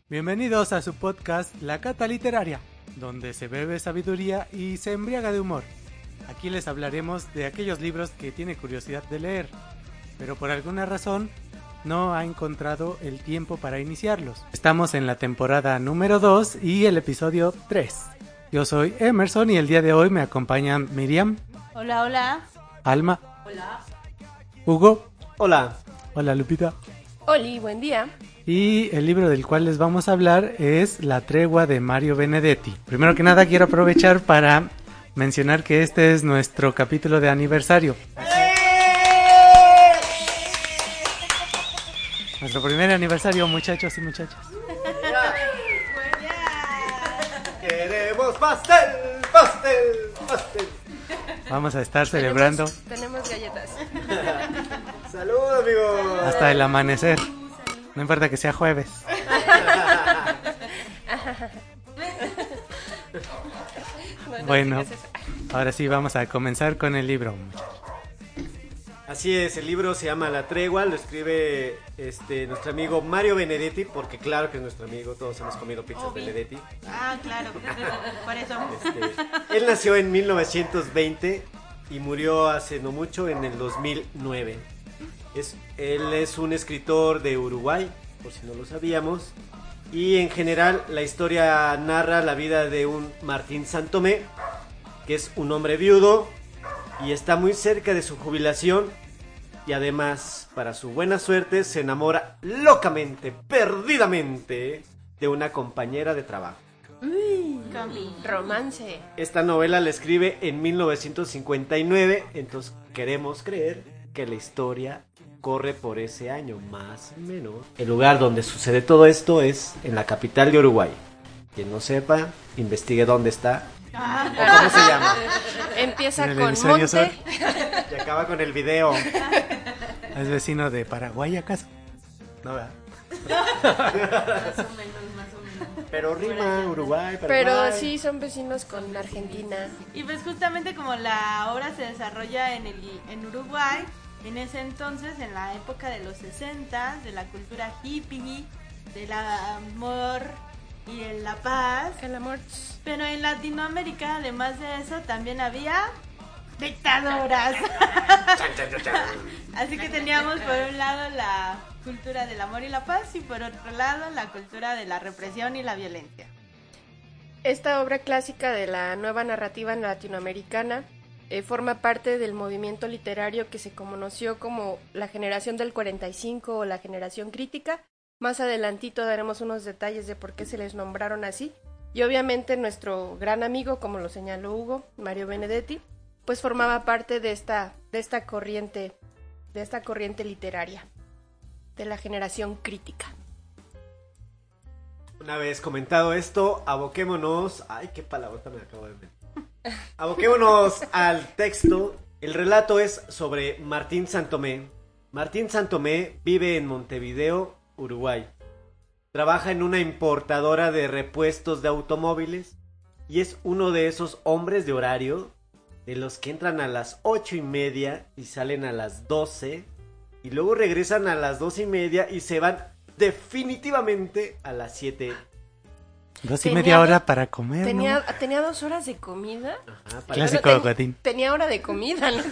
Bienvenidos a su podcast La Cata Literaria, donde se bebe sabiduría y se embriaga de humor. Aquí les hablaremos de aquellos libros que tiene curiosidad de leer, pero por alguna razón no ha encontrado el tiempo para iniciarlos. Estamos en la temporada número 2 y el episodio 3. Yo soy Emerson y el día de hoy me acompañan Miriam. Hola, hola. Alma. Hola. Hugo. Hola. Hola, Lupita. Oli, buen día. Y el libro del cual les vamos a hablar es La Tregua de Mario Benedetti. Primero que nada quiero aprovechar para mencionar que este es nuestro capítulo de aniversario. Nuestro primer aniversario, muchachos y muchachas. Queremos pastel, pastel, pastel. Vamos a estar celebrando Tenemos galletas. Salud, amigos. hasta el amanecer. No importa que sea jueves. Bueno, ahora sí vamos a comenzar con el libro. Así es, el libro se llama La Tregua, lo escribe nuestro amigo Mario Benedetti, porque claro que es nuestro amigo, todos hemos comido pizzas Benedetti. Ah, claro. Por eso. Él nació en 1920 y murió hace no mucho, en el 2009. Él es un escritor de Uruguay, por si no lo sabíamos, y en general la historia narra la vida de un Martín Santomé, que es un hombre viudo y está muy cerca de su jubilación, y además, para su buena suerte, se enamora locamente, perdidamente, de una compañera de trabajo. Romance. Esta novela la escribe en 1959, entonces queremos creer que la historia corre por ese año, más o menos. El lugar donde sucede todo esto es en la capital de Uruguay. Quien no sepa, investigue dónde está o cómo se llama. Empieza En el con hemisferio Monte. sur. Y acaba con el video. ¿Es vecino de Paraguay acaso? No, ¿verdad? Más o menos. Pero rima Uruguay, Pero Paraguay. sí, son vecinos con Argentina. Y pues justamente como la obra se desarrolla en Uruguay, en ese entonces, en la época de los 60, de la cultura hippie, del amor y de la paz. El amor. Pero en Latinoamérica, además de eso, también había dictaduras. Así que teníamos por un lado la cultura del amor y la paz y por otro lado la cultura de la represión y la violencia. Esta obra clásica de la nueva narrativa latinoamericana forma parte del movimiento literario que se conoció como la generación del 45 o la generación crítica. Más adelantito daremos unos detalles de por qué se les nombraron así. Y obviamente nuestro gran amigo, como lo señaló Hugo, Mario Benedetti, pues formaba parte de esta corriente literaria, de la generación crítica. Una vez comentado esto, aboquémonos... Ay, qué palabrota me acabo de meter. Aboquémonos al texto. El relato es sobre Martín Santomé. Martín Santomé vive en Montevideo, Uruguay. Trabaja en una importadora de repuestos de automóviles y es uno de esos hombres de horario de los que entran a las 8:30 y salen a las 12 y luego regresan a las 12:30 y se van definitivamente a las 7. 2:30 horas para comer, ¿no? Tenía 2 horas de comida. Ajá, Clásico Bueno, Godín. Tenía hora de comida, ¿no?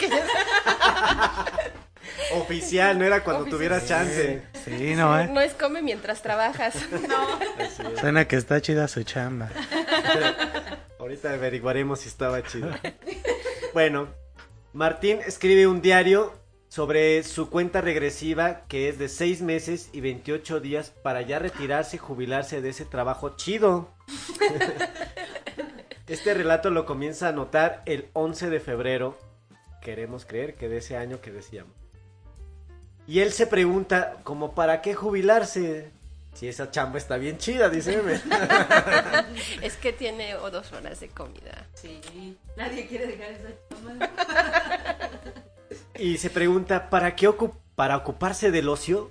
oficial, no era cuando Oficial. tuvieras chance. Sí, no, No es come mientras trabajas. Así es. Suena que está chida su chamba. Ahorita averiguaremos si estaba chido. Bueno, Martín escribe un diario sobre su cuenta regresiva que es de 6 meses y 28 días para ya retirarse y jubilarse de ese trabajo chido. Este relato lo comienza a anotar el 11 de febrero, queremos creer que de ese año que decíamos. Y él se pregunta, ¿como para qué jubilarse? Si esa chamba está bien chida, dice. Es que tiene 2 horas de comida. Sí, nadie quiere dejar esa chamba. Y se pregunta, ¿para qué para ocuparse del ocio?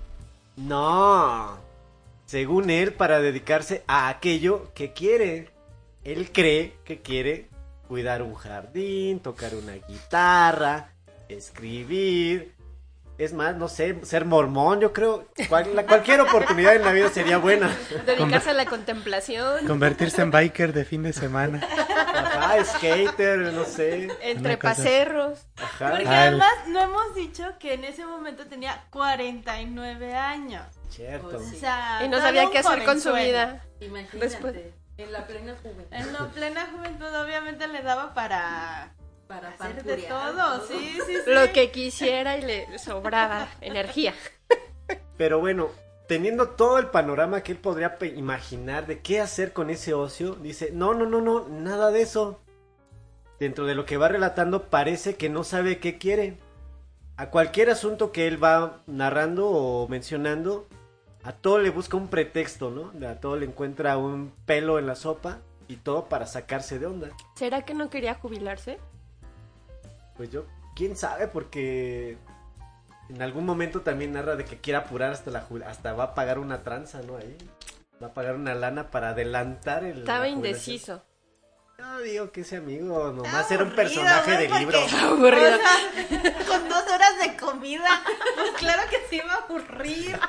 No. Según él, para dedicarse a aquello que quiere. Él cree que quiere cuidar un jardín, tocar una guitarra, escribir. Es más, no sé, ser mormón, yo creo. Cualquier oportunidad en la vida sería buena. Dedicarse a la contemplación. Convertirse en biker de fin de semana. Ajá, skater, no sé. Entre Una cosa. pacerros. Ajá. Porque además no hemos dicho que en ese momento tenía 49 años. Cierto. O sea, Y no todavía sabía un qué hacer con su jovenzuelo. vida. Imagínate, Después. en la plena juventud. En la plena juventud obviamente le daba para Para hacer de fanturear, todo, sí, sí, sí. Lo que quisiera y le sobraba energía. Pero bueno, teniendo todo el panorama que él podría imaginar de qué hacer con ese ocio, dice, no, nada de eso. Dentro de lo que va relatando parece que no sabe qué quiere. A cualquier asunto que él va narrando o mencionando, a todo le busca un pretexto, ¿no? A todo le encuentra un pelo en la sopa y todo para sacarse de onda. ¿Será que no quería jubilarse? Pues yo, quién sabe, porque en algún momento también narra de que quiere apurar hasta va a pagar una tranza, ¿no? Ahí va a pagar una lana para adelantar el. Estaba la jubilación. indeciso. No digo que ese amigo nomás Está era un aburrido, personaje güey, de porque- libro. Aburrido. O sea, con 2 horas de comida, pues claro que se iba a aburrir.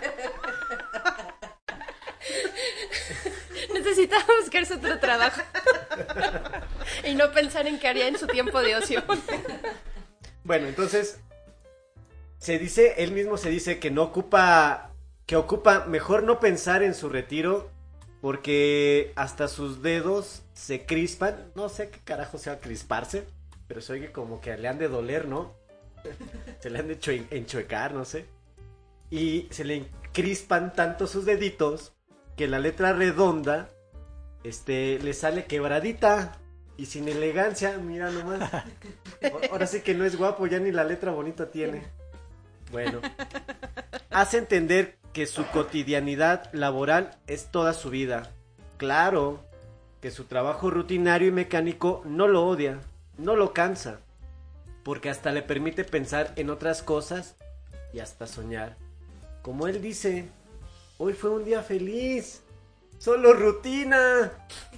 Necesitaba buscarse otro trabajo. Y no pensar en qué haría en su tiempo de ocio. Bueno, entonces él mismo se dice que ocupa mejor no pensar en su retiro porque hasta sus dedos se crispan. No sé qué carajo sea crisparse, pero se oye como que le han de doler, ¿no? Se le han de enchuecar, no sé. Y se le crispan tanto sus deditos que la letra redonda le sale quebradita y sin elegancia, mira nomás. Ahora sí que no es guapo, ya ni la letra bonita tiene. Bueno, hace entender que su cotidianidad laboral es toda su vida. Claro, que su trabajo rutinario y mecánico no lo odia, no lo cansa, porque hasta le permite pensar en otras cosas y hasta soñar. Como él dice, hoy fue un día feliz, solo rutina.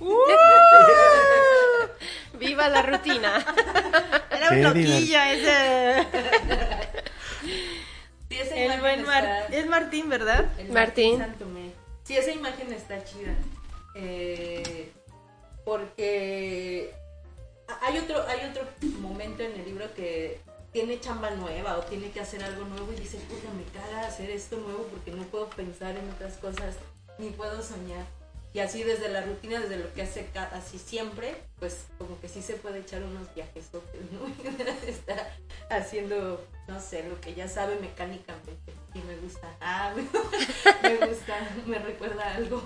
¡Viva la rutina! Era un Qué loquillo ese. Sí, esa El imagen buen está- Es Martín, ¿verdad? el Martín. Santomé. Sí, esa imagen está chida. Porque hay otro momento en el libro que tiene chamba nueva o tiene que hacer algo nuevo y dice, puta, me caga hacer esto nuevo porque no puedo pensar en otras cosas ni puedo soñar. Y así desde la rutina, desde lo que hace así siempre, pues como que sí se puede echar unos viajes, ¿no? Está haciendo, no sé, lo que ya sabe mecánicamente y me gusta. Me gusta, me recuerda algo.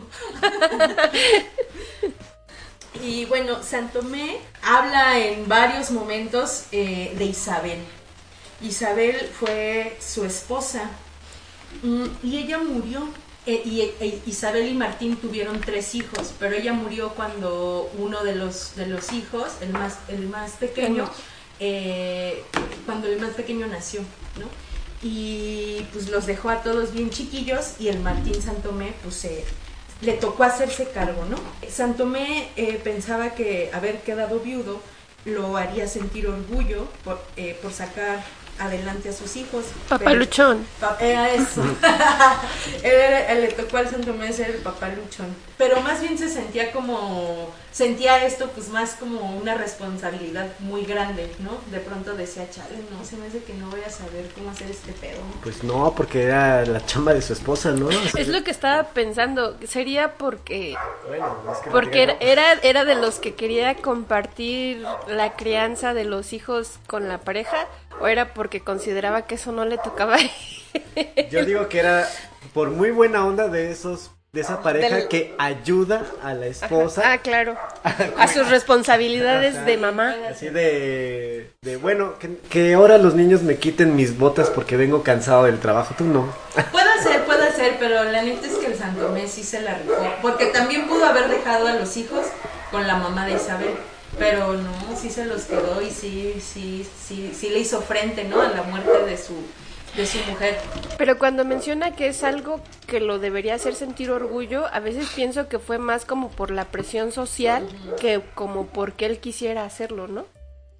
Y bueno, Santomé habla en varios momentos de Isabel. Isabel fue su esposa y ella murió. Isabel y Martín tuvieron 3 hijos, pero ella murió cuando uno de los hijos, el más pequeño, cuando el más pequeño nació, ¿no? Y pues los dejó a todos bien chiquillos y el Martín Santomé pues le tocó hacerse cargo, ¿no? Santomé pensaba que haber quedado viudo lo haría sentir orgullo por sacar adelante a sus hijos. Papaluchón. Era eso. Le tocó al Santomé ser el papaluchón. Pero más bien sentía esto pues más como una responsabilidad muy grande, ¿no? De pronto decía, chale, no, se me hace que no voy a saber cómo hacer este pedo. Pues no, porque era la chamba de su esposa, ¿no? Es lo que estaba pensando. Sería porque Bueno, es que porque no. era de los que quería compartir la crianza de los hijos con la pareja, o era porque consideraba que eso no le tocaba. Yo digo que era por muy buena onda de esa pareja Del- que ayuda a la esposa. Ah, claro. A sus responsabilidades Ajá. de mamá. Así bueno, que ahora los niños me quiten mis botas porque vengo cansado del trabajo, tú no. Puede ser, pero la neta es que el Santomé sí se la rifó. Porque también pudo haber dejado a los hijos con la mamá de Isabel. Pero no, sí se los quedó y sí le hizo frente, ¿no? A la muerte de su mujer. Pero cuando menciona que es algo que lo debería hacer sentir orgullo, a veces pienso que fue más como por la presión social que como porque él quisiera hacerlo, ¿no?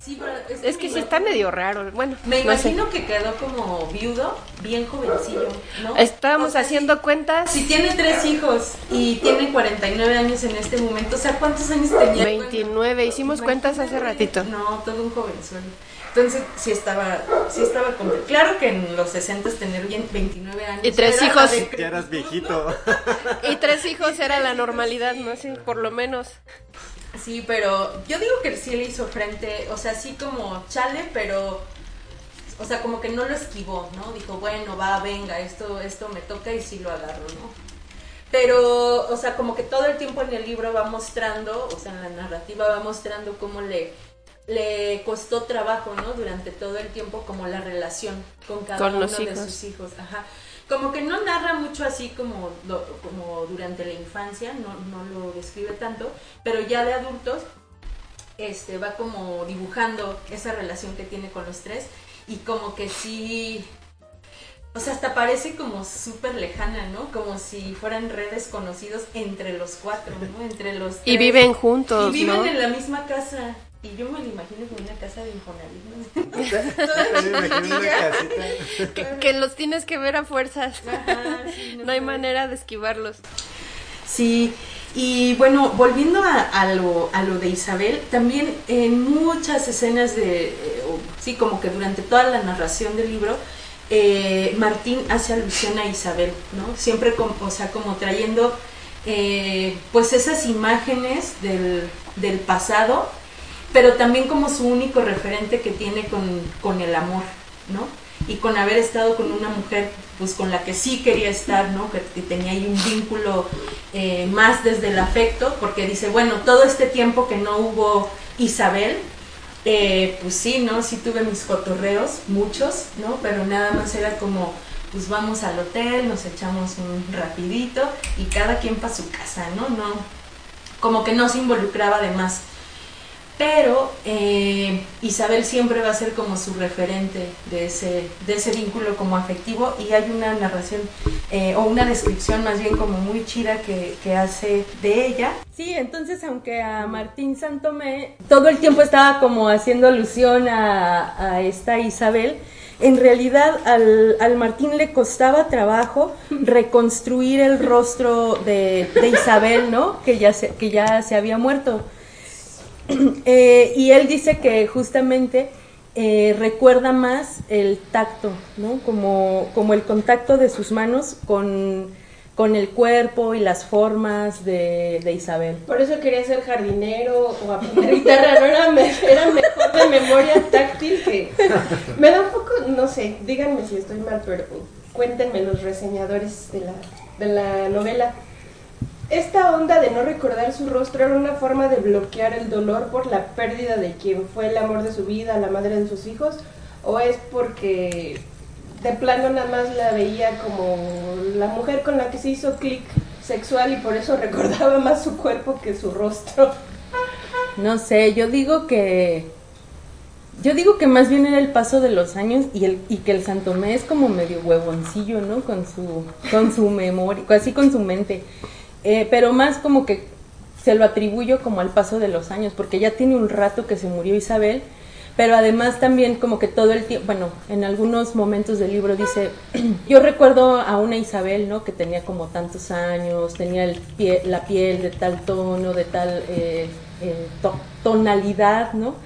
Sí, pero Es que sí está medio raro. Bueno, Me no sé. imagino que quedó como viudo, bien jovencillo, ¿no? Estábamos O sea, haciendo cuentas. Si tiene 3 hijos y tiene 49 años en este momento, o sea, ¿cuántos años tenía? 29, hicimos cuentas hace ratito. No, todo un jovenzuelo. Entonces, sí estaba como... Claro que en los 60 tener 29 años... Y 3 era hijos. Ya eras viejito. Y 3 hijos era la normalidad, ¿no? Sí, por lo menos. Sí, pero yo digo que sí le hizo frente, o sea, sí como chale, pero... O sea, como que no lo esquivó, ¿no? Dijo, bueno, va, venga, esto me toca y sí lo agarro, ¿no? Pero, o sea, como que todo el tiempo en el libro va mostrando, o sea, en la narrativa va mostrando cómo le costó trabajo, ¿no? Durante todo el tiempo, como la relación con cada uno de sus hijos. Ajá. Como que no narra mucho así como durante la infancia, no lo describe tanto, pero ya de adultos va como dibujando esa relación que tiene con los 3 y como que sí, o sea, hasta parece como súper lejana, ¿no? Como si fueran redes conocidos entre los 4, ¿no? Entre los 3. Y viven juntos, y viven ¿no? en la misma casa. Y yo me lo imagino como una casa de Infonavit, ¿no? También me imagino una casita. Que los tienes que ver a fuerzas. Ajá, sí, No hay manera de esquivarlos. Sí, y bueno, volviendo a lo de Isabel, también en muchas escenas sí, como que durante toda la narración del libro, Martín hace alusión a Isabel, ¿no? Siempre o sea, como trayendo pues esas imágenes del pasado, pero también como su único referente que tiene con el amor, ¿no? Y con haber estado con una mujer pues con la que sí quería estar, ¿no? Que tenía ahí un vínculo más desde el afecto, porque dice, bueno, todo este tiempo que no hubo Isabel, pues sí, ¿no? Sí tuve mis cotorreos, muchos, ¿no? Pero nada más era como, pues vamos al hotel, nos echamos un rapidito y cada quien para su casa, ¿no? No, como que no se involucraba de más. Pero Isabel siempre va a ser como su referente de ese vínculo como afectivo, y hay una narración o una descripción más bien como muy chida que hace de ella. Sí, entonces aunque a Martín Santomé todo el tiempo estaba como haciendo alusión a esta Isabel, en realidad al Martín le costaba trabajo reconstruir el rostro de Isabel, ¿no? Que ya se había muerto. Y él dice que justamente recuerda más el tacto, ¿no? Como el contacto de sus manos con el cuerpo y las formas de Isabel. Por eso quería ser jardinero o aprender guitarra, no era mejor de memoria táctil que... Me da un poco, no sé, díganme si estoy mal, pero cuéntenme los reseñadores de la novela. Esta onda de no recordar su rostro era una forma de bloquear el dolor por la pérdida de quien fue el amor de su vida, la madre de sus hijos, o es porque de plano nada más la veía como la mujer con la que se hizo clic sexual y por eso recordaba más su cuerpo que su rostro. No sé, yo digo que más bien era el paso de los años y que el Santomé es como medio huevoncillo, ¿no? Con su memoria, así con su mente. Pero más como que se lo atribuyo como al paso de los años, porque ya tiene un rato que se murió Isabel, pero además también como que todo el tiempo, bueno, en algunos momentos del libro dice, yo recuerdo a una Isabel, ¿no? Que tenía como tantos años, tenía la piel de tal tono, de tal tonalidad, ¿no?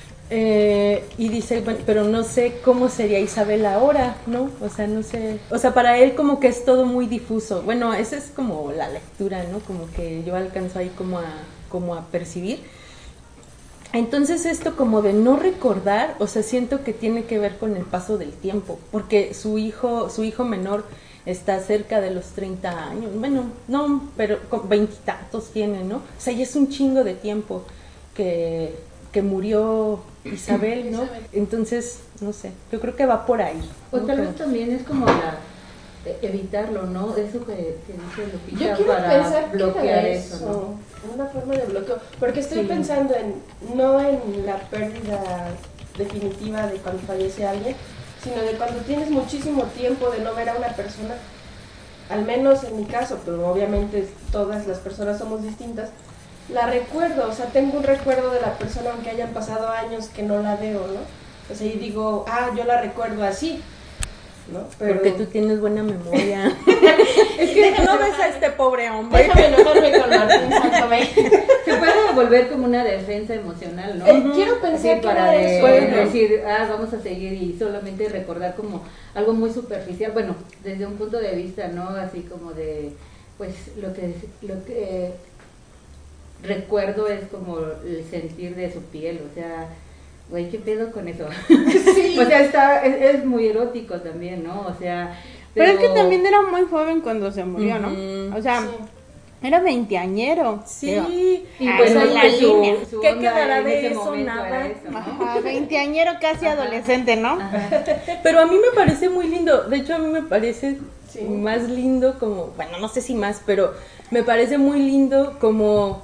Y dice, bueno, pero no sé cómo sería Isabel ahora, ¿no? O sea, no sé, o sea, para él como que es todo muy difuso. Bueno, esa es como la lectura, ¿no? Como que yo alcanzo ahí como a percibir. Entonces esto como de no recordar, o sea, siento que tiene que ver con el paso del tiempo, porque su hijo menor está cerca de los 30 años, bueno, no, pero con 20 y tantos tiene, ¿no? O sea, ya es un chingo de tiempo que murió Isabel, ¿no? Entonces, no sé, yo creo que va por ahí, ¿no? O tal vez también es como evitarlo, ¿no? Eso que dice Lupita, Yo quiero para pensar bloquear que era eso, ¿no? una forma de bloqueo, porque estoy pensando no en la pérdida definitiva de cuando fallece alguien, sino de cuando tienes muchísimo tiempo de no ver a una persona, al menos en mi caso, pero obviamente todas las personas somos distintas, la recuerdo, o sea, tengo un recuerdo de la persona aunque hayan pasado años que no la veo, ¿no? O sea, y digo, yo la recuerdo así, ¿no? Pero... Porque tú tienes buena memoria. Es que no ves a este pobre hombre. Déjame enojarme con Martín Santomé. Se puede volver como una defensa emocional, ¿no? Quiero pensar Así que para era eso, ¿no? decir, vamos a seguir y solamente recordar como algo muy superficial, bueno, desde un punto de vista, ¿no? Así como de, pues, lo que recuerdo es como el sentir de su piel, o sea, güey, ¿qué pedo con eso? Sí. O sea, es muy erótico también, ¿no? O sea... Pero es que también era muy joven cuando se murió, ¿no? O sea, Sí. era veinteañero. Sí, Y Ah, pues en ahí la pues, línea. su ¿Qué onda quedará en de ese eso? momento Nada. era eso, ¿no? Ajá, veinteañero casi adolescente, ¿no? Pero a mí me parece muy lindo. De hecho, a mí me parece Sí. más lindo como, bueno, no sé si más, pero me parece muy lindo como,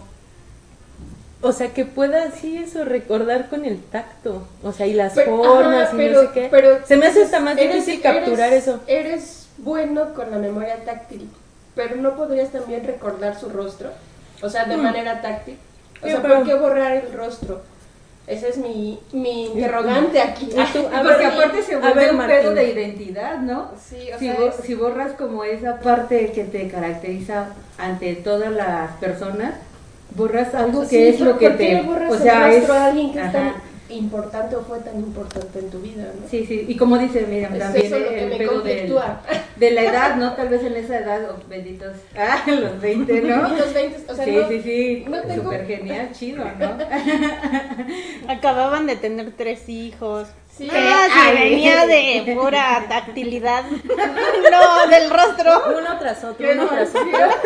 o sea, que pueda así eso, recordar con el tacto, o sea, y las formas y no sé qué. Se me hace hasta más difícil capturar eso. Eres bueno con la memoria táctil, pero no podrías también recordar su rostro, o sea, de manera táctil. O sea, pero- ¿por qué borrar el rostro? Ese es mi interrogante aquí. Porque aparte se vuelve ver, un Martín. pedo de identidad, ¿no? Sí, o Si, sea, si borras como esa parte que te caracteriza ante todas las personas, borras algo que sí, es lo que ¿por qué te... le borras o sea, el rostro es... a alguien que es ajá. tan importante o fue tan importante en tu vida, ¿no? Sí, sí, y como dice Miriam, Es también eso lo que el me pedo conflictúa. de la edad, ¿no? Tal vez en esa edad, benditos, los 20, ¿no? Y los 20, o sea, Sí, no, sí, sí, no tengo- súper genial, chido, ¿no? Acababan de tener 3 hijos. Sí. Sí, venía de pura tactilidad. No, del rostro. Uno tras otro, uno tras otro.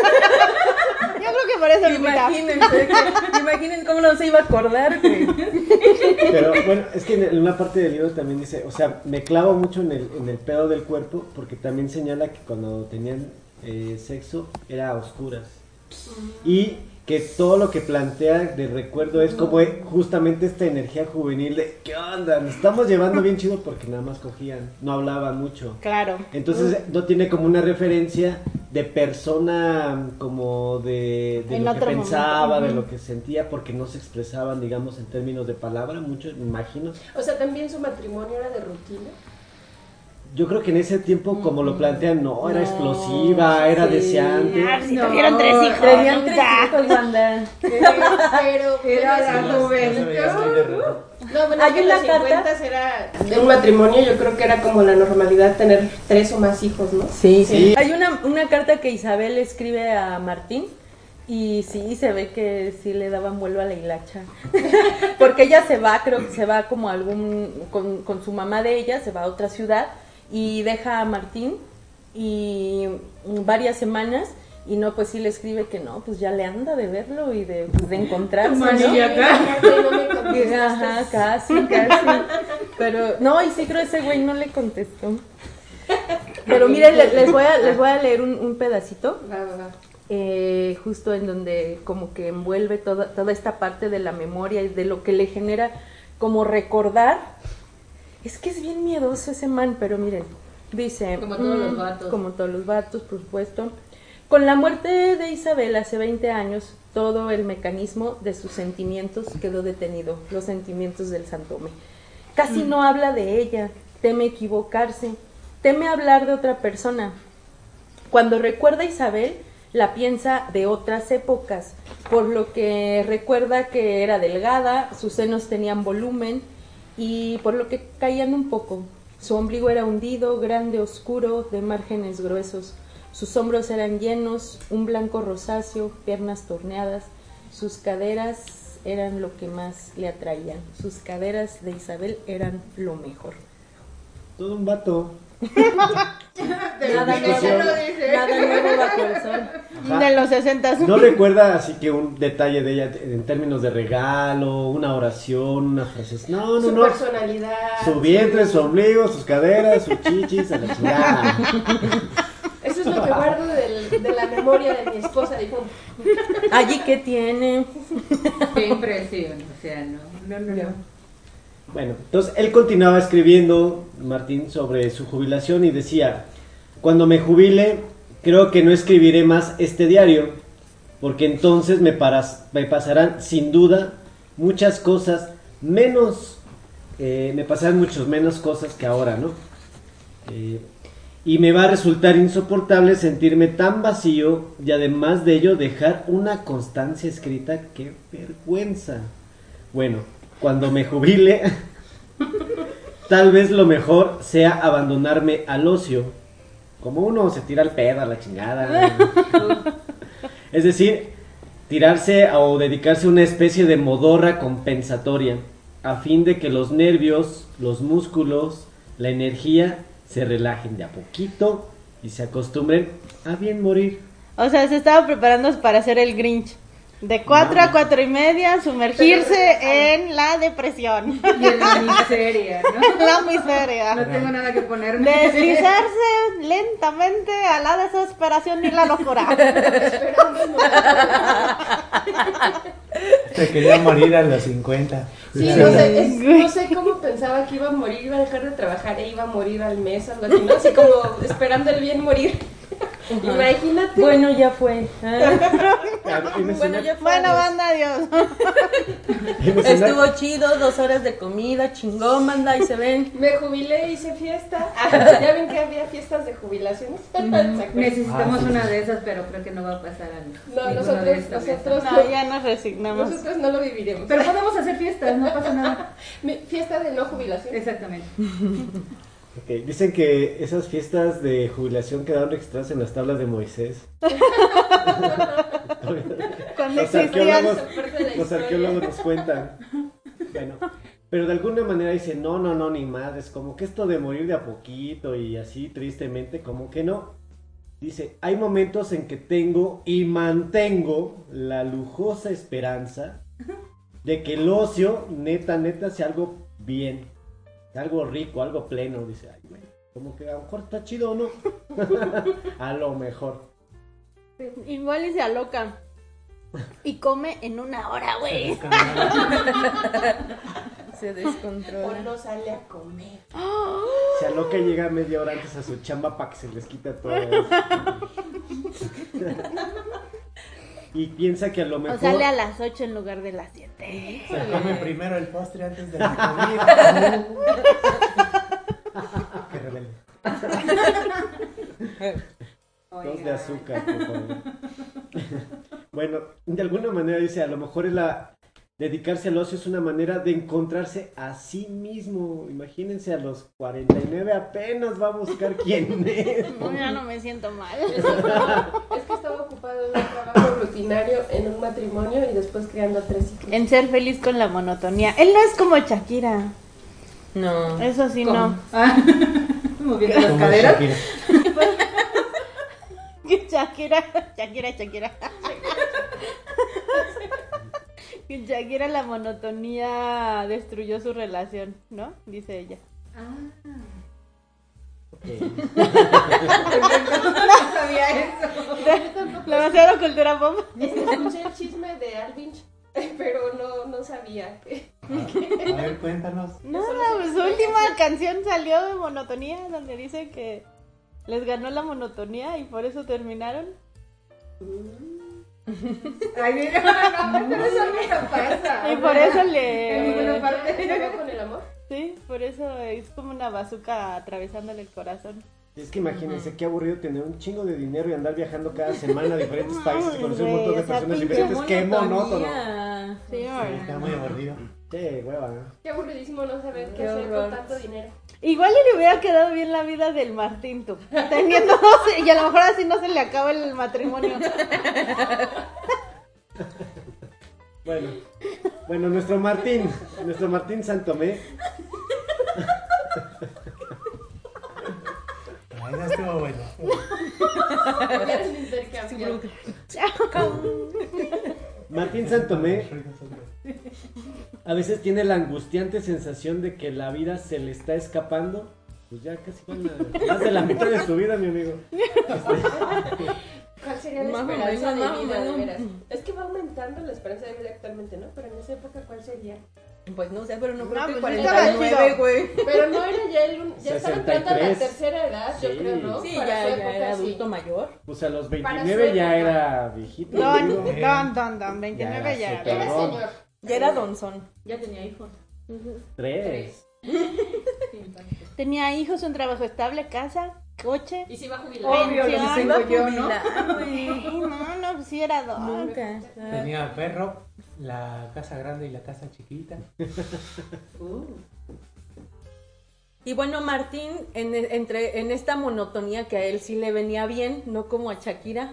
Yo creo que por eso Lupita. Imagínense cómo no se iba a acordar, güey. Pero bueno, es que en una parte del libro también dice, o sea, me clavo mucho en el pedo del cuerpo, porque también señala que cuando tenían sexo era a oscuras. Y que todo lo que plantea de recuerdo es como justamente esta energía juvenil de, ¿qué onda? Nos estamos llevando bien chido porque nada más cogían, no hablaban mucho. Claro. Entonces no tiene como una referencia de persona como de En lo que otro pensaba, momento. de lo que sentía, porque no se expresaban, digamos, en términos de palabra, mucho, me imagino. O sea, también su matrimonio era de rutina. Yo creo que en ese tiempo, como lo plantean, no, era No, explosiva, era sí. deseante. Ah, si tuvieron 3 hijos. Tenían 3 ya. hijos, banda. Pero Era la No se juventud. veía Sky de reloj. no, bueno, Hay es que en una los carta- 50 era de un matrimonio, yo creo que era como la normalidad tener 3 o más hijos, ¿no? Sí, Sí. Hay una carta que Isabel escribe a Martín y sí, se ve que sí le daban vuelo a la hilacha. Porque ella se va, creo que se va como con su mamá de ella, se va a otra ciudad y deja a Martín y varias semanas y no, pues sí le escribe que no, pues ya le anda de verlo y de encontrarse, ¿no? No me contestaste. Ajá, casi. Pero, no, y sí creo ese güey no le contestó. Pero miren, les voy a leer un pedacito, Va, va, va. justo en donde como que envuelve toda esta parte de la memoria y de lo que le genera como recordar. Es que es bien miedoso ese man, pero miren, dice... Como todos los vatos. Como todos los vatos, por supuesto. Con la muerte de Isabel hace 20 años, todo el mecanismo de sus sentimientos quedó detenido, los sentimientos del Santomé. Casi no habla de ella, teme equivocarse, teme hablar de otra persona. Cuando recuerda a Isabel, la piensa de otras épocas, por lo que recuerda que era delgada, sus senos tenían volumen y por lo que caían un poco. Su ombligo era hundido, grande, oscuro, de márgenes gruesos. Sus hombros eran llenos, un blanco rosáceo, piernas torneadas. Sus caderas eran lo que más le atraían. Sus caderas de Isabel eran lo mejor. Todo un vato. Nada nuevo bajo el sol. Ajá. De los 60. No recuerda así que un detalle de ella en términos de regalo, una oración, unas frases. No, Su no. personalidad. Su vientre, su ombligo, sus caderas, sus chichis, a la chingada. Eso es lo que guardo de la memoria de mi esposa, dijo. Allí que tiene. Qué impresión, o sea, no. Bueno, entonces él continuaba escribiendo, Martín, sobre su jubilación y decía: cuando me jubile, creo que no escribiré más este diario. porque entonces me pasarán sin duda muchas cosas menos, me pasarán muchos menos cosas que ahora, ¿no? Y me va a resultar insoportable sentirme tan vacío y además de ello dejar una constancia escrita. ¡Qué vergüenza! Bueno, cuando me jubile, tal vez lo mejor sea abandonarme al ocio, como uno se tira al pedo, a la chingada. Es decir, tirarse o dedicarse a una especie de modorra compensatoria, a fin de que los nervios, los músculos, la energía se relajen de a poquito y se acostumbren a bien morir. O sea, se estaba preparando para hacer el Grinch. De 4 a 4 y media, sumergirse en la depresión. Y en la miseria, ¿no? La miseria. No tengo nada que ponerme. Deslizarse lentamente a la desesperación y la locura. Se quería morir a los 50. Sí, no sé cómo pensaba que iba a morir, iba a dejar de trabajar e iba a morir al mes, algo así, ¿no? Así como esperando el bien morir. Imagínate. Bueno, ya fue. Bueno, banda, adiós. Estuvo chido, 2 horas de comida, chingón, banda, y se ven. Me jubilé, hice fiesta. Ya ven que había fiestas de jubilaciones. Necesitamos una de esas, pero creo que no va a pasar a No, nosotros No, ya nos resignamos. Nosotros no lo viviremos. Pero podemos hacer fiestas, no pasa nada. Fiesta de no jubilación. Exactamente. Okay. Dicen que esas fiestas de jubilación quedaron registradas en las tablas de Moisés. Cuando Los arqueólogos nos cuentan. Bueno, pero de alguna manera dicen, no, ni madres, como que esto de morir de a poquito y así tristemente, como que no. Dice, hay momentos en que tengo y mantengo la lujosa esperanza de que el ocio, neta, sea algo bien. Algo rico, algo pleno, dice, ay, güey, como que a lo mejor está chido o no. A lo mejor. Igual y se aloca. Y come en 1 hora, güey. Se descontrola. O no sale a comer. Se aloca y llega media hora antes a su chamba para que se les quite todo. Y piensa que a lo mejor... O sale a las 8 en lugar de las 7. Se come primero el postre antes de la comida. Qué rebelde. Dos de azúcar, por favor. Bueno, de alguna manera dice, a lo mejor dedicarse al ocio es una manera de encontrarse a sí mismo. Imagínense, a los 49 apenas va a buscar quién es. No, ya no me siento mal. Es que estaba ocupado en un trabajo rutinario, en un matrimonio y después criando a 3 hijos. En ser feliz con la monotonía. Él no es como Shakira. No. Eso sí, ¿Cómo? no. Moviendo las Como caderas. Shakira. Shakira. Que Shakira, la monotonía destruyó su relación, ¿no? Dice ella. Okay. No sabía eso. Demasiado cultura pop. Escuché el chisme de Alvin, pero no sabía. A ver, cuéntanos. No, pues su última canción salió de monotonía, donde dice que les ganó la monotonía y por eso terminaron. Ay, no, pero eso nunca pasa. Y por eso En ninguna parte. ¿Se va con el amor? Sí, por eso es como una bazuca atravesándole el corazón. Es que imagínense qué aburrido tener un chingo de dinero y andar viajando cada semana a diferentes países y conocer un montón de personas diferentes. ¡Qué monótono! Sí, Está muy aburrido. Sí, hueva. Qué aburridísimo no saber qué hacer con tanto dinero. Igual y le hubiera quedado bien la vida del Martín, tú. Teniendo 12, y a lo mejor así no se le acaba el matrimonio. Bueno, nuestro Martín Santomé. Ahí no estuvo bueno. Hubieras intercambiado. Martín Santomé a veces tiene la angustiante sensación de que la vida se le está escapando. Pues ya casi más de la mitad de su vida, mi amigo. ¿Cuál sería la Más o esperanza menos, de vida, de veras? Es que va aumentando. aumentando la esperanza de vida actualmente, ¿no? Pero en esa época, ¿cuál sería? Pues no sé, pero no creo No, que pues 49, güey. Pero no era ya ya estaba entrando a la 63. tercera edad, yo Sí. creo, ¿no? Sí, Para ya, su ya época, era sí. adulto mayor. Pues a los Para 29 su ya época. era viejito. Don, digo. 29 Ya, ya. súper. Era Perdón. señor. Ya era donzón. Ya tenía hijos. 3. Sí, impacto. Tenía hijos, un trabajo estable, casa, coche. Y se iba a jubilar. Obvio, lo que Pensión. tengo yo, ¿no? Sí, no, pues sí era don. Nunca. Tenía perro, la casa grande y la casa chiquita. Y bueno, Martín, en esta monotonía que a él sí le venía bien, no como a Shakira,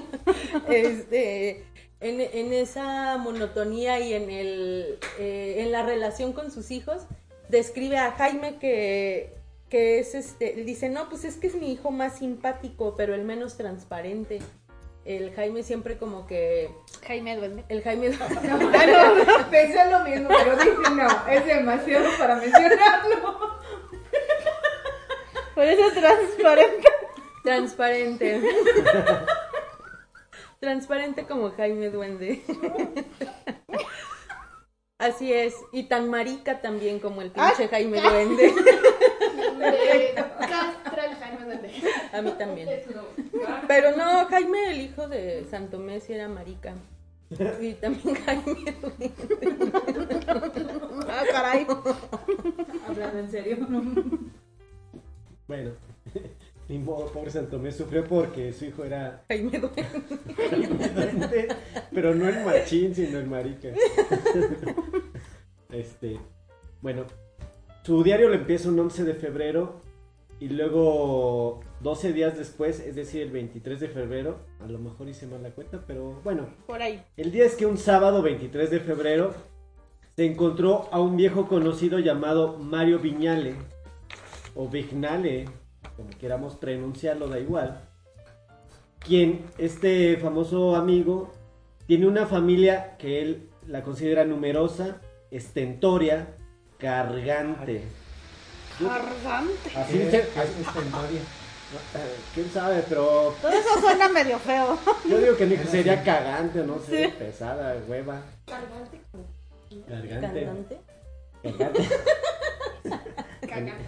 en esa monotonía y en la relación con sus hijos, describe a Jaime que es dice, no, pues es que es mi hijo más simpático, pero el menos transparente. El Jaime siempre como que... Jaime Duende. El Jaime... Pensé lo mismo, pero dije no, es demasiado para mencionarlo. Por eso transparente. Transparente. Transparente como Jaime Duende. Así es. Y tan marica también como el pinche Jaime Duende. Castra el Jaime Duende. A mí también. Pero no, Jaime, el hijo de Santomé, sí era marica. Y también Jaime Duende. Ah, caray. Hablando en serio. Bueno, ni modo, pobre Santomé sufrió porque su hijo era Jaime Duende. pero no el machín, sino el marica. Bueno, su diario lo empieza un 11 de febrero y luego 12 días después, es decir, el 23 de febrero, a lo mejor hice mal la cuenta, pero bueno, Por ahí. el día es que un sábado 23 de febrero se encontró a un viejo conocido llamado Mario Viñale, o Vignale, como queramos pronunciarlo, da igual, quien, este famoso amigo, tiene una familia que él la considera numerosa, estentoria, cargante. Cargante. Así ¿Qué se- es esta historia? quién sabe, pero Todo eso suena medio feo. yo digo que sería cagante, no sé, pesada, hueva, Cargante. cargante. Cantante. Cagante.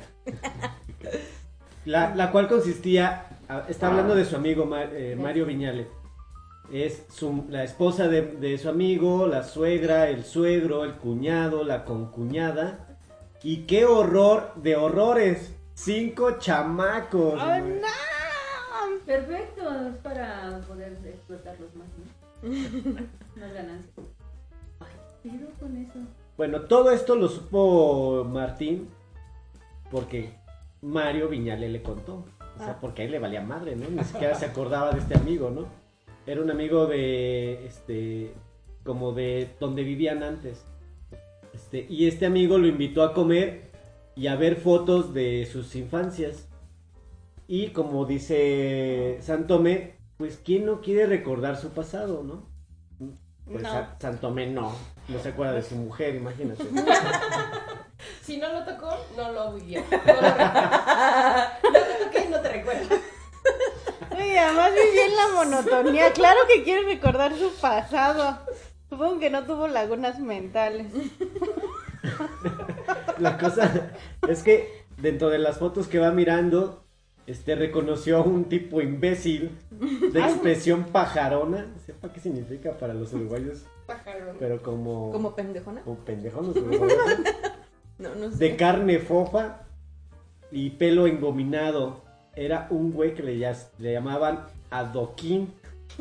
La cual consistía, está hablando de su amigo Mario Viñale, es la esposa de su amigo, la suegra, el suegro, el cuñado, la concuñada, y qué horror de horrores, 5 chamacos. ¡Oh, güey. no! Perfecto, es para poder explotarlos más, ¿no? Más ganancias. Ay, pido con eso. Bueno, todo esto lo supo Martín porque Mario Viñale le contó. O sea, porque a él le valía madre, ¿no? Ni siquiera se acordaba de este amigo, ¿no? Era un amigo de, como de donde vivían antes. Y este amigo lo invitó a comer y a ver fotos de sus infancias. Y como dice Santomé, pues ¿quién no quiere recordar su pasado, no? Pues No. Santomé no se acuerda de su mujer, imagínate. Si no lo tocó, no lo vivió. No te toqué y no te recuerdo. Oye, además viví en la monotonía. Claro que quiere recordar su pasado. Supongo que no tuvo lagunas mentales. La cosa es que dentro de las fotos que va mirando, reconoció a un tipo imbécil de expresión pajarona. Sepa qué significa para los uruguayos, Pájaro. pero como... ¿Como pendejona? Como pendejón los uruguayos. No sé. De carne fofa y pelo engominado. Era un güey que le llamaban Adoquín.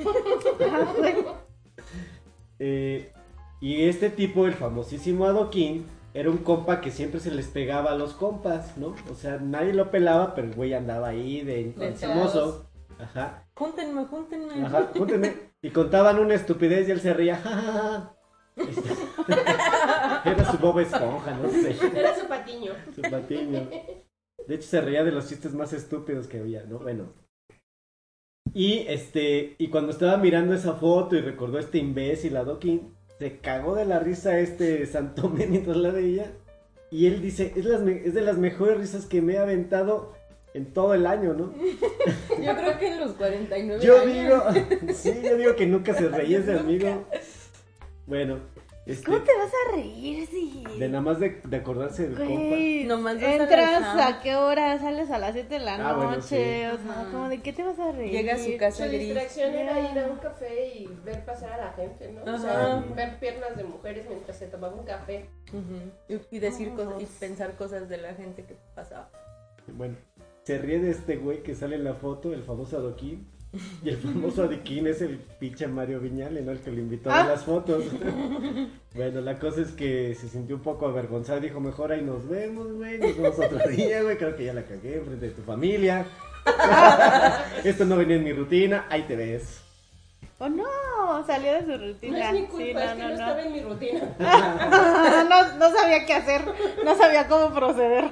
Y este tipo, el famosísimo Adoquín, era un compa que siempre se les pegaba a los compas, ¿no? O sea, nadie lo pelaba, pero el güey andaba ahí de encimoso. Ajá, Júntenme. ajá, júntenme. Y contaban una estupidez y él se reía. Ja, ja, ja. Era su Bob Esponja, no sé. Era su patiño. Su patiño. De hecho, se reía de los chistes más estúpidos que había, ¿no? Bueno. Y cuando estaba mirando esa foto y recordó a este imbécil Adoquín, se cagó de la risa Santomé mientras la veía. Y él dice, es de las mejores risas que me he aventado en todo el año, ¿no? Yo creo que en los 49 Yo años. digo que nunca se reía ese amigo. Bueno, ¿Cómo te vas a reír si...? de nada más de acordarse del compa. Güey, Nomás vas a entras rezar. a qué hora, sales a las 7 de la Ah, noche, bueno, sí. o sea, Ajá. como de qué te vas a reír. Llega a su casa Su gris. distracción era ir a un café y ver pasar a la gente, ¿no? O sea, Ajá. ver piernas de mujeres mientras se tomaba un café. Y decir cosas y pensar cosas de la gente que pasaba. Bueno, se ríe de este güey que sale en la foto, el famoso adoquín. Y el famoso adoquín es el pinche Mario Viñale, ¿no? El que lo invitó a ver las fotos. Bueno, la cosa es que se sintió un poco avergonzado. Dijo, mejor ahí nos vemos, güey. Nos vemos otro día, güey. Creo que ya la cagué enfrente de tu familia. Esto no venía en mi rutina. Ahí te ves. Oh no, salió de su No rutina. es mi culpa, Sí, es que no estaba en mi rutina. no sabía qué hacer, no sabía cómo proceder.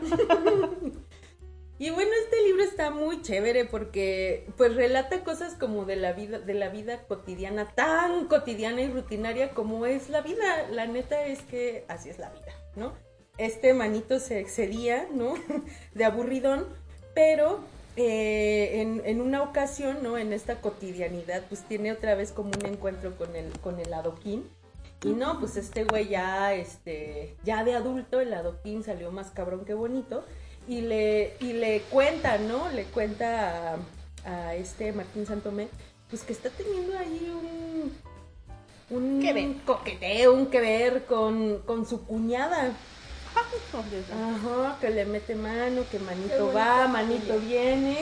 Y bueno, este libro está muy chévere porque pues relata cosas como de la vida cotidiana, tan cotidiana y rutinaria como es la vida. La neta es que así es la vida, ¿no? Este manito se excedía, ¿no? De aburridón, pero en una ocasión, ¿no? En esta cotidianidad, pues tiene otra vez como un encuentro con el adoquín. Y no, pues este güey ya de adulto, el adoquín salió más cabrón que bonito. Y le cuenta, ¿no? Le cuenta a este Martín Santomé, pues que está teniendo ahí un Que ver. coqueteo, un que ver con su cuñada. Ajá, que le mete mano, que Qué manito bonita va, familia. manito viene.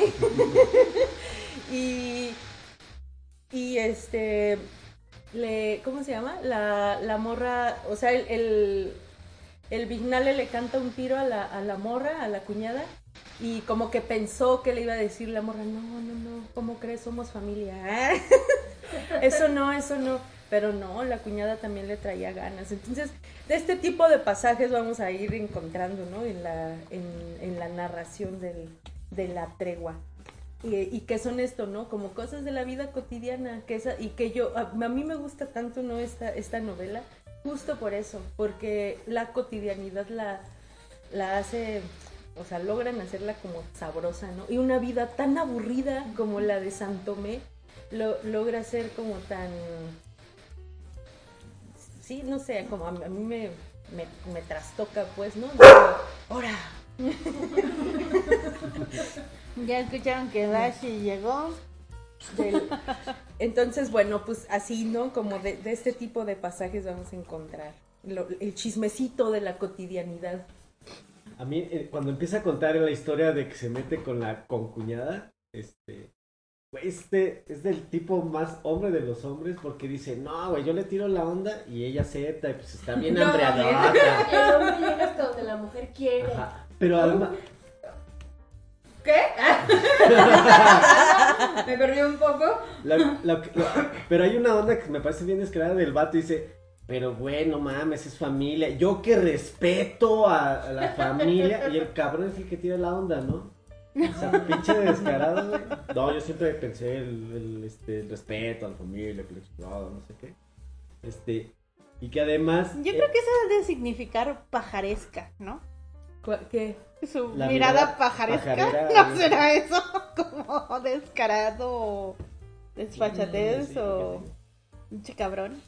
¿Cómo se llama? La morra, o sea, el Vignale le canta un tiro a la morra, a la cuñada, y como que pensó que le iba a decir la morra, no, ¿cómo crees? Somos familia. Eso no. Pero no, la cuñada también le traía ganas. Entonces, de este tipo de pasajes vamos a ir encontrando, ¿no? En la narración de la tregua. Y que son esto, ¿no? Como cosas de la vida cotidiana. Y que a mí me gusta tanto, ¿no? Esta novela. Justo por eso, porque la cotidianidad la hace, o sea, logran hacerla como sabrosa, ¿no? Y una vida tan aburrida como la de Santomé logra ser como tan, sí, no sé, como a mí me trastoca, pues, ¿no? Digo, ¡hora! Ya escucharon que Dashi llegó. Entonces, bueno, pues así, ¿no? Como de este tipo de pasajes vamos a encontrar el chismecito de la cotidianidad. A mí, cuando empieza a contar la historia de que se mete con la concuñada, güey, es del tipo más hombre de los hombres porque dice, no, güey, yo le tiro la onda y ella acepta y pues está bien No, hambriadota. el hombre llega hasta donde la mujer quiere. Ajá, pero además... ¿Qué? Me perdí un poco. Pero hay una onda que me parece bien descarada del vato, dice, pero güey, no mames, es familia, yo que respeto a la familia, y el cabrón es el que tira la onda, ¿no? O sea, pinche descarado, güey. No, yo siempre pensé el respeto a la familia, que le explotaba, no sé qué. Y que además... Yo creo que eso debe significar pajaresca, ¿no? ¿Qué? Su La mirada mirada pajaresca. pajarera, ¿No será eso? Como descarado, desfachatez Sí, o... Pinche cabrón.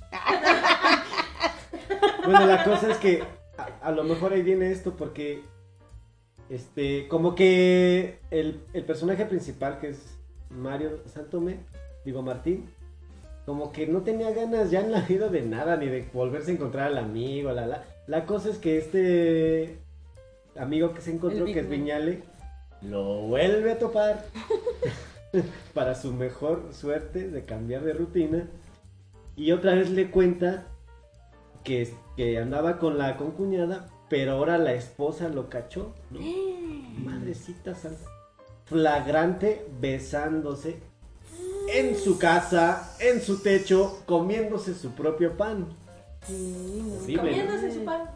Bueno, la cosa es que a lo mejor ahí viene esto porque como que el personaje principal, que es Mario Santomé, Martín, como que no tenía ganas ya en la vida de nada, ni de volverse a encontrar al amigo, la cosa es que este amigo que se encontró, que es Viñale, lo vuelve a topar para su mejor suerte de cambiar de rutina, y otra vez le cuenta que andaba con la concuñada, pero ahora la esposa lo cachó, ¿no? Madrecita santa. Flagrante besándose en su casa, en su techo, comiéndose su propio pan. Horrible, ¿no? Comiéndose su pan.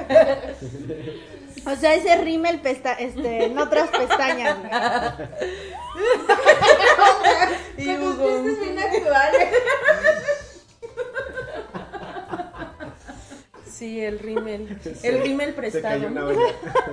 O sea, ese rímel en otras pestañas, güey. Y Con Hugo, tus chistes bien actuales. sí, el rímel. El rímel Se prestado. cayó una olla.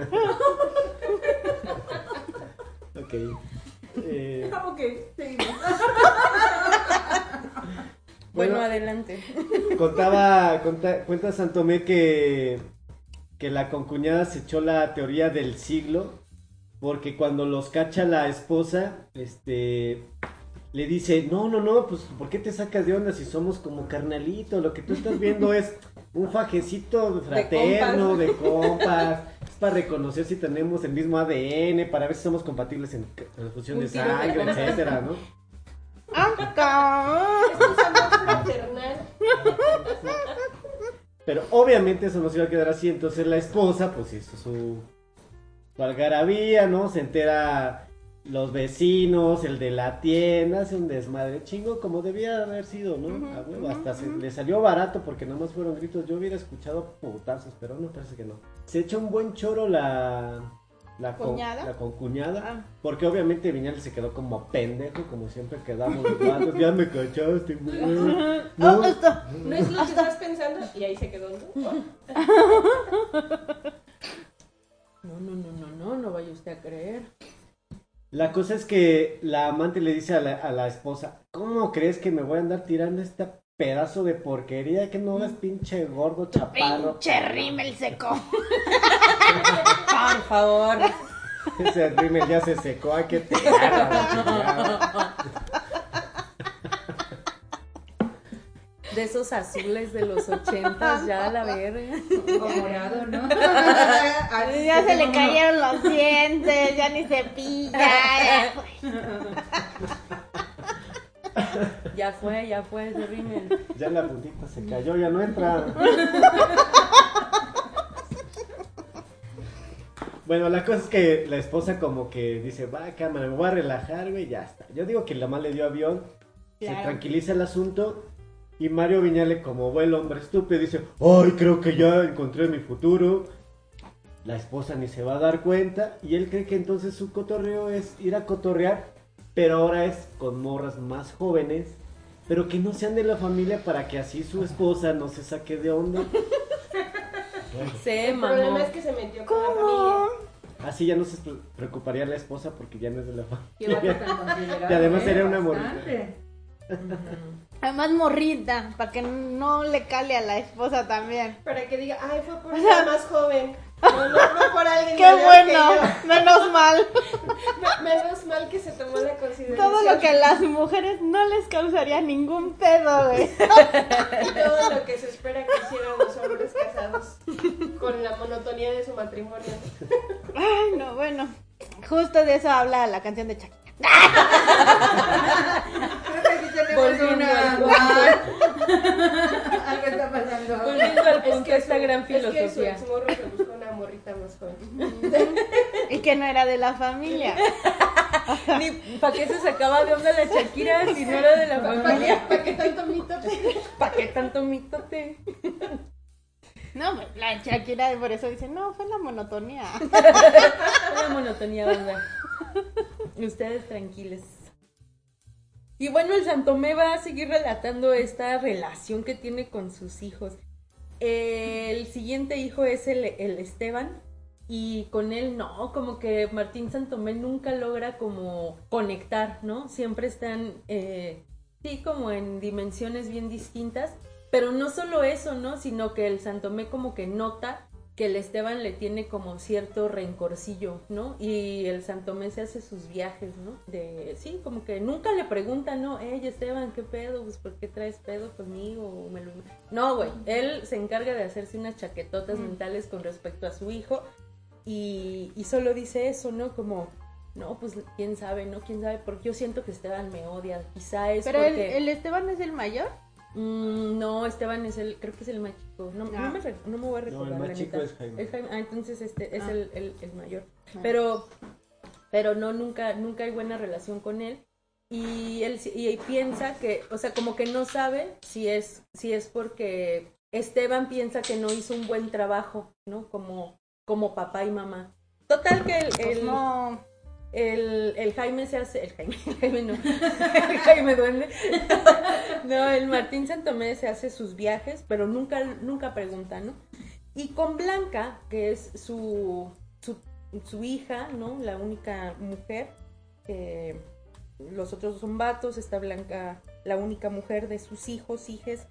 Ok. Ok, seguimos. Bueno, adelante. Cuenta Santomé que la concuñada se echó la teoría del siglo, porque cuando los cacha la esposa, le dice, no, pues ¿por qué te sacas de onda si somos como carnalitos? Lo que tú estás viendo es un fajecito fraterno, de compas, es para reconocer si tenemos el mismo ADN, para ver si somos compatibles en transfusión de sangre, etcétera, ¿no? Es un amor fraternal. Pero obviamente eso no se iba a quedar así, entonces la esposa pues hizo su algarabía, ¿no? Se entera los vecinos, el de la tienda, hace un desmadre chingo como debía haber sido, ¿no? A huevo, hasta le salió barato porque nomás fueron gritos, yo hubiera escuchado putazos, pero no, parece que no. Se echa un buen choro la concuñada, porque obviamente Viñales se quedó como pendejo, como siempre quedamos los vatos, ya me cachaste, mujer. No es lo que estás pensando, y ahí se quedó. No vaya usted a creer. La cosa es que la amante le dice a la esposa, ¿cómo crees que me voy a andar tirando este pedazo de porquería? Que no ves pinche gordo chaparro. Pinche rímel seco. Por favor. Ese rímel ya se secó, hay que tirarlo. De esos azules de los 80s, ya a la verga. O morado, ¿no? Ya se le cayeron los dientes, ya ni cepilla. Ya fue ese rímel. Ya la puntita se cayó, ya no entra. Bueno, la cosa es que la esposa como que dice, va cámara, me voy a relajar, güey, ya está. Yo digo que la mamá le dio avión, Claro. se tranquiliza el asunto. Y Mario Viñale, como buen hombre estúpido, dice, ay, creo que ya encontré mi futuro. La esposa ni se va a dar cuenta. Y él cree que entonces su cotorreo es ir a cotorrear, pero ahora es con morras más jóvenes, pero que no sean de la familia para que así su esposa no se saque de onda. Bueno, El problema es que se metió con la familia. así ya no se preocuparía la esposa porque ya no es de la Qué vato familia. tan considerado. Y además sería una bastante. Además morrita, para que no le cale a la esposa también. Para que diga, ay, fue por una más joven. No por alguien ¡Qué mayor bueno! que Menos mal. yo. Menos mal que se tomó la consideración. Todo lo que a las mujeres no les causaría ningún pedo, güey. Y todo lo que se espera que hicieran los hombres casados con la monotonía de su matrimonio. Ay, no, bueno. Justo de eso habla la canción de Shakira. Volviendo al punto. Algo está pasando. Volviendo al punto, esta gran Es que su filosofía. exmorro se buscó una morrita más joven. Y que no era de la familia. Ni para qué se sacaba de onda la Shakira si no era de la familia. ¿Para qué tanto mito? ¿Para qué tanto mitote? No, pues, la Shakira por eso dice, no, fue la monotonía. Una monotonía, ¿verdad? Ustedes tranquiles. Y bueno, el Santomé va a seguir relatando esta relación que tiene con sus hijos. El siguiente hijo es el Esteban. Y con él no, como que Martín Santomé nunca logra como conectar, ¿no? Siempre están, sí, como en dimensiones bien distintas. Pero no solo eso, ¿no? Sino que el Santomé como que nota que el Esteban le tiene como cierto rencorcillo, ¿no? Y el Santomé se hace sus viajes, ¿no? Sí, como que nunca le pregunta, ¿no? Ey, Esteban, ¿qué pedo? Pues, ¿por qué traes pedo conmigo? No, güey, él se encarga de hacerse unas chaquetotas mentales con respecto a su hijo y solo dice eso, ¿no? Como, no, pues, quién sabe, ¿no? Quién sabe, porque yo siento que Esteban me odia, quizá es Pero porque... el Esteban es el mayor. No, Esteban creo que es el más chico. No me voy a recordar. No, el más la chico neta. es Jaime. Entonces este es el mayor. Ah. Pero no, nunca hay buena relación con él. Y él y piensa que, o sea, como que no sabe si es porque Esteban piensa que no hizo un buen trabajo, ¿no? Como papá y mamá. Total que Pues no. el Jaime se hace... El Jaime no. El Jaime duende. No, el Martín Santomé se hace sus viajes, pero nunca pregunta, ¿no? Y con Blanca, que es su hija, ¿no? La única mujer los otros son vatos, está Blanca, la única mujer de sus hijos, hijes.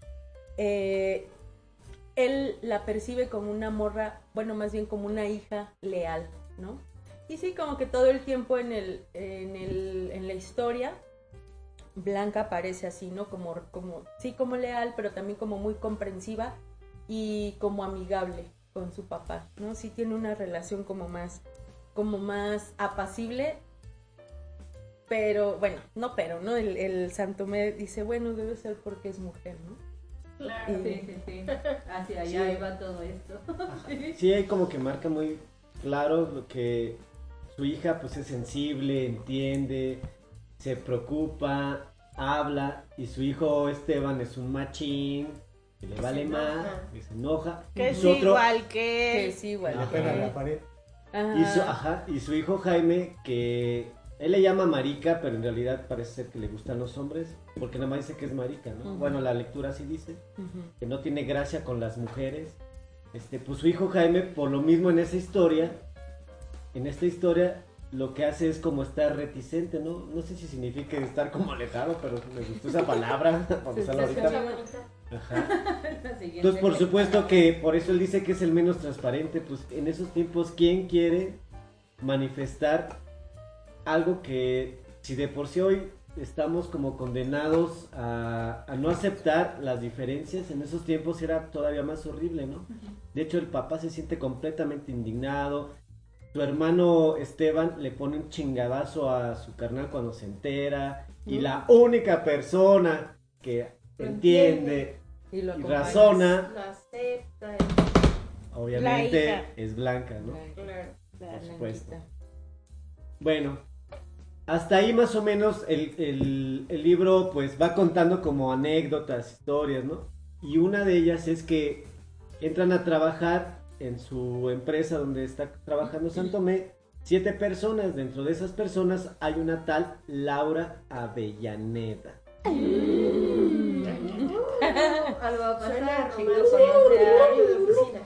Él la percibe como una morra, bueno, más bien como una hija leal, ¿no? Y sí, como que todo el tiempo en la historia, Blanca aparece así, ¿no? Como leal, pero también como muy comprensiva y como amigable con su papá, ¿no? Sí tiene una relación como más apacible, pero, bueno, ¿no? El Santomé dice, bueno, debe ser porque es mujer, ¿no? Claro, sí. Hacia allá iba todo esto. Sí, hay como que marca muy claro lo que su hija pues es sensible, entiende, se preocupa, habla, y su hijo Esteban es un machín, que le vale más, que se enoja. Que Y es su otro- igual que... Que es igual. Ajá. Pega la pared. Y su hijo Jaime, que él le llama marica, pero en realidad parece ser que le gustan los hombres, porque nada más dice que es marica, ¿no? Ujú. Bueno, la lectura sí dice, Ujú. que no tiene gracia con las mujeres. Pues su hijo Jaime, por lo mismo en esta historia, lo que hace es como estar reticente, ¿no? No sé si significa estar como alejado, pero me gustó esa palabra, vamos a usarla ahorita. Ajá. Entonces, por supuesto que por eso él dice que es el menos transparente, pues en esos tiempos, ¿quién quiere manifestar algo que si de por sí hoy estamos como condenados a no aceptar las diferencias, en esos tiempos era todavía más horrible, ¿no? De hecho, el papá se siente completamente indignado. Su hermano Esteban le pone un chingadazo a su carnal cuando se entera, y la única persona que entiende Y lo y acompaña. razona, Lo acepta. obviamente, hija. es Blanca, ¿no? Claro. Por supuesto. Blanquita. Bueno, hasta ahí más o menos el libro pues va contando como anécdotas, historias, ¿no? Y una de ellas es que entran a trabajar en su empresa donde está trabajando Santomé 7 personas. Dentro de esas personas hay una tal Laura Avellaneda. Algo va a pasar, Suena chico, romance conoce a rutinario de oficina.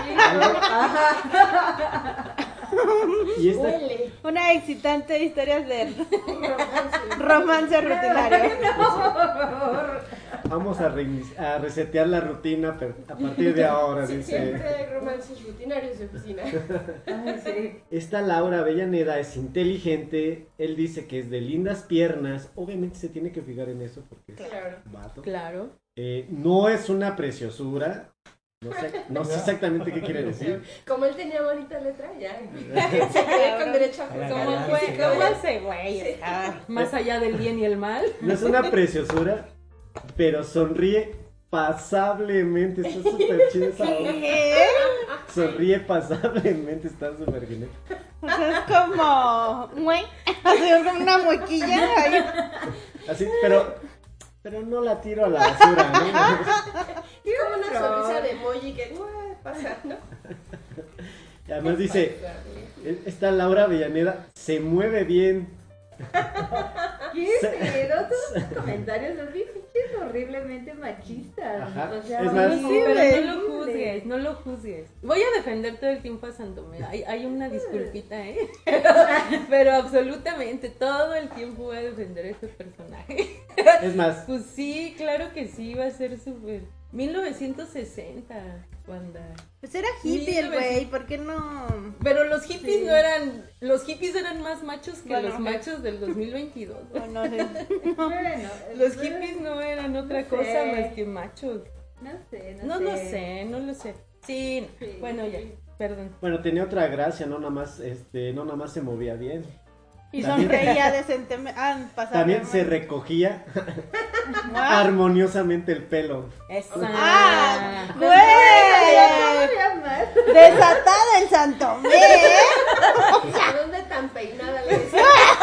Y esta, Huele. Una excitante historia de Romance. romance rutinario. vamos a resetear la rutina a partir de ahora, Sí, dice. siempre hay romances rutinarios de oficina. Ay, sí. Esta Laura Avellaneda es inteligente, él dice que es de lindas piernas, obviamente se tiene que fijar en eso porque es Claro. vato. Claro. No es una preciosura, no sé exactamente qué quiere decir. Como él tenía bonita letra, ya. Se cree con derecho a Ahora, juzgar. ¿Cómo Claro, fue? sí, ¿Cómo claro. ese güey? Más allá del bien y el mal. No es una preciosura, pero sonríe pasablemente, está súper chida esa obra. ¿Qué? Sonríe pasablemente, está súper genial. O sea, es como... Güey. Así como una muequilla ahí. Así, pero no la tiro a la basura, ¿no? Es como una sonrisa de emoji que pasa, ¿no? Y además dice, esta Laura Avellaneda se mueve bien. ¿Qué es? Todos los comentarios son bien pinches horriblemente machistas. Ajá. O sea, Es más- Sí, Sí, pero güey. no lo juzgues, no lo juzgues. Voy a defender todo el tiempo a Santomé. Hay una disculpita, ¿eh? Pero absolutamente todo el tiempo voy a defender a este personaje. Es más, Pues sí, claro que sí, va a ser súper... 1960, Wanda. Pues era hippie el güey, ¿por qué no? Pero los hippies no eran... Los hippies eran más machos que Bueno, los machos del 2022. No sé. bueno, Los hippies no eran otra No cosa sé. más que machos. No sé, No lo sé, no lo sé. Sí, Sí. bueno, ya, perdón. bueno, tenía otra gracia, no nada más se movía bien. Y También- sonreía decentemente. Pasaba. También se recogía Ah, armoniosamente el pelo. Esa. ¡Ah! no, ¡Güey! todavía más. Desatada el Santomé. ¿A dónde tan peinada le decía?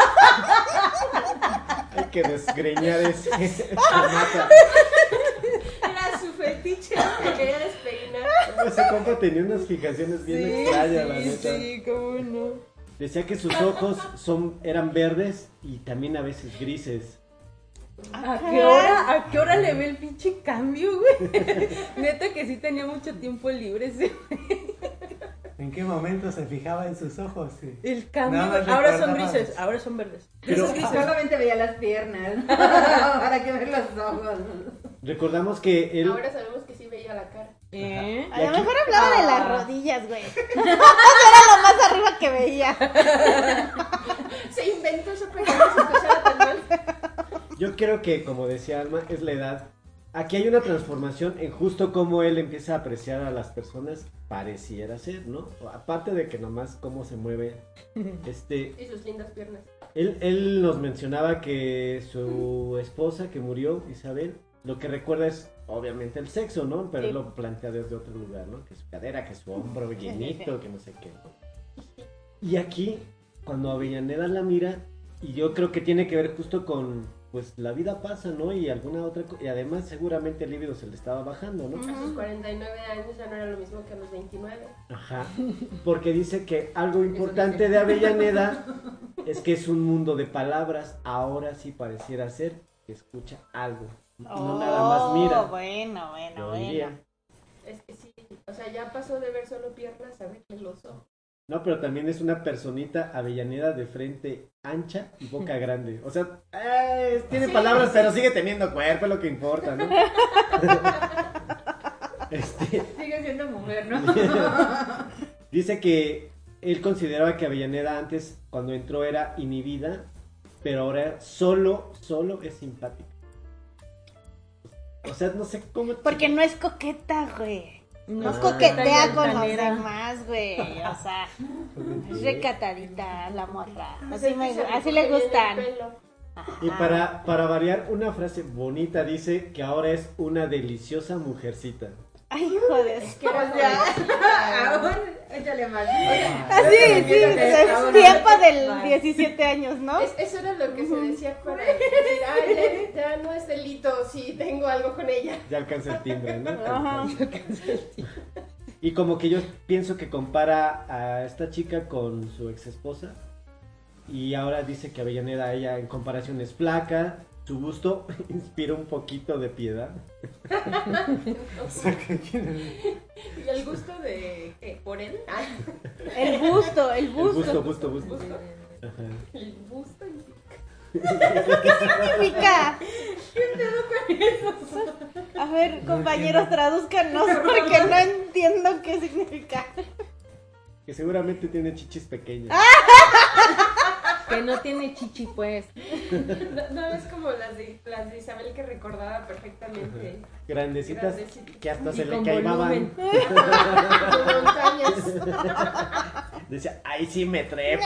Hay que desgreñar ese chamaca. Era su fetiche, que quería despeinar. Ese compa tenía unas fijaciones bien extrañas, la neta. Sí, cómo no. Decía que sus ojos eran verdes y también a veces grises. ¿A qué hora le ve el pinche cambio, güey? Neta que sí tenía mucho tiempo libre ese. ¿En qué momento se fijaba en sus ojos? Sí. El cambio, Nada más ahora son recordaba grises, eso. ahora son verdes. Pero Solamente veía las piernas. Para que ver los ojos. recordamos que él... Ahora sabemos que sí veía la cara. A Y lo aquí- mejor hablaba de las rodillas, güey. Era lo más arriba que veía. Se inventó eso para que no se escuchara tan mal. Yo creo que, como decía Alma, es la edad. Aquí hay una transformación en justo cómo él empieza a apreciar a las personas, pareciera ser, ¿no? Aparte de que nomás cómo se mueve. Y sus lindas piernas. Él nos mencionaba que su esposa que murió, Isabel, lo que recuerda es obviamente el sexo, ¿no? Pero él lo plantea desde otro lugar, ¿no? Que su cadera, que su hombro llenito, que no sé qué, ¿no? Y aquí, cuando Avellaneda la mira, y yo creo que tiene que ver justo con, pues la vida pasa, ¿no? Y alguna otra y además seguramente el líbido se le estaba bajando, ¿no? A sus 49 años ya no era lo mismo que a los 29. Ajá, porque dice que algo importante de Avellaneda es que es un mundo de palabras, ahora sí pareciera ser que escucha algo, no nada más mira. Bueno. yo diría. Es que sí, o sea, ya pasó de ver solo piernas a ver los ojos. No, pero también es una personita Avellaneda de frente ancha y boca grande. O sea, tiene palabras, pero sigue teniendo cuerpo, es lo que importa, ¿no? Sigue siendo mujer, ¿no? Dice que él consideraba que Avellaneda antes, cuando entró, era inhibida, pero ahora solo es simpática. O sea, no sé cómo... Porque no es coqueta, güey. No Ah. coquetea con los altanera. demás, güey. O sea, es recatadita la morra. Pues Así le gustan. Y para variar, una frase bonita dice que ahora es una deliciosa mujercita. Ay, joder. Es que era Aún, échale más. Así, sí, es tiempo del 17 años, ¿no? Eso era lo que se decía para decir, ay, ya no es delito si tengo algo con ella. Ya alcanza el timbre, ¿no? Ajá. Y como que yo pienso que compara a esta chica con su ex esposa. Y ahora dice que Avellaneda, ella en comparación es flaca. Su gusto inspira un poquito de piedad. Y el gusto de, ¿qué? ¿Por él? Ah, El busto. El gusto. Ajá. el busto. ¿Qué significa? A ver, compañeros, tradúzcanos porque no entiendo qué significa. Que seguramente tiene chichis pequeñas. Que no tiene chichi, pues. No es como las de Isabel que recordaba perfectamente. Grandecitas Grandecitas. que hasta Y se le con caimaban. volumen. Como montañas. Decía, ay, sí me trepo.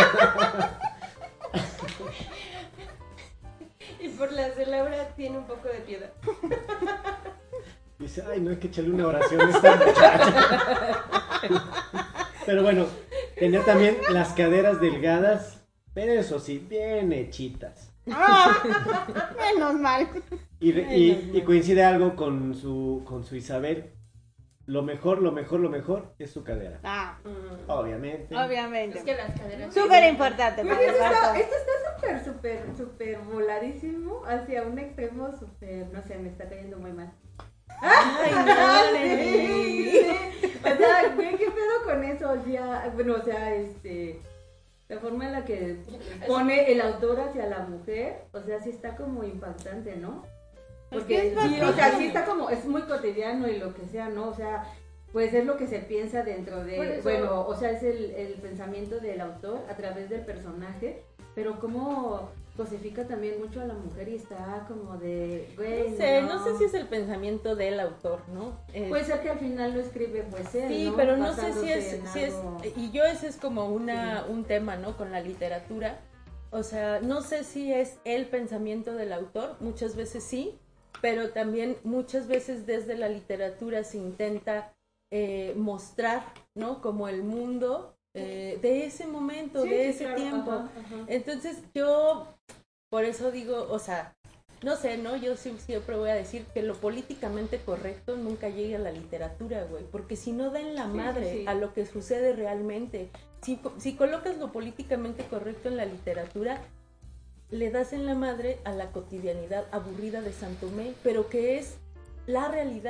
Y por las de Laura tiene un poco de piedad. Dice, ay, no hay que echarle una oración a esta muchacha. Pero bueno, tenía también las caderas delgadas, pero eso sí, bien hechitas. Menos mal. Y coincide algo con su Isabel. Lo mejor es su cadera. Obviamente. Obviamente. Es que las caderas. Súper importante para el vato. Esto está súper voladísimo hacia un extremo súper, no sé, me está cayendo muy mal. Ay, no, Sí. O sea, güey, ¿qué pedo con eso? Ya, bueno, o sea, la forma en la que pone el autor hacia la mujer, o sea, sí está como impactante, ¿no? Porque Es que es sí, o sea, sí está como, es muy cotidiano y lo que sea, ¿no? O sea, pues es lo que se piensa dentro Por de, eso- bueno, o sea, es el pensamiento del autor a través del personaje, pero como cosifica también mucho a la mujer y está como de, güey, No sé si es el pensamiento del autor, ¿no? Puede ser que al final lo escribe pues él, Sí, ¿no? pero no sé Basándose en si es, algo- y yo ese es como un tema, ¿no? Con la literatura, o sea, no sé si es el pensamiento del autor, muchas veces sí, pero también muchas veces desde la literatura se intenta mostrar, ¿no? Como el mundo de ese momento, Sí, de sí, ese claro, tiempo. ajá, ajá. Entonces yo, por eso digo, o sea, no sé, ¿no? Yo siempre voy a decir que lo políticamente correcto nunca llega a la literatura, güey, porque si no da en la madre sí. a lo que sucede realmente. Si colocas lo políticamente correcto en la literatura, le das en la madre a la cotidianidad aburrida de Santomé, pero que es la realidad.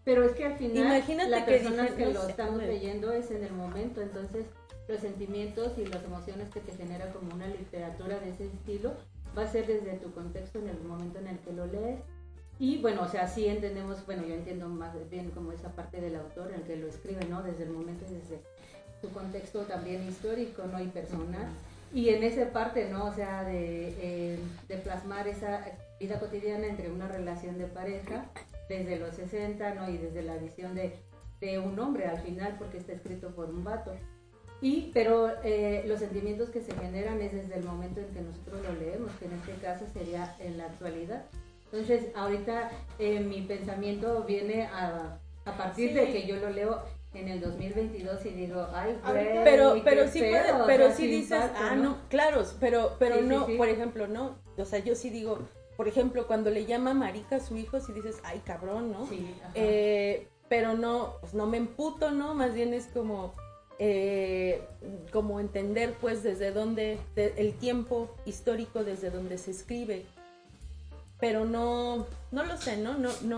Pero es que al final Imagínate la que persona dije, que no lo sé, estamos me- leyendo es en el momento, entonces los sentimientos y las emociones que te genera como una literatura de ese estilo va a ser desde tu contexto en el momento en el que lo lees. Y bueno, o sea, sí entendemos, bueno, yo entiendo más bien como esa parte del autor, el que lo escribe, ¿no? Desde el momento y desde su contexto también histórico, ¿no? Y personal. Y en esa parte, ¿no? O sea, de plasmar esa vida cotidiana entre una relación de pareja desde los 60, ¿no? Y desde la visión de un hombre al final, porque está escrito por un vato. Pero los sentimientos que se generan es desde el momento en que nosotros lo leemos, que en este caso sería en la actualidad. Entonces, ahorita mi pensamiento viene a partir de que yo lo leo en el 2022 y digo, ay, güey, pero qué sí feo, puede, o pero sea, sí dices, impacta, no, claro, pero Sí, sí, no, sí. por ejemplo, no, o sea, yo sí digo, por ejemplo, cuando le llama marica a su hijo, sí dices, ay, cabrón, ¿no? Sí, ajá. Pero no, pues no me emputo, ¿no? Más bien es como entender, pues, desde dónde, el tiempo histórico desde donde se escribe. Pero no lo sé, ¿no?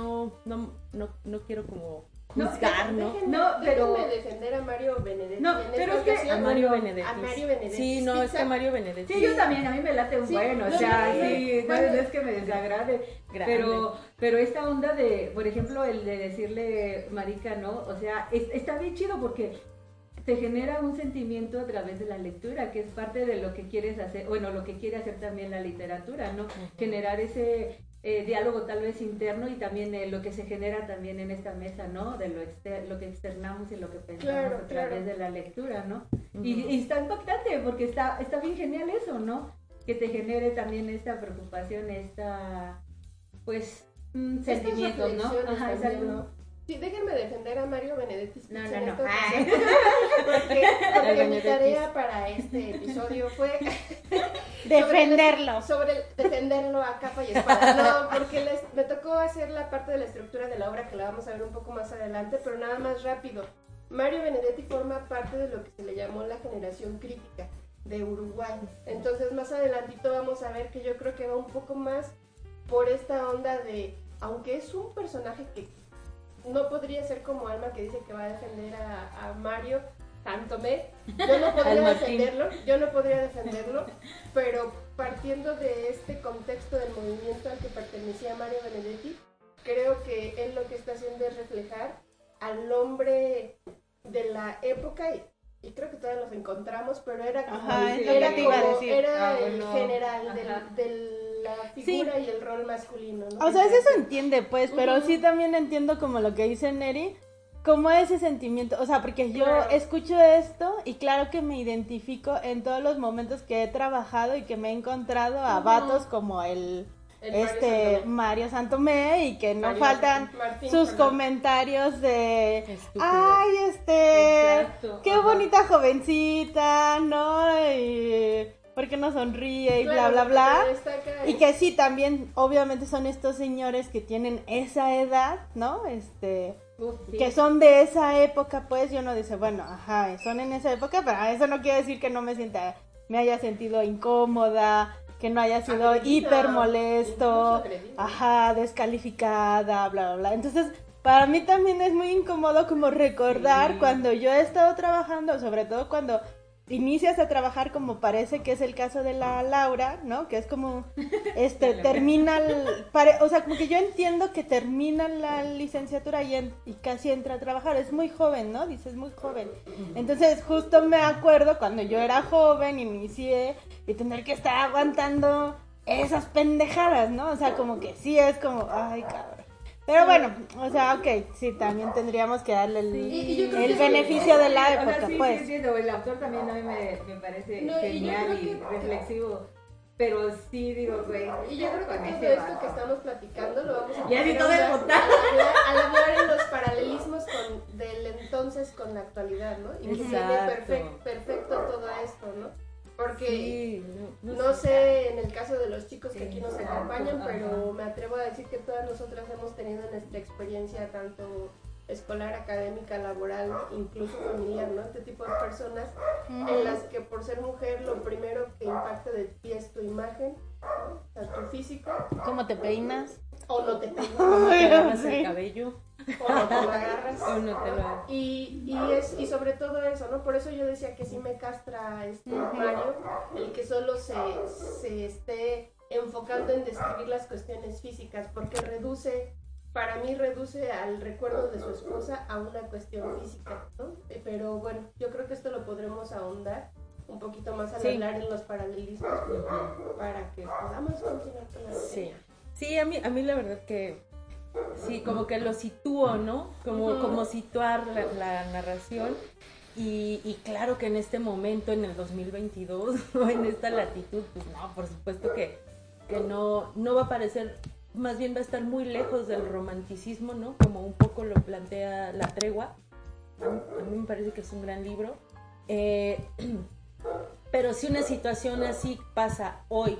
No quiero como juzgar, ¿no? Déjenme defender a Mario Benedetti. No, en pero esta es que ocasión. A Mario Benedetti. A Mario Benedetti. Sí, no, es que Mario Benedetti. Sí, yo también, a mí me late un Sí, bueno, o yo sea, también. sí, no Cuando- es que me desagrade, Grande. pero esta onda de, por ejemplo, el de decirle marica, ¿no? O sea, está bien chido porque te genera un sentimiento a través de la lectura, que es parte de lo que quieres hacer, bueno, lo que quiere hacer también la literatura, ¿no? Generar ese diálogo tal vez interno y también lo que se genera también en esta mesa, ¿no? De lo que externamos y lo que pensamos Claro, a través claro. de la lectura, ¿no? Y está impactante porque está bien genial eso, ¿no? Que te genere también esta preocupación, pues, Estas sentimientos, ¿no? reflexiones Ajá, también, exacto. ¿no? Sí, déjenme defender a Mario Benedetti. No, en no, no. esta Ay. ocasión, porque mi Benedetti. tarea para este episodio fue Defenderlo. defenderlo a capa y espada. No, porque me tocó hacer la parte de la estructura de la obra que la vamos a ver un poco más adelante, pero nada más rápido. Mario Benedetti forma parte de lo que se le llamó la generación crítica de Uruguay. Entonces más adelantito vamos a ver que yo creo que va un poco más por esta onda de, aunque es un personaje que no podría ser como Alma que dice que va a defender a Mario Santomé, yo no podría defenderlo, pero partiendo de este contexto del movimiento al que pertenecía Mario Benedetti, creo que él lo que está haciendo es reflejar al hombre de la época y creo que todavía los encontramos, pero era como, Ajá, es lo que te iba a decir. era el bueno, general ajá. de la figura y el rol masculino, ¿no? O sea, eso se entiende, pues, pero sí también entiendo como lo que dice Neri, como ese sentimiento, o sea, porque yo Claro. escucho esto y claro que me identifico en todos los momentos que he trabajado y que me he encontrado a vatos como el Mario Santomé y que no Mario faltan Martín sus Fernández. comentarios de Estúpido. ay, Exacto, qué ajá. bonita jovencita, ¿no? Y ¿por qué no sonríe? Y bla, Claro, bla, bla. porque destaca Y que sí, también, obviamente son estos señores que tienen esa edad, ¿no? Sí. Que son de esa época, pues, yo no dice, bueno, ajá, son en esa época, pero eso no quiere decir que no me haya sentido incómoda, que no haya sido Agredida, hiper incluso molesto, agredida. ajá, descalificada, bla, bla, bla. Entonces, para mí también es muy incómodo como recordar Sí. cuando yo he estado trabajando, sobre todo cuando inicias a trabajar como parece que es el caso de la Laura, ¿no? Que es como, termina, o sea, como que yo entiendo que termina la licenciatura y casi entra a trabajar, es muy joven, ¿no? Dices, muy joven. Entonces, justo me acuerdo cuando yo era joven, inicié, y tener que estar aguantando esas pendejadas, ¿no? O sea, como que sí es como, ay, cabrón. Pero bueno, o sea, ok, sí, también tendríamos que darle Y yo creo el que beneficio de la O sea, época, sí, pues. sí, entiendo, el autor también a mí me parece No, y yo genial creo y que- reflexivo, pero sí digo, güey, Y yo creo que con todo ese esto vato. que estamos platicando lo vamos a Ya vi poder todo el hablar- botán. al hablar en los paralelismos del entonces con la actualidad, ¿no? Y que viene Exacto. perfecto todo esto, ¿no? Porque Sí, no sé en el caso de los chicos que aquí nos Exacto, acompañan, ajá. pero me atrevo a decir que todas nosotras hemos tenido nuestra experiencia tanto escolar, académica, laboral, incluso familiar, ¿no? Este tipo de personas en las que por ser mujer lo primero que impacta de ti es tu imagen, ¿no? O sea, tu físico, ¿Cómo te peinas? o no te peinas. ¿Cómo te agarras Sí. el cabello? o no te lo agarras. O no te lo... Y sobre todo eso, ¿no? Por eso yo decía que sí me castra Mario, el que solo se esté enfocando en describir las cuestiones físicas, porque para mí reduce al recuerdo de su esposa a una cuestión física, ¿no? Pero bueno, yo creo que esto lo podremos ahondar un poquito más al hablar en los paralelismos para que podamos continuar con la serie. Sí, a mí la verdad que sí, como que lo sitúo, ¿no? Como situar la narración y claro que en este momento, en el 2022, o en esta latitud, pues no, por supuesto que no va a parecer, más bien va a estar muy lejos del romanticismo, ¿no? Como un poco lo plantea La Tregua. A mí me parece que es un gran libro. Pero si una situación así pasa hoy,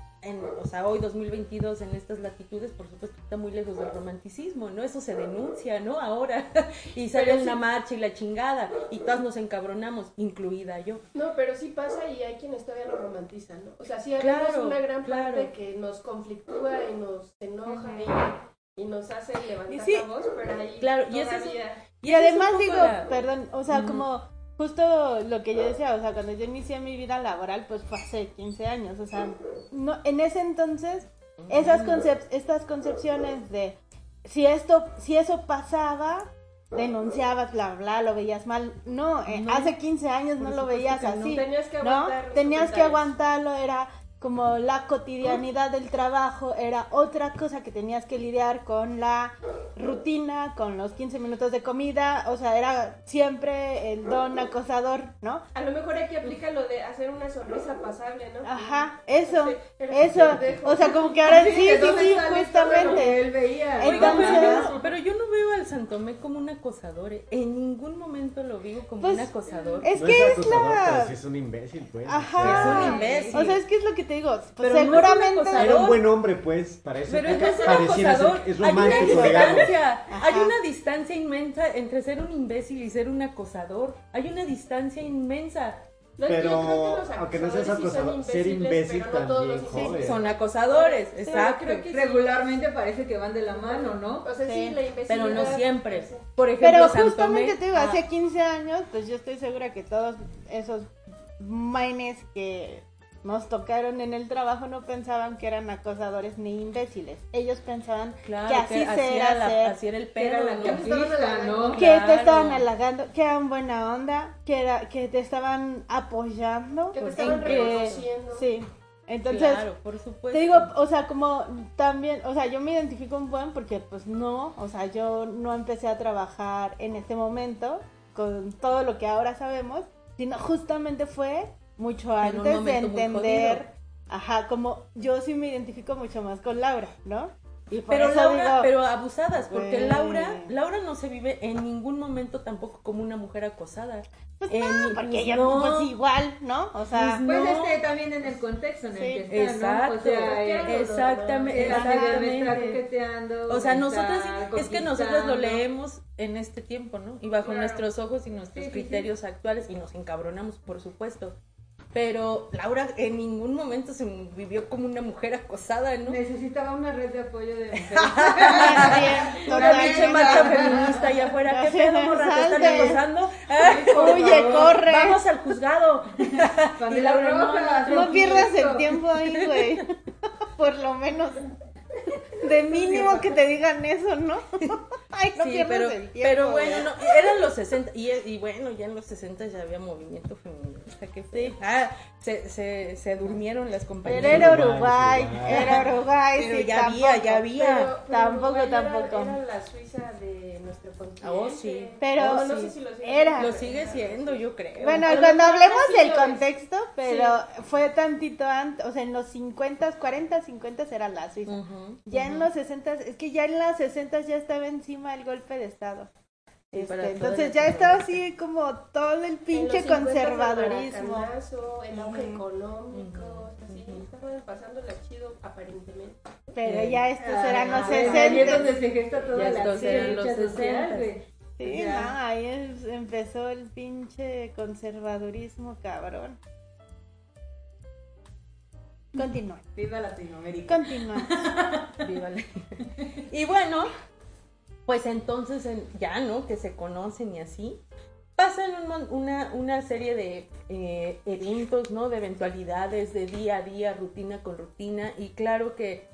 hoy 2022 en estas latitudes, por supuesto que está muy lejos del romanticismo, ¿no? Eso se denuncia, ¿no? Ahora, y sale en la marcha y la chingada, y todas nos encabronamos, incluida yo. No, pero sí pasa y hay quienes todavía lo romantizan, ¿no? O sea, sí hay una gran parte que nos conflictúa y nos enoja y nos hace levantar la voz, pero ahí todavía... Y además perdón, o sea, como... Justo lo que yo decía, o sea, cuando yo inicié mi vida laboral, pues fue hace 15 años, o sea, no, en ese entonces, estas concepciones de si eso pasaba, denunciabas, bla, bla, lo veías mal, no, hace 15 años no lo veías así, tenías que aguantarlo, era como la cotidianidad del trabajo, era otra cosa que tenías que lidiar con la rutina, con los 15 minutos de comida, o sea, era siempre el don acosador, ¿no? A lo mejor aquí aplica lo de hacer una sonrisa pasable, ¿no? Ajá, eso, o sea, como que ahora sí, justamente. Él veía. Entonces, pero yo no veo al Santomé como un acosador, en ningún momento lo vivo como pues, un acosador. Es no que es acosador, pero sí es un imbécil, pues. Ajá, es un imbécil. O sea, es que es lo que te digo, pues Pero seguramente... no es Era un buen hombre, pues, para eso. Pero es un pareciera acosador. ser, es Hay una romántico, digamos. distancia, hay una distancia inmensa entre ser un imbécil y ser un acosador. Hay una distancia inmensa. No, Pero, aunque no seas acosador, ser imbécil también, joder. Son acosadores, exacto. Creo que regularmente parece que van de la mano, ¿no? O sea, sí, la imbecilidad. Pero no siempre. Por ejemplo, Pero Santomé, justamente te digo, hace 15 años, pues yo estoy segura que todos esos maines que nos tocaron en el trabajo no pensaban que eran acosadores ni imbéciles. Ellos pensaban claro, que así así era el Que era pedo, la ¿no? conquista, ¿no? que Claro. te estaban halagando, que eran buena onda, que te estaban apoyando, Que te Pues estaban en que- reconociendo. sí. Entonces, Claro, por supuesto. te digo, o sea, como también, o sea, yo me identifico un buen porque pues no, o sea, yo no empecé a trabajar en este momento con todo lo que ahora sabemos, sino justamente fue mucho En un antes de momento muy entender, jodido. ajá, como yo sí me identifico mucho más con Laura, ¿no? Y por Pero eso Laura, digo, pero abusadas, porque Sí. Laura no se vive en ningún momento tampoco como una mujer acosada. pues En- no, porque pues ella no. pues igual, ¿no? O sea, Pues Pues no. también en el contexto en el Sí. que está, ¿no? O Exacto, sea, exactamente, era que me está exactamente. coqueteando. O sea, me nosotros está es que nosotros lo conquistando. leemos en este tiempo, ¿no? Y bajo Claro. nuestros ojos y nuestros Sí, sí, criterios actuales y nos encabronamos, por supuesto. Pero Laura en ningún momento se vivió como una mujer acosada, ¿no? Necesitaba una red de apoyo de mujeres. bien, Una pinche totalmente. marcha feminista allá afuera. ¿Qué pedo, morra? ¿Te están Salte. acosando? Huye, corre. Vamos al juzgado. Cuando Y Laura, no, No pierdas el tiempo ahí, güey. Por lo menos. De mínimo que te digan eso, ¿no? Ay, no Sí, pierdas pero, el tiempo. pero bueno, güey. no, eran los 60 y bueno, ya en los 60 ya había movimiento feminista, que sí. Se durmieron las Pero compañeras. era Uruguay, Uruguay, era Uruguay, Pero sí, ya tampoco. había. Tampoco, Uruguay tampoco. Era la Suiza de nuestro continente. Oh, sí. Pero No, no sí. sé si lo sigue. era. Lo sigue siendo, yo creo. Bueno, A lo cuando mejor hablemos sí del lo es. contexto, pero fue tantito antes, o sea, en los 50, 40, 50 era la Suiza. Ujú, Ya en ujú. los 60, es que ya en los 60 ya estaba encima el golpe de Estado. Sí, para toda Entonces ya estaba así como todo el pinche En los 50s conservadurismo. el maracanazo, el auge Ujú. económico, así, Ujú. estaban pasándola chido aparentemente. Pero ya estos eran los Ahí es 60. donde se gesta toda Ya la estos eran los lucha 60s. social, güey. Sí, Ya. no, ahí empezó el pinche conservadurismo cabrón. Continúa. Viva Latinoamérica. Continúa. Vívale. Y bueno, pues entonces ya, ¿no? Que se conocen y así. Pasan una serie de eventos, ¿no? De eventualidades, de día a día, rutina con rutina. Y claro que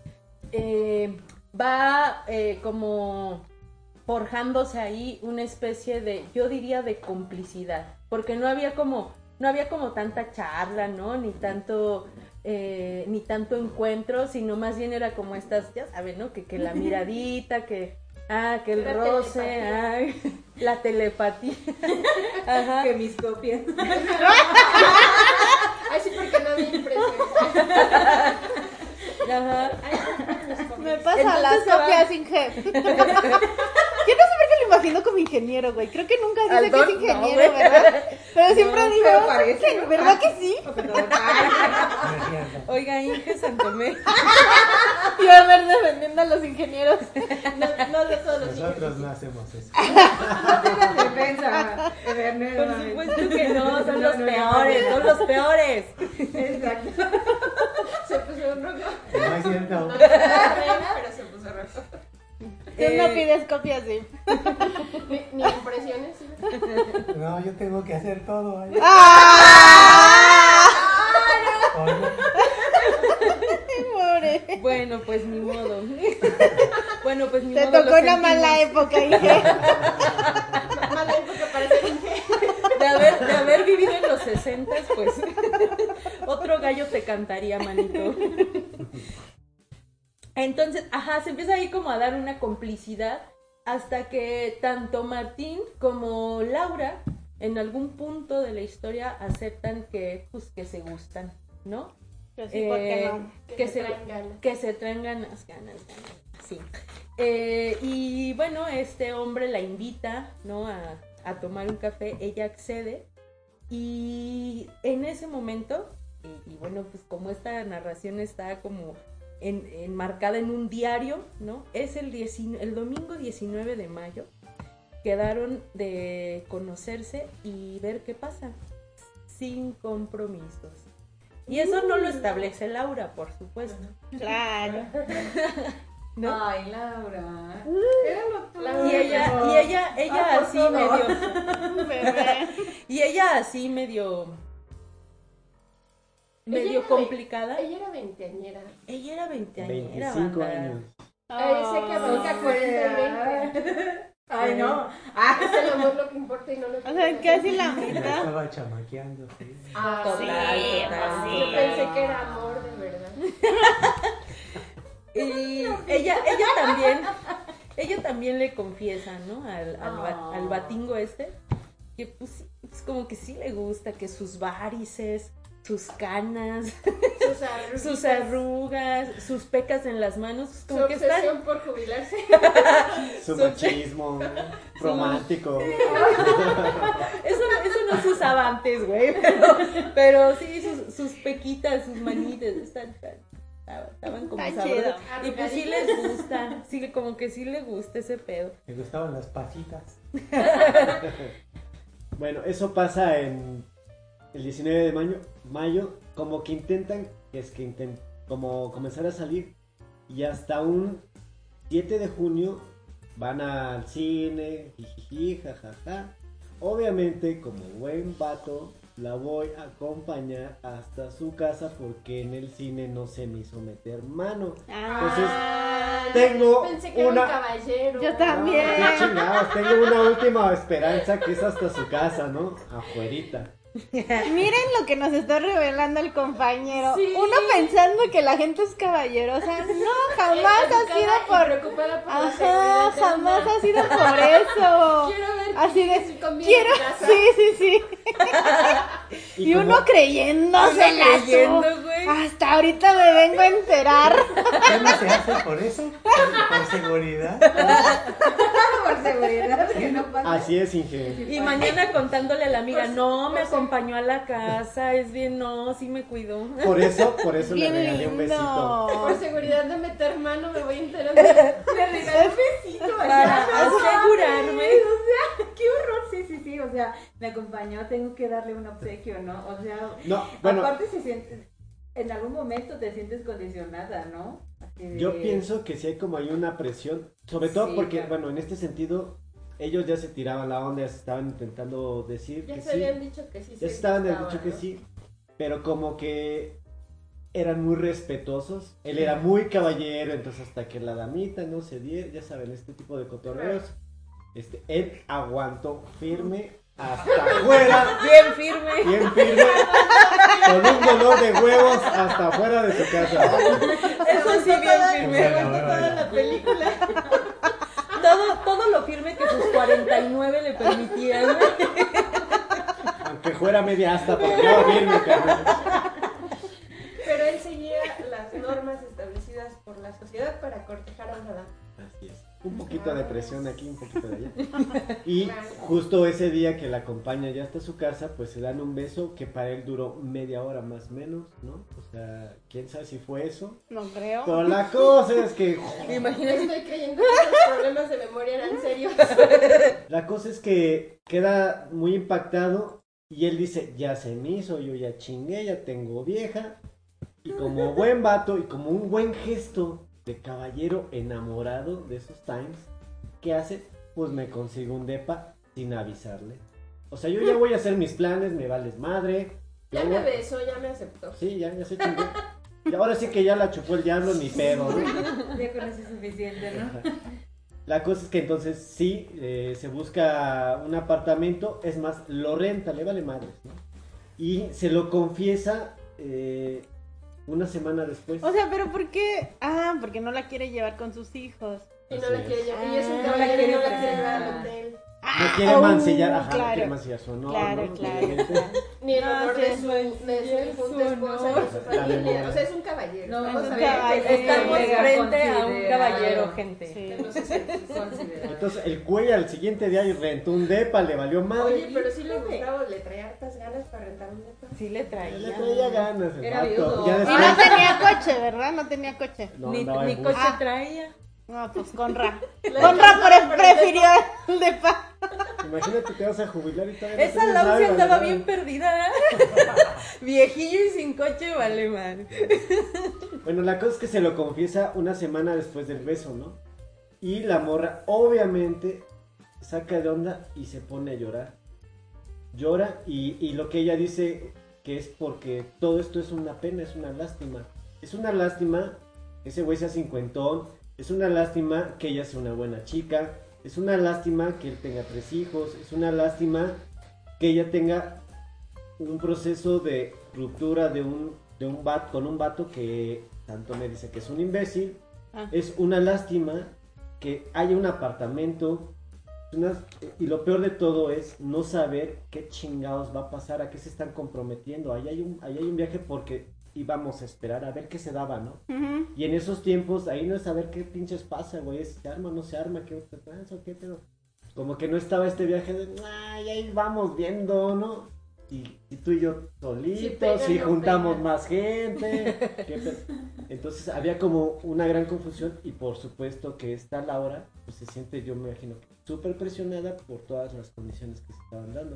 va como forjándose ahí una especie de, yo diría, de complicidad. Porque no había como tanta charla, ¿no? Ni tanto encuentro, sino más bien era como estas, ya saben, ¿no? Que la miradita, que el La roce, la telepatía. Ajá. Que mis copias. Ay, sí, porque no había impresión. Ajá. Me pasa Entonces las se va. copias, Inge. Yo no sé por qué lo imagino como ingeniero, güey. Creo que nunca dice que es Aldón, ingeniero, no, güey. ¿verdad? Pero siempre No, digo, pero parece, que- ¿no? ¿verdad que sí? Oiga, Inge Santomé. Y a ver defendiendo a los ingenieros. No de todos los Nosotros no hacemos eso. defensa. Por supuesto que no, son los peores, son los peores. Exacto. Se puso rojo. No es cierto. No era reina, pero se puso rojo. Tú no pides copias, sí. Ni impresiones, sí. No, yo tengo que hacer todo. Ahí. ¡Ah! Oye, Pobre. Bueno, pues ni modo. Bueno, pues ni Te modo. tocó lo una mala sentimos. época, Inge. Mala época para ser Inge. De haber vivido en los 60, pues otro gallo te cantaría, manito. Entonces, se empieza ahí como a dar una complicidad hasta que tanto Martín como Laura en algún punto de la historia aceptan que se gustan, ¿no? Yo sí, ¿por qué no? Que se traen ganas. que se traen ganas, sí. Y bueno, este hombre la invita, ¿no? A tomar un café, ella accede y en ese momento, y bueno, pues como esta narración está como enmarcada en un diario, ¿no? Es el domingo 19 de mayo, quedaron de conocerse y ver qué pasa, sin compromisos. Y eso no lo establece Laura, por supuesto. Claro. ¿No? Ay, Laura. Y ella así medio. Bebé. Y ella así medio era complicada. Ella era veinteañera. Ella era 20añera. 25 banda. años. Sé que aplica 40 y 20. Ay, no. Es el amor lo que importa y no lo que O sea, casi la la mitad. estaba chamaqueando. Sí. Total. Yo pensé que era amor de verdad. Y ella también le confiesa, ¿no? Al batingo que pues como que sí le gusta, que sus varices, sus canas, sus arrugas, sus pecas en las manos, como Su que están. obsesión por jubilarse. Su machismo romántico. Eso no se usaba antes, güey, pero sí, sus pequitas, sus manitas, estaban como Está sabrosas. chido. Y pues sí les gusta, como que sí le gusta ese pedo. Me gustaban las pasitas. Bueno, eso pasa en el 19 de mayo, como que intentan como comenzar a salir, y hasta un 7 de junio van al cine, jijiji, jajaja. Obviamente, como buen vato, la voy a acompañar hasta su casa porque en el cine no se me hizo meter mano. Entonces, tengo Pensé que era un una... caballero. Yo también. No, qué chingados, tengo una última esperanza que es hasta su casa, ¿no? Afuerita. Miren lo que nos está revelando el compañero. Sí. Uno pensando que la gente es caballerosa. No, jamás ha sido por. Preocupada por la Ajá, seguridad de jamás una- ha sido por eso. Quiero ver Así de. si conviene Quiero. en casa. Sí. Y como- uno creyéndosela. creyendo, güey. Hasta ahorita me vengo a enterar. ¿Qué no se hace por eso? Por seguridad. Por seguridad, que no pasa. Así es, Inge. Y mañana contándole a la amiga, no, me acompañó a la casa, es bien, no, sí me cuidó. Por eso le Bien regalé un besito. Por lindo. seguridad de meter mano me voy enterando. Le regalé un besito. Para asegurarme. O sea, qué horror. Sí. O sea, me acompañó, tengo que darle un obsequio, ¿no? O sea, No, bueno, aparte se siente, en algún momento te sientes condicionada, ¿no? así de- Yo pienso que sí hay como hay una presión, sobre todo Sí, porque, claro. bueno, en este sentido, ellos ya se tiraban la onda, ya se estaban intentando decir Ya que se sí, habían dicho que sí. ya se sí estaban gustaban, dicho que ¿no? sí, pero como que eran muy respetuosos, él era muy caballero, entonces hasta que la damita no se diera, ya saben, este tipo de cotorreos, él aguantó firme hasta afuera, Bien firme. bien firme, con un dolor de huevos hasta afuera de su casa. Eso sí, bien firme. Toda la película. Todo lo firme que sus 49 le permitían. Aunque fuera media asta, porque no firme, carnal. Pero él seguía las normas establecidas por la sociedad para cortejar a una dama. Así es. Un poquito de presión aquí, un poquito de allá. Y justo ese día que la acompaña ya hasta su casa, pues se dan un beso que para él duró media hora más o menos, ¿no? O sea, quién sabe si fue eso. No creo. Pero la cosa es que... Imagínate. Estoy creyendo que los problemas de memoria eran serios. La cosa es que queda muy impactado y él dice, ya se me hizo, yo ya chingué, ya tengo vieja. Y como buen vato y como un buen gesto de caballero enamorado de esos times, ¿qué hace? Pues me consigo un depa sin avisarle. O sea, yo ya voy a hacer mis planes, me vales madre. Ya yo me voy- besó, ya me aceptó. Sí, ya se chingó. Y ahora sí que ya la chupó el diablo, ni pedo, ¿no? Ya con eso es suficiente, ¿no? La cosa es que entonces sí, se busca un apartamento, es más, lo renta, le vale madres, ¿no? Y se lo confiesa una semana después. O sea, pero ¿por qué? Ah, porque no la quiere llevar con sus hijos. Y no Así la es. quiere llevar. Y es un Ah, no la caballero y quiere no la quiere llevar presentar. al hotel. No quiere mancillar, ajá, no claro. quiere mancillar su honor, Claro, ¿no? claro, Obviamente. claro. Ni el No, honor sí, de es su mancillar difunta su esposa honor. ni su La familia. memoria. O sea, es un caballero. No, Vamos es a un ver. caballero. Estamos Mega frente a un considerado. caballero, gente. Sí. De los 60. Considerado. Entonces el cuello al siguiente día y rentó un depa, le valió madre. Oye, pero sí le gustaba, le traía hartas ganas para rentar un depa. Sí le traía. Le traía ganas el Era vato. viudo. Ya Y después... no tenía coche, ¿verdad? No tenía coche. No, Ni andaba en bus. coche Ah. traía. No, pues Conra. Le Conra alcanzaba para el prefirió el de paz. Imagínate, te vas a jubilar y todavía no Esa tienes Lausia algo, andaba ¿verdad? bien perdida. Viejillo y sin coche, vale madre. Bueno, la cosa es que se lo confiesa una semana después del beso, ¿no? Y la morra, obviamente, saca de onda y se pone a llorar. Llora y lo que ella dice que es porque todo esto es una pena, es una lástima. Es una lástima que ese güey sea cincuentón, es una lástima que ella sea una buena chica, es una lástima que él tenga 3 hijos, es una lástima que ella tenga un proceso de ruptura de un vato, con un vato que tanto me dice que es un imbécil. Ah. Es una lástima que haya un apartamento. Y lo peor de todo es no saber qué chingados va a pasar, a qué se están comprometiendo. Ahí hay un viaje porque íbamos a esperar a ver qué se daba, ¿no? Ujú. Y en esos tiempos, ahí no es saber qué pinches pasa, güey. ¿Se arma o no se arma? ¿Qué pasa o qué? Pero como que no estaba este viaje de, ay, ahí vamos viendo, ¿no? Y tú y yo solitos, pega, y no juntamos pega. más gente. Entonces había como una gran confusión y por supuesto que esta Laura, pues se siente, yo me imagino, súper presionada por todas las condiciones que se estaban dando.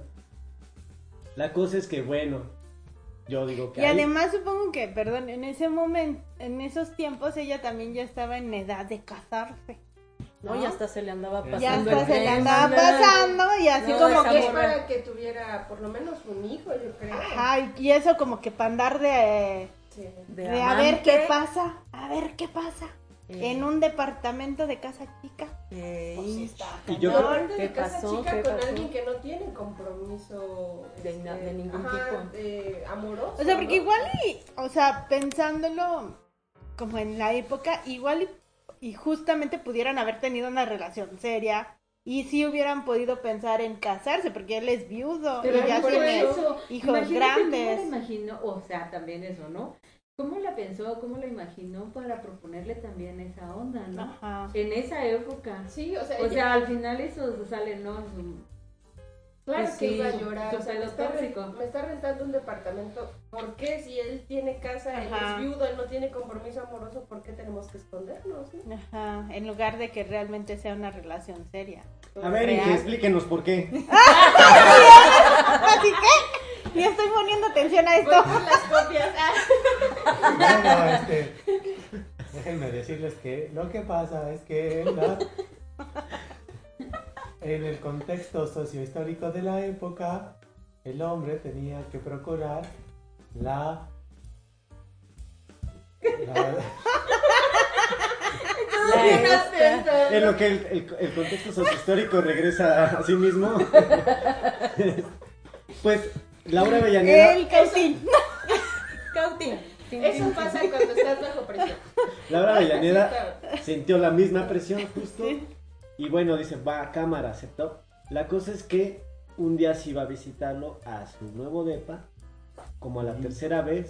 La cosa es que, bueno, yo digo que Y ahí- además supongo que, perdón, en ese momento, en esos tiempos ella también ya estaba en edad de casarse. ¿no? No, y hasta se le andaba pasando. Ya el hasta se le tren. andaba pasando y así No, como esa que... Es morra. para que tuviera por lo menos un hijo, yo creo. Ajá, y eso como que para andar de Sí. a ver amante. qué pasa, a ver qué pasa. Eh. En un departamento de casa chica. Ey. Pues sí está Y yo cañón. creo- Aparte de ¿Qué casa pasó? chica ¿Qué con pasó? alguien que no tiene compromiso De ningún ajá, tipo. Amoroso. O sea, porque ¿no? igual y, o sea, pensándolo como en la época, igual y justamente pudieran haber tenido una relación seria y sí hubieran podido pensar en casarse, porque él es viudo Pero y ya por tiene eso, hijos imagínate grandes. ¿Cómo la imaginó? O sea, también eso, ¿no? ¿Cómo la pensó, cómo la imaginó para proponerle también esa onda, ¿no? Ajá. En esa época. Sí, o sea, O ella- sea, al final eso sale, ¿no? claro pues que sí, iba a llorar. su O sea, pelo tóxico. me está rentando un departamento. ¿Por qué? Si él tiene casa, él Ajá. es viudo, él no tiene compromiso amoroso, ¿por qué tenemos que escondernos? no? Ajá, en lugar de que realmente sea una relación seria. A ver, Inge, Real. explíquenos por qué. Así que, y estoy poniendo atención a esto. Voy por las copias. Ah, Bueno, Déjenme decirles que lo que pasa es que en el contexto sociohistórico de la época, el hombre tenía que procurar En lo que el contexto sociohistórico regresa a sí mismo. Pues Laura Avellaneda. El cautín. Cautín. Eso pasa cuando estás bajo presión. Laura Avellaneda sintió la misma presión justo. Y bueno, dice, va, cámara, aceptó. La cosa es que un día sí iba a visitarlo a su nuevo depa, como a la tercera vez.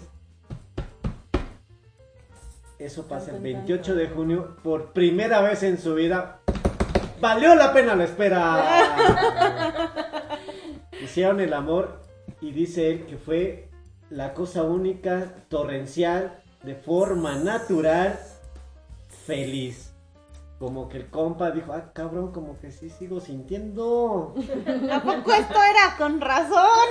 Eso pasa el 28 de junio, por primera vez en su vida. ¡Valió la pena la espera! Hicieron el amor y dice él que fue la cosa única, torrencial, de forma natural, feliz. Como que el compa dijo, ah, cabrón, como que sí sigo sintiendo. ¿A poco esto era con razón?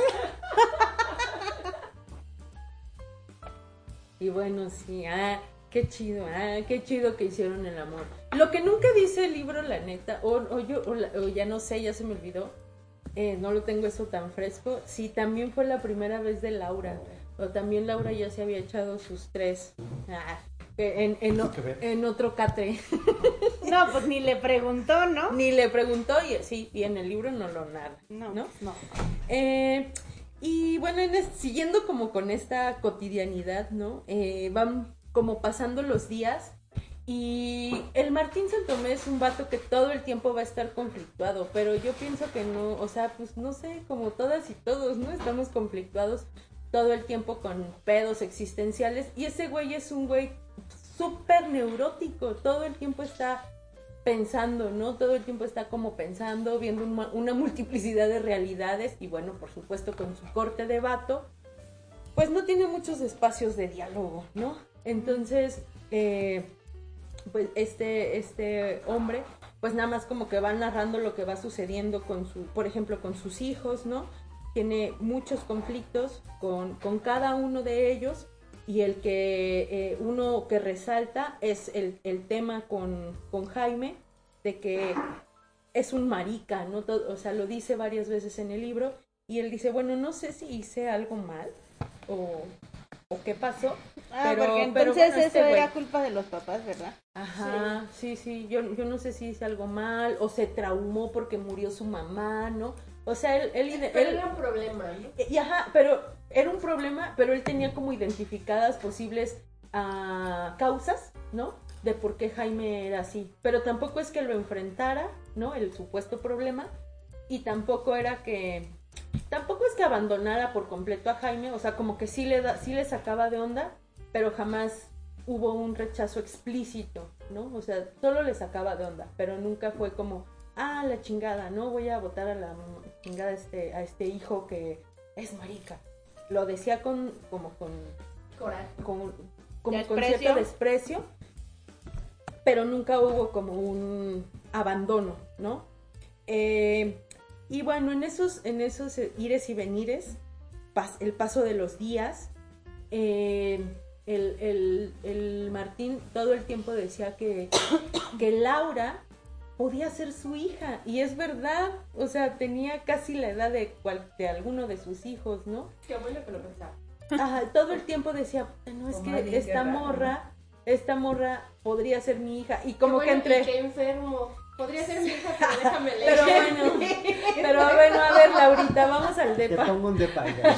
Y bueno, sí, qué chido que hicieron el amor. Lo que nunca dice el libro, la neta, o ya no sé, ya se me olvidó, no lo tengo eso tan fresco, si también fue la primera vez de Laura, o también Laura ya se había echado sus 3, en otro catre. No, pues ni le preguntó, ¿no? Ni le preguntó, y en el libro no lo narra, ¿no? Y bueno, siguiendo como con esta cotidianidad, ¿no? Van como pasando los días y el Martín Santomé es un vato que todo el tiempo va a estar conflictuado, pero yo pienso que no, o sea, pues no sé, como todas y todos, ¿no? Estamos conflictuados todo el tiempo con pedos existenciales y ese güey es un güey súper neurótico, todo el tiempo está pensando, ¿no? Todo el tiempo está como pensando, viendo una multiplicidad de realidades y bueno, por supuesto con su corte de vato, pues no tiene muchos espacios de diálogo, ¿no? Entonces, pues este hombre, pues nada más como que va narrando lo que va sucediendo por ejemplo, con sus hijos, ¿no? Tiene muchos conflictos con cada uno de ellos. Y el que uno que resalta es el tema con Jaime, de que es un marica, ¿no? O sea, lo dice varias veces en el libro, y él dice, bueno, no sé si hice algo mal, o qué pasó, porque entonces pero bueno, eso era culpa de los papás, ¿verdad? Ajá, sí, yo no sé si hice algo mal, o se traumó porque murió su mamá, ¿no? O sea, él era un problema, ¿no? Y ajá, pero era un problema, pero él tenía como identificadas posibles causas, ¿no? De por qué Jaime era así. Pero tampoco es que lo enfrentara, ¿no? El supuesto problema. Y tampoco es que abandonara por completo a Jaime. O sea, como que sí le sacaba de onda, pero jamás hubo un rechazo explícito, ¿no? O sea, solo le sacaba de onda, pero nunca fue como, la chingada, ¿no? Voy a botar a la chingada a este hijo que es marica. Lo decía con cierto desprecio, pero nunca hubo como un abandono, ¿no? Y bueno, en esos ires y venires, el paso de los días, el Martín todo el tiempo decía que Laura podía ser su hija, y es verdad, o sea, tenía casi la edad de alguno de sus hijos, ¿no? Qué bueno que lo pensaba. Ajá, todo el tiempo decía, no, es que esta morra podría ser mi hija, y como qué bueno, que qué enfermo. Podría ser mi hija, pero déjame leer. Pero bueno, a ver, Laurita, vamos al depa. Te pongo un depa ya.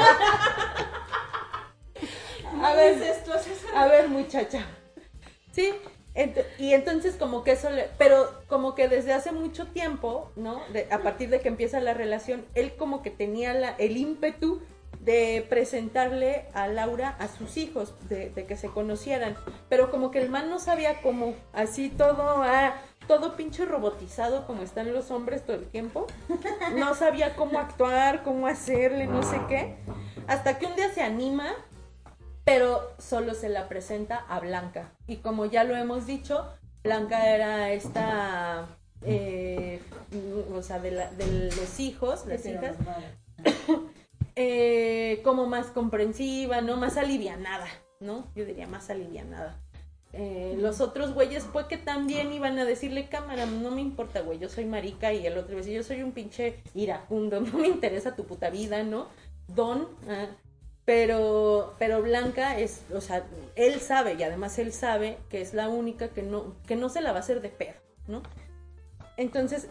A ver, muchacha. Sí, y entonces como que eso pero como que desde hace mucho tiempo, ¿no? A partir de que empieza la relación, él como que tenía el ímpetu de presentarle a Laura a sus hijos, de que se conocieran, pero como que el man no sabía cómo, así todo pinche robotizado como están los hombres todo el tiempo, no sabía cómo actuar, cómo hacerle, no sé qué, hasta que un día se anima, pero solo se la presenta a Blanca, y como ya lo hemos dicho, Blanca era esta, o sea, de los hijos, las hijas, como más comprensiva, ¿no? Más alivianada, ¿no? Yo diría más alivianada. Los otros güeyes pues que también iban a decirle, cámara, no me importa, güey, yo soy marica, y el otro iba a decir, yo soy un pinche iracundo, no me interesa tu puta vida, ¿no? Pero Blanca es, o sea, él sabe, y además él sabe que es la única que no se la va a hacer de pedo, ¿no? Entonces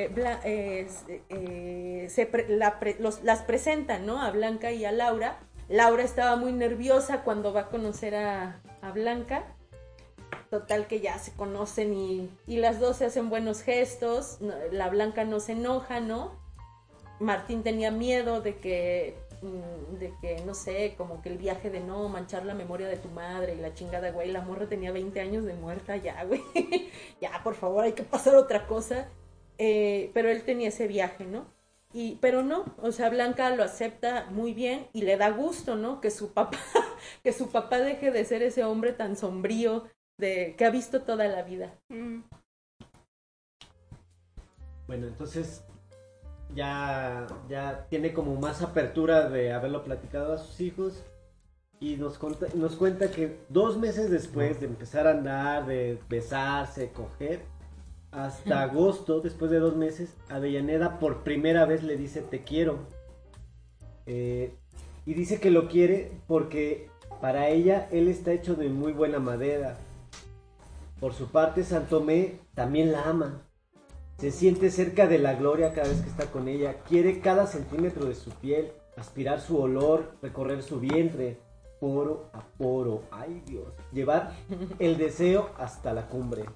las presentan, ¿no? A Blanca y a Laura. Laura estaba muy nerviosa cuando va a conocer a Blanca. Total que ya se conocen y las dos se hacen buenos gestos. La Blanca no se enoja, ¿no? Martín tenía miedo de que no sé, como que el viaje de no manchar la memoria de tu madre y la chingada, güey, la morra tenía 20 años de muerta ya, güey, ya, por favor, hay que pasar otra cosa, pero él tenía ese viaje, ¿no? Pero no, o sea, Blanca lo acepta muy bien y le da gusto, ¿no? Que su papá deje de ser ese hombre tan sombrío que ha visto toda la vida. Bueno, entonces ya tiene como más apertura de haberlo platicado a sus hijos y nos cuenta que 2 meses después de empezar a andar, de besarse, coger, hasta agosto, después de 2 meses, Avellaneda por primera vez le dice te quiero, y dice que lo quiere porque para ella él está hecho de muy buena madera. Por su parte, Santomé también la ama. Se siente cerca de la gloria cada vez que está con ella. Quiere cada centímetro de su piel, aspirar su olor, recorrer su vientre, poro a poro. ¡Ay, Dios! Llevar el deseo hasta la cumbre.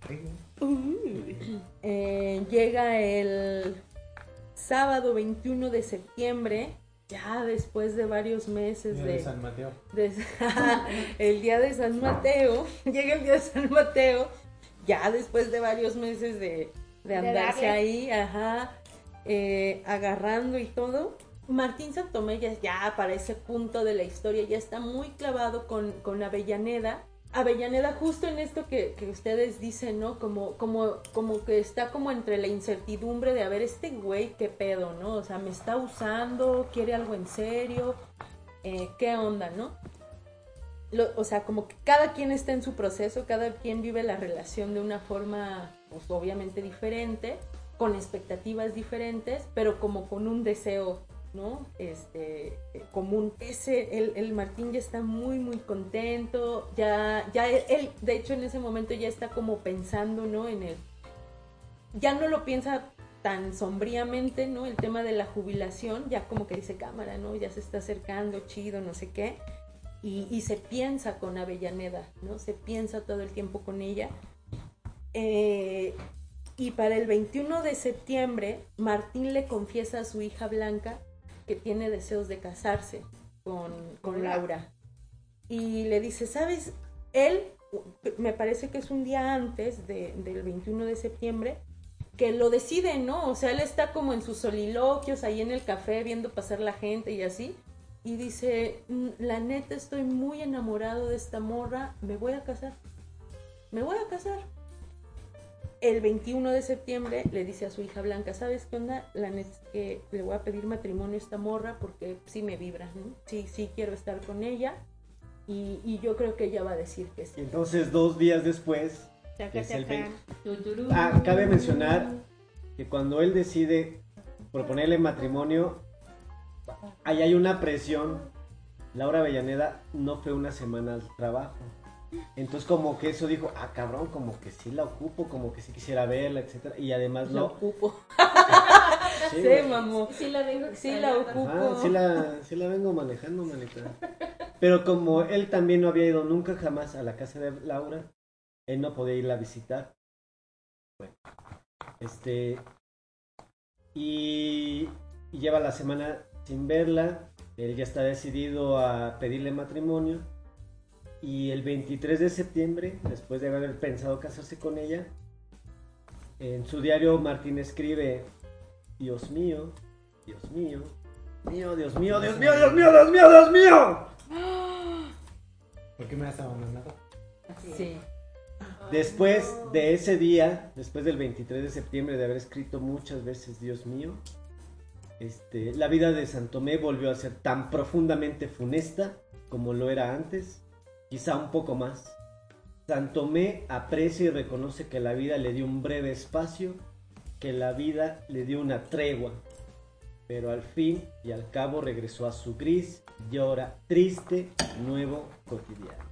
Llega el sábado 21 de septiembre, ya después de varios meses de San Mateo. El día de San Mateo. Llega el día de San Mateo, ya después de varios meses de andarse ahí, agarrando y todo. Martín Santomé ya para ese punto de la historia ya está muy clavado con Avellaneda. Avellaneda justo en esto que ustedes dicen, ¿no? Como que está como entre la incertidumbre de a ver, este güey, qué pedo, ¿no? O sea, me está usando, quiere algo en serio, qué onda, ¿no? O sea, como que cada quien está en su proceso, cada quien vive la relación de una forma, pues obviamente diferente, con expectativas diferentes, pero como con un deseo, ¿no? Común. El Martín ya está muy, muy contento, ya él, de hecho, en ese momento ya está como pensando, ¿no? Ya no lo piensa tan sombríamente, ¿no? El tema de la jubilación, ya como que dice cámara, ¿no? Ya se está acercando, chido, no sé qué. Y se piensa con Avellaneda, ¿no? Se piensa todo el tiempo con ella. Y para el 21 de septiembre, Martín le confiesa a su hija Blanca que tiene deseos de casarse con Laura. Y le dice, ¿sabes? Él, me parece que es un día antes del 21 de septiembre, que lo decide, ¿no? O sea, él está como en sus soliloquios, ahí en el café, viendo pasar la gente y así. Y dice, la neta estoy muy enamorado de esta morra, me voy a casar. El 21 de septiembre le dice a su hija Blanca, ¿sabes qué onda? La neta es que le voy a pedir matrimonio a esta morra porque sí me vibra, ¿no? Sí quiero estar con ella y yo creo que ella va a decir que sí. Entonces 2 días después, cabe mencionar que cuando él decide proponerle matrimonio, ahí hay una presión. Laura Avellaneda no fue una semana al trabajo. Entonces como que eso dijo, cabrón, como que sí la ocupo, como que sí quisiera verla, etcétera. Y además la ocupo. Sí, mamó. Sí la vengo. Sí la ocupo. Sí la vengo manejando, manita. Pero como él también no había ido nunca jamás a la casa de Laura, él no podía irla a visitar. Bueno, y lleva la semana sin verla. Él ya está decidido a pedirle matrimonio. Y el 23 de septiembre, después de haber pensado casarse con ella, en su diario Martín escribe, Dios mío, Dios mío, Dios mío, Dios mío, Dios mío, Dios mío, Dios mío. ¿Por qué me has abandonado? Sí. Después de ese día, después del 23 de septiembre de haber escrito muchas veces Dios mío, la vida de Santomé volvió a ser tan profundamente funesta como lo era antes, quizá un poco más. Santomé aprecia y reconoce que la vida le dio un breve espacio, que la vida le dio una tregua, pero al fin y al cabo regresó a su gris y ahora triste nuevo cotidiano.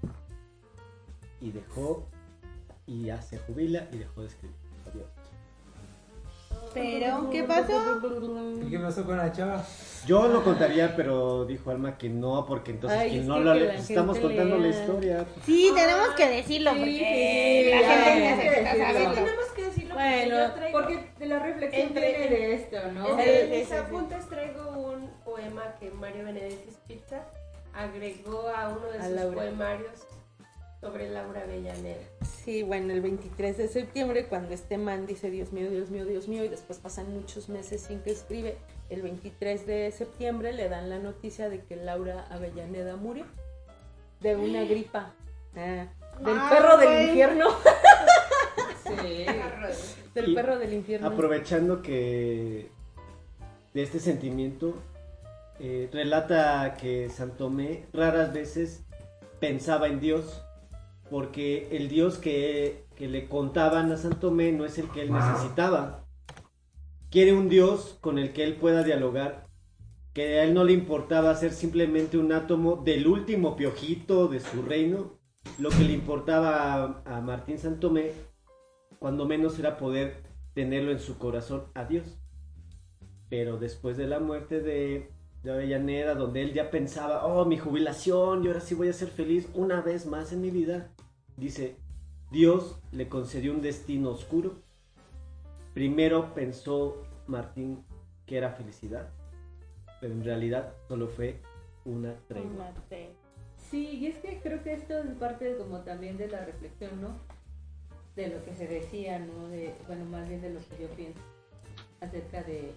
Y ya se jubila y dejó de escribir. Adiós. Pero, ¿qué pasó? ¿Y qué pasó con la chava? Yo lo contaría, pero dijo Alma que no, porque entonces Ay, quien es no que lo que le la estamos gente contando la lea. historia. Sí, tenemos que decirlo Sí, porque sí, la ya, gente ya, necesita ya, ya, saberlo. ya. Tenemos que decirlo Bueno, yo traigo- porque la reflexión Entre- viene de esto, ¿no? En Sí, mis sí, sí. apuntes traigo un poema que Mario Benedetti Spitzer agregó a uno de A sus Laura. poemarios sobre Laura Avellaneda. Sí, bueno, el 23 de septiembre, cuando este man dice Dios mío, Dios mío, Dios mío, y después pasan muchos meses sin que escribe, el 23 de septiembre le dan la noticia de que Laura Avellaneda murió de una gripa. Del perro del güey. infierno. Sí. Del Y perro del infierno. Aprovechando que de este sentimiento, relata que Santomé raras veces pensaba en Dios, porque el Dios que le contaban a Santomé no es el que él necesitaba. Quiere un Dios con el que él pueda dialogar, que a él no le importaba ser simplemente un átomo del último piojito de su reino. Lo que le importaba a Martín Santomé, cuando menos, era poder tenerlo en su corazón a Dios. Pero después de la muerte de Avellaneda, donde él ya pensaba, oh, mi jubilación, y ahora sí voy a ser feliz una vez más en mi vida, dice, Dios le concedió un destino oscuro. Primero pensó Martín que era felicidad, pero en realidad solo fue una tregua. Sí, y es que creo que esto es parte como también de la reflexión, ¿no? De lo que se decía, ¿no? Bueno, más bien de lo que yo pienso acerca de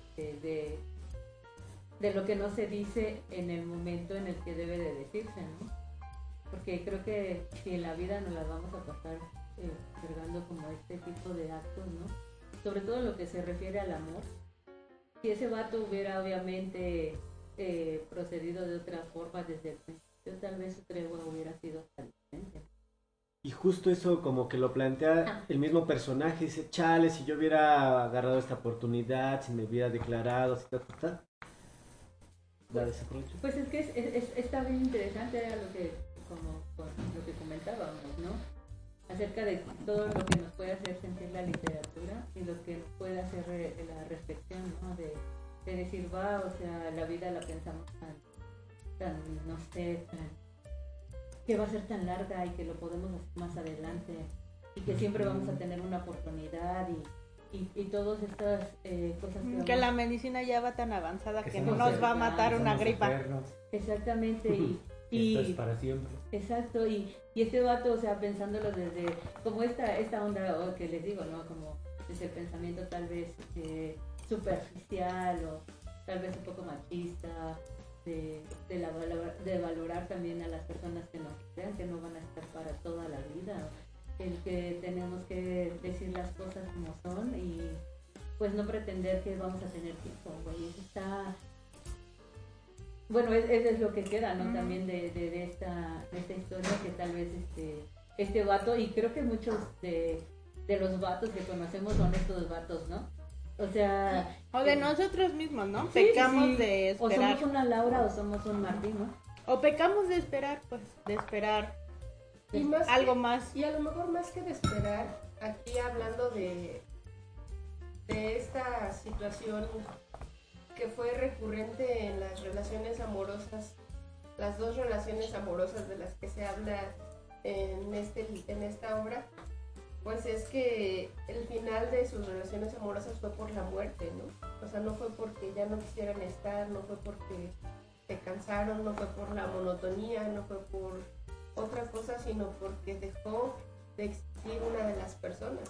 lo que no se dice en el momento en el que debe de decirse, ¿no? Porque creo que si en la vida nos las vamos a pasar cargando como este tipo de actos, ¿no? Sobre todo lo que se refiere al amor. Si ese vato hubiera obviamente procedido de otra forma desde el principio, tal vez su tregua hubiera sido diferente. Y justo eso como que lo plantea el mismo personaje, dice, chale, si yo hubiera agarrado esta oportunidad, si me hubiera declarado, si ta. La desaprovecho. Pues es que está bien interesante, era lo que, como con lo que comentábamos, ¿no? Acerca de todo lo que nos puede hacer sentir la literatura y lo que nos puede hacer la reflexión, ¿no? De decir, va, o sea, la vida la pensamos tan, no sé, que va a ser tan larga y que lo podemos hacer más adelante y que siempre vamos a tener una oportunidad y todas estas cosas Que la medicina ya va tan avanzada que no nos va a matar una gripa. Exactamente, Esto es para siempre. exacto, y este vato, o sea, pensándolo desde como esta onda que les digo, ¿no? Como desde el pensamiento tal vez superficial o tal vez un poco machista, de valorar también a las personas que nos crean, que no van a estar para toda la vida, el que tenemos que decir las cosas como son y pues no pretender que vamos a tener tiempo, güey, eso está... Bueno, eso es lo que queda, ¿no? También de esta historia, que tal vez este vato, y creo que muchos de los vatos que conocemos son estos vatos, ¿no? O sea... O de nosotros mismos, ¿no? Sí, Pecamos sí. de O esperar. somos una Laura o somos un Martín, ¿no? O pecamos de esperar, pues, de esperar Y más algo que- más. Y a lo mejor más que de esperar, aquí hablando de esta situación que fue recurrente en las relaciones amorosas, las dos relaciones amorosas de las que se habla en esta obra, pues es que el final de sus relaciones amorosas fue por la muerte, ¿no? O sea, no fue porque ya no quisieran estar, no fue porque se cansaron, no fue por la monotonía, no fue por otra cosa, sino porque dejó de existir una de las personas.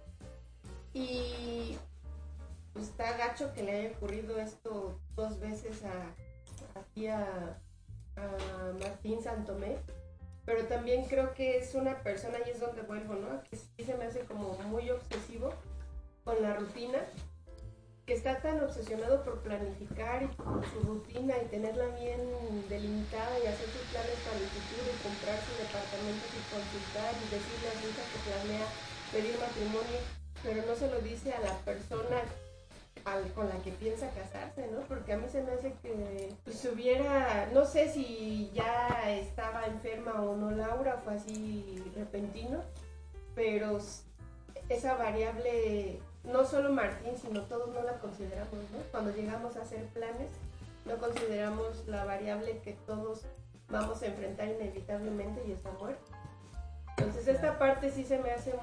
Y pues está gacho que le haya ocurrido esto dos veces aquí a Martín Santomé, pero también creo que es una persona, y es donde vuelvo, ¿no? Que sí se me hace como muy obsesivo con la rutina, que está tan obsesionado por planificar y por su rutina y tenerla bien delimitada y hacer sus planes para el futuro y comprar sus departamentos y consultar y decirle a su hija que planea pedir matrimonio, pero no se lo dice a la persona con la que piensa casarse, ¿no? Porque a mí se me hace que pues, hubiera, no sé si ya estaba enferma o no Laura, fue así repentino, pero esa variable, no solo Martín, sino todos no la consideramos, ¿no? Cuando llegamos a hacer planes, no consideramos la variable que todos vamos a enfrentar inevitablemente y es la muerte. Entonces esta parte sí se me hace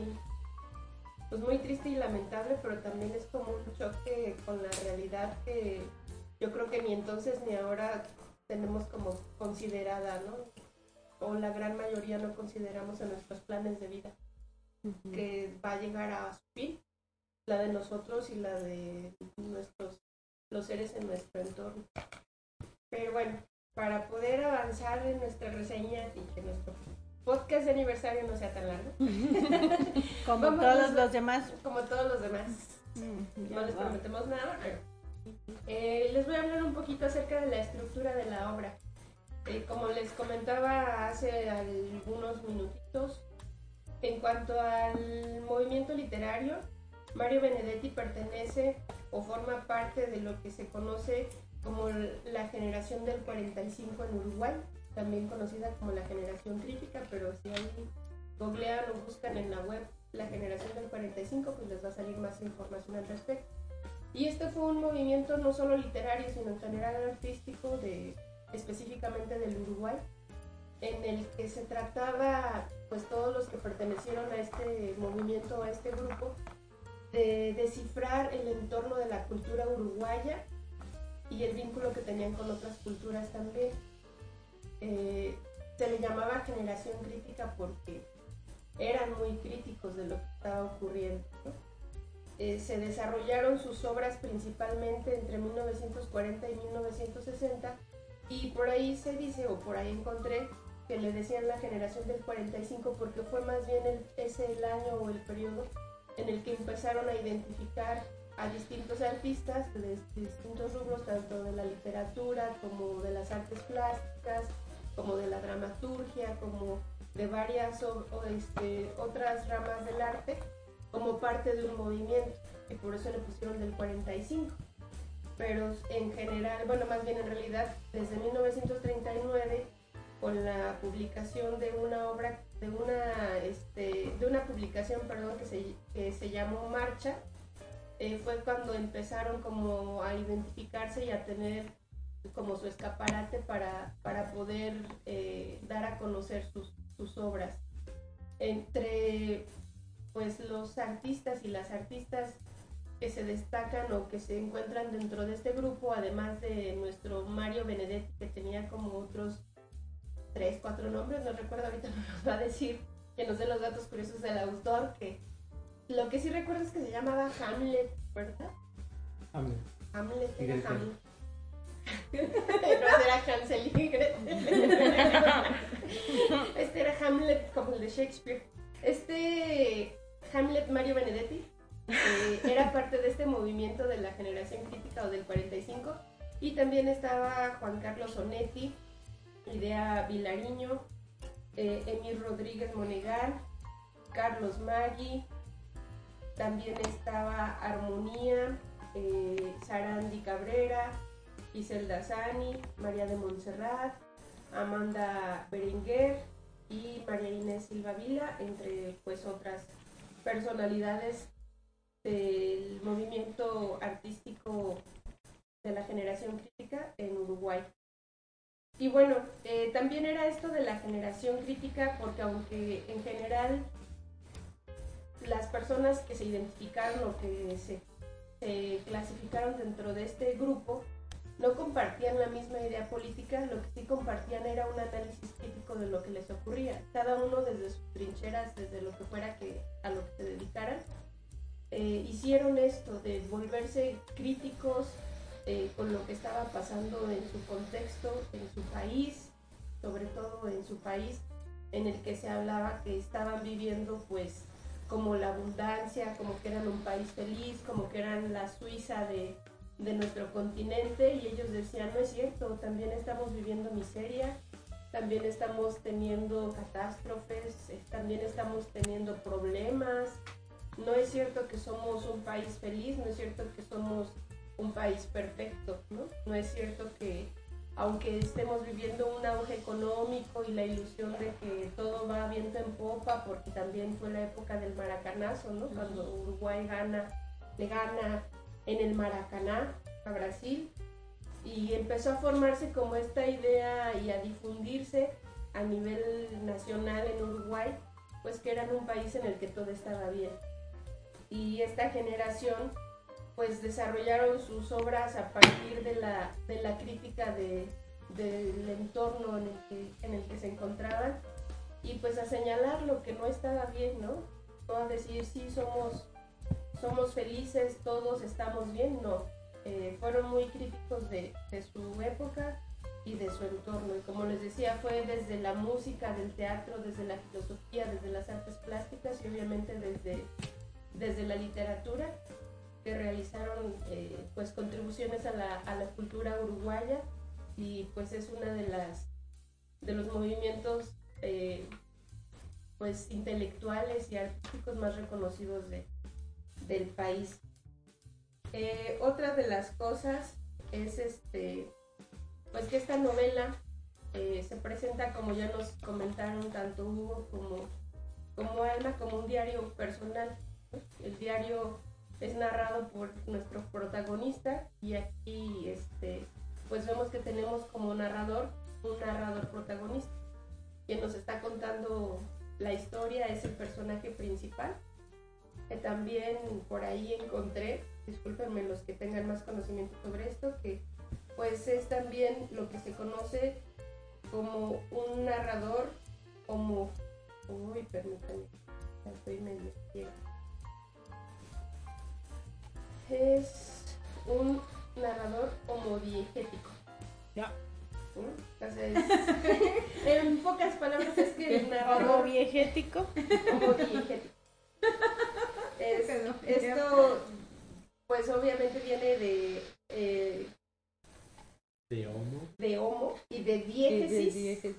muy triste y lamentable, pero también es como un choque con la realidad que yo creo que ni entonces ni ahora tenemos como considerada, ¿no? O la gran mayoría no consideramos en nuestros planes de vida, que va a llegar a su fin, la de nosotros y la de los seres en nuestro entorno. Pero bueno, para poder avanzar en nuestra reseña y que nuestro podcast de aniversario no sea tan largo. Como todos los demás. Como todos los demás. No les prometemos nada, pero les voy a hablar un poquito acerca de la estructura de la obra. Como les comentaba hace algunos minutitos, en cuanto al movimiento literario, Mario Benedetti pertenece o forma parte de lo que se conoce como la generación del 45 en Uruguay, también conocida como la generación crítica, pero si ahí googlean o buscan en la web la generación del 45, pues les va a salir más información al respecto. Y este fue un movimiento no solo literario, sino en general artístico, específicamente del Uruguay, en el que se trataba, pues todos los que pertenecieron a este movimiento, a este grupo, de descifrar el entorno de la cultura uruguaya y el vínculo que tenían con otras culturas también. Se le llamaba generación crítica porque eran muy críticos de lo que estaba ocurriendo, ¿no? Se desarrollaron sus obras principalmente entre 1940 y 1960 y por ahí se dice, o por ahí encontré, que le decían la generación del 45 porque fue más bien el año o el periodo en el que empezaron a identificar a distintos artistas de distintos rubros, tanto de la literatura como de las artes plásticas, como de la dramaturgia, como de varias otras ramas del arte, como parte de un movimiento, y por eso le pusieron del 45. Pero en general, bueno, más bien en realidad, desde 1939, con la publicación de una obra, de una publicación, perdón, que se llamó Marcha, fue cuando empezaron como a identificarse y a tener como su escaparate para poder dar a conocer sus obras. Entre pues los artistas y las artistas que se destacan o que se encuentran dentro de este grupo, además de nuestro Mario Benedetti, que tenía como otros 3, 4 nombres, no recuerdo, ahorita nos va a decir, que nos dé los datos curiosos del autor, que lo que sí recuerdo es que se llamaba Hamlet, ¿verdad? Hamlet era Hamlet. No, era Hansel y Gretel. Este era Hamlet como el de Shakespeare. Hamlet Mario Benedetti era parte de este movimiento de la generación crítica o del 45, y también estaba Juan Carlos Onetti, Idea Vilariño, Emir Rodríguez Monegal, Carlos Maggi, también estaba Armonía, Sarandi Cabrera, Iselda Sani, María de Montserrat, Amanda Berenguer y María Inés Silva Vila, entre pues otras personalidades del movimiento artístico de la generación crítica en Uruguay. Y bueno, también era esto de la generación crítica porque aunque en general las personas que se identificaron o que se clasificaron dentro de este grupo no compartían la misma idea política, lo que sí compartían era un análisis crítico de lo que les ocurría, cada uno desde sus trincheras, desde lo que fuera a lo que se dedicaran. Hicieron esto de volverse críticos con lo que estaba pasando en su contexto, en su país, sobre todo en su país, en el que se hablaba que estaban viviendo pues como la abundancia, como que eran un país feliz, como que eran la Suiza de nuestro continente, y ellos decían, no es cierto, también estamos viviendo miseria, también estamos teniendo catástrofes, también estamos teniendo problemas, no es cierto que somos un país feliz, no es cierto que somos un país perfecto, ¿no? No es cierto que aunque estemos viviendo un auge económico y la ilusión de que todo va viento en popa, porque también fue la época del maracanazo, ¿no? Cuando Uruguay le gana en el Maracaná a Brasil, y empezó a formarse como esta idea y a difundirse a nivel nacional en Uruguay, pues que eran un país en el que todo estaba bien. Y esta generación pues desarrollaron sus obras a partir de la crítica del entorno en el que se encontraban, y pues a señalar lo que no estaba bien, ¿no? No a decir sí, somos felices, todos estamos bien, no. Fueron muy críticos de su época y de su entorno, y como les decía, fue desde la música, del teatro, desde la filosofía, desde las artes plásticas y obviamente desde la literatura, que realizaron pues contribuciones a la cultura uruguaya, y pues es una de los movimientos pues intelectuales y artísticos más reconocidos del país. Otra de las cosas es pues que esta novela se presenta, como ya nos comentaron tanto Hugo como Alma, como un diario personal. El diario es narrado por nuestro protagonista, y aquí pues vemos que tenemos como narrador un narrador protagonista. Quien nos está contando la historia es el personaje principal, que también por ahí encontré, discúlpenme los que tengan más conocimiento sobre esto, que pues es también lo que se conoce como un narrador permítanme, ya estoy medio ciega. Es un narrador homodiegético. Ya. Entonces, en pocas palabras es que el narrador Homodiegético. homodiegético. Esto pues obviamente viene de homo y de diégesis.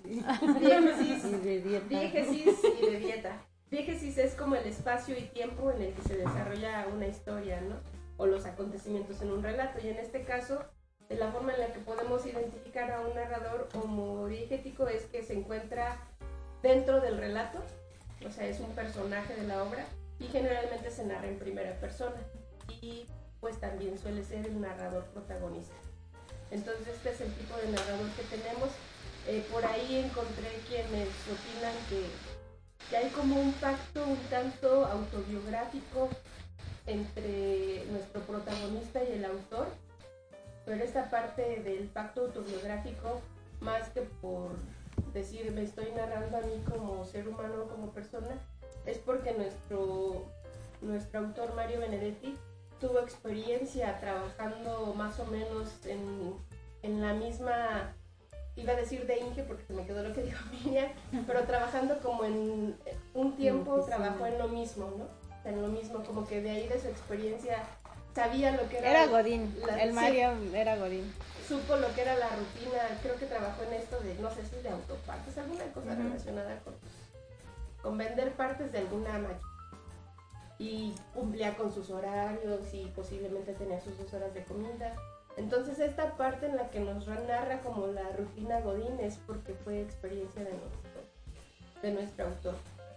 Diégesis y de dieta. Diégesis es como el espacio y tiempo en el que se desarrolla una historia, ¿no? O los acontecimientos en un relato, y en este caso de la forma en la que podemos identificar a un narrador homodiegético es que se encuentra dentro del relato, o sea, es un personaje de la obra, y generalmente se narra en primera persona, y pues también suele ser el narrador protagonista. Entonces este es el tipo de narrador que tenemos. Por ahí encontré quienes opinan que hay como un pacto un tanto autobiográfico entre nuestro protagonista y el autor, pero esta parte del pacto autobiográfico, más que por decir me estoy narrando a mí como ser humano, como persona, es porque nuestro autor Mario Benedetti tuvo experiencia trabajando más o menos en la misma, iba a decir de Inge porque se me quedó lo que dijo Miriam, pero trabajando como en un tiempo trabajó en lo mismo, ¿no? En lo mismo, como que de ahí de su experiencia sabía lo que era... Era Godín, el Mario era Godín. Supo lo que era la rutina, creo que trabajó en esto de, no sé si de autopartes, alguna cosa relacionada con vender partes de alguna máquina. Y cumplía con sus horarios y posiblemente tenía sus 2 horas de comida. Entonces esta parte en la que nos narra como la rutina Godín es porque fue experiencia de nuestro autor.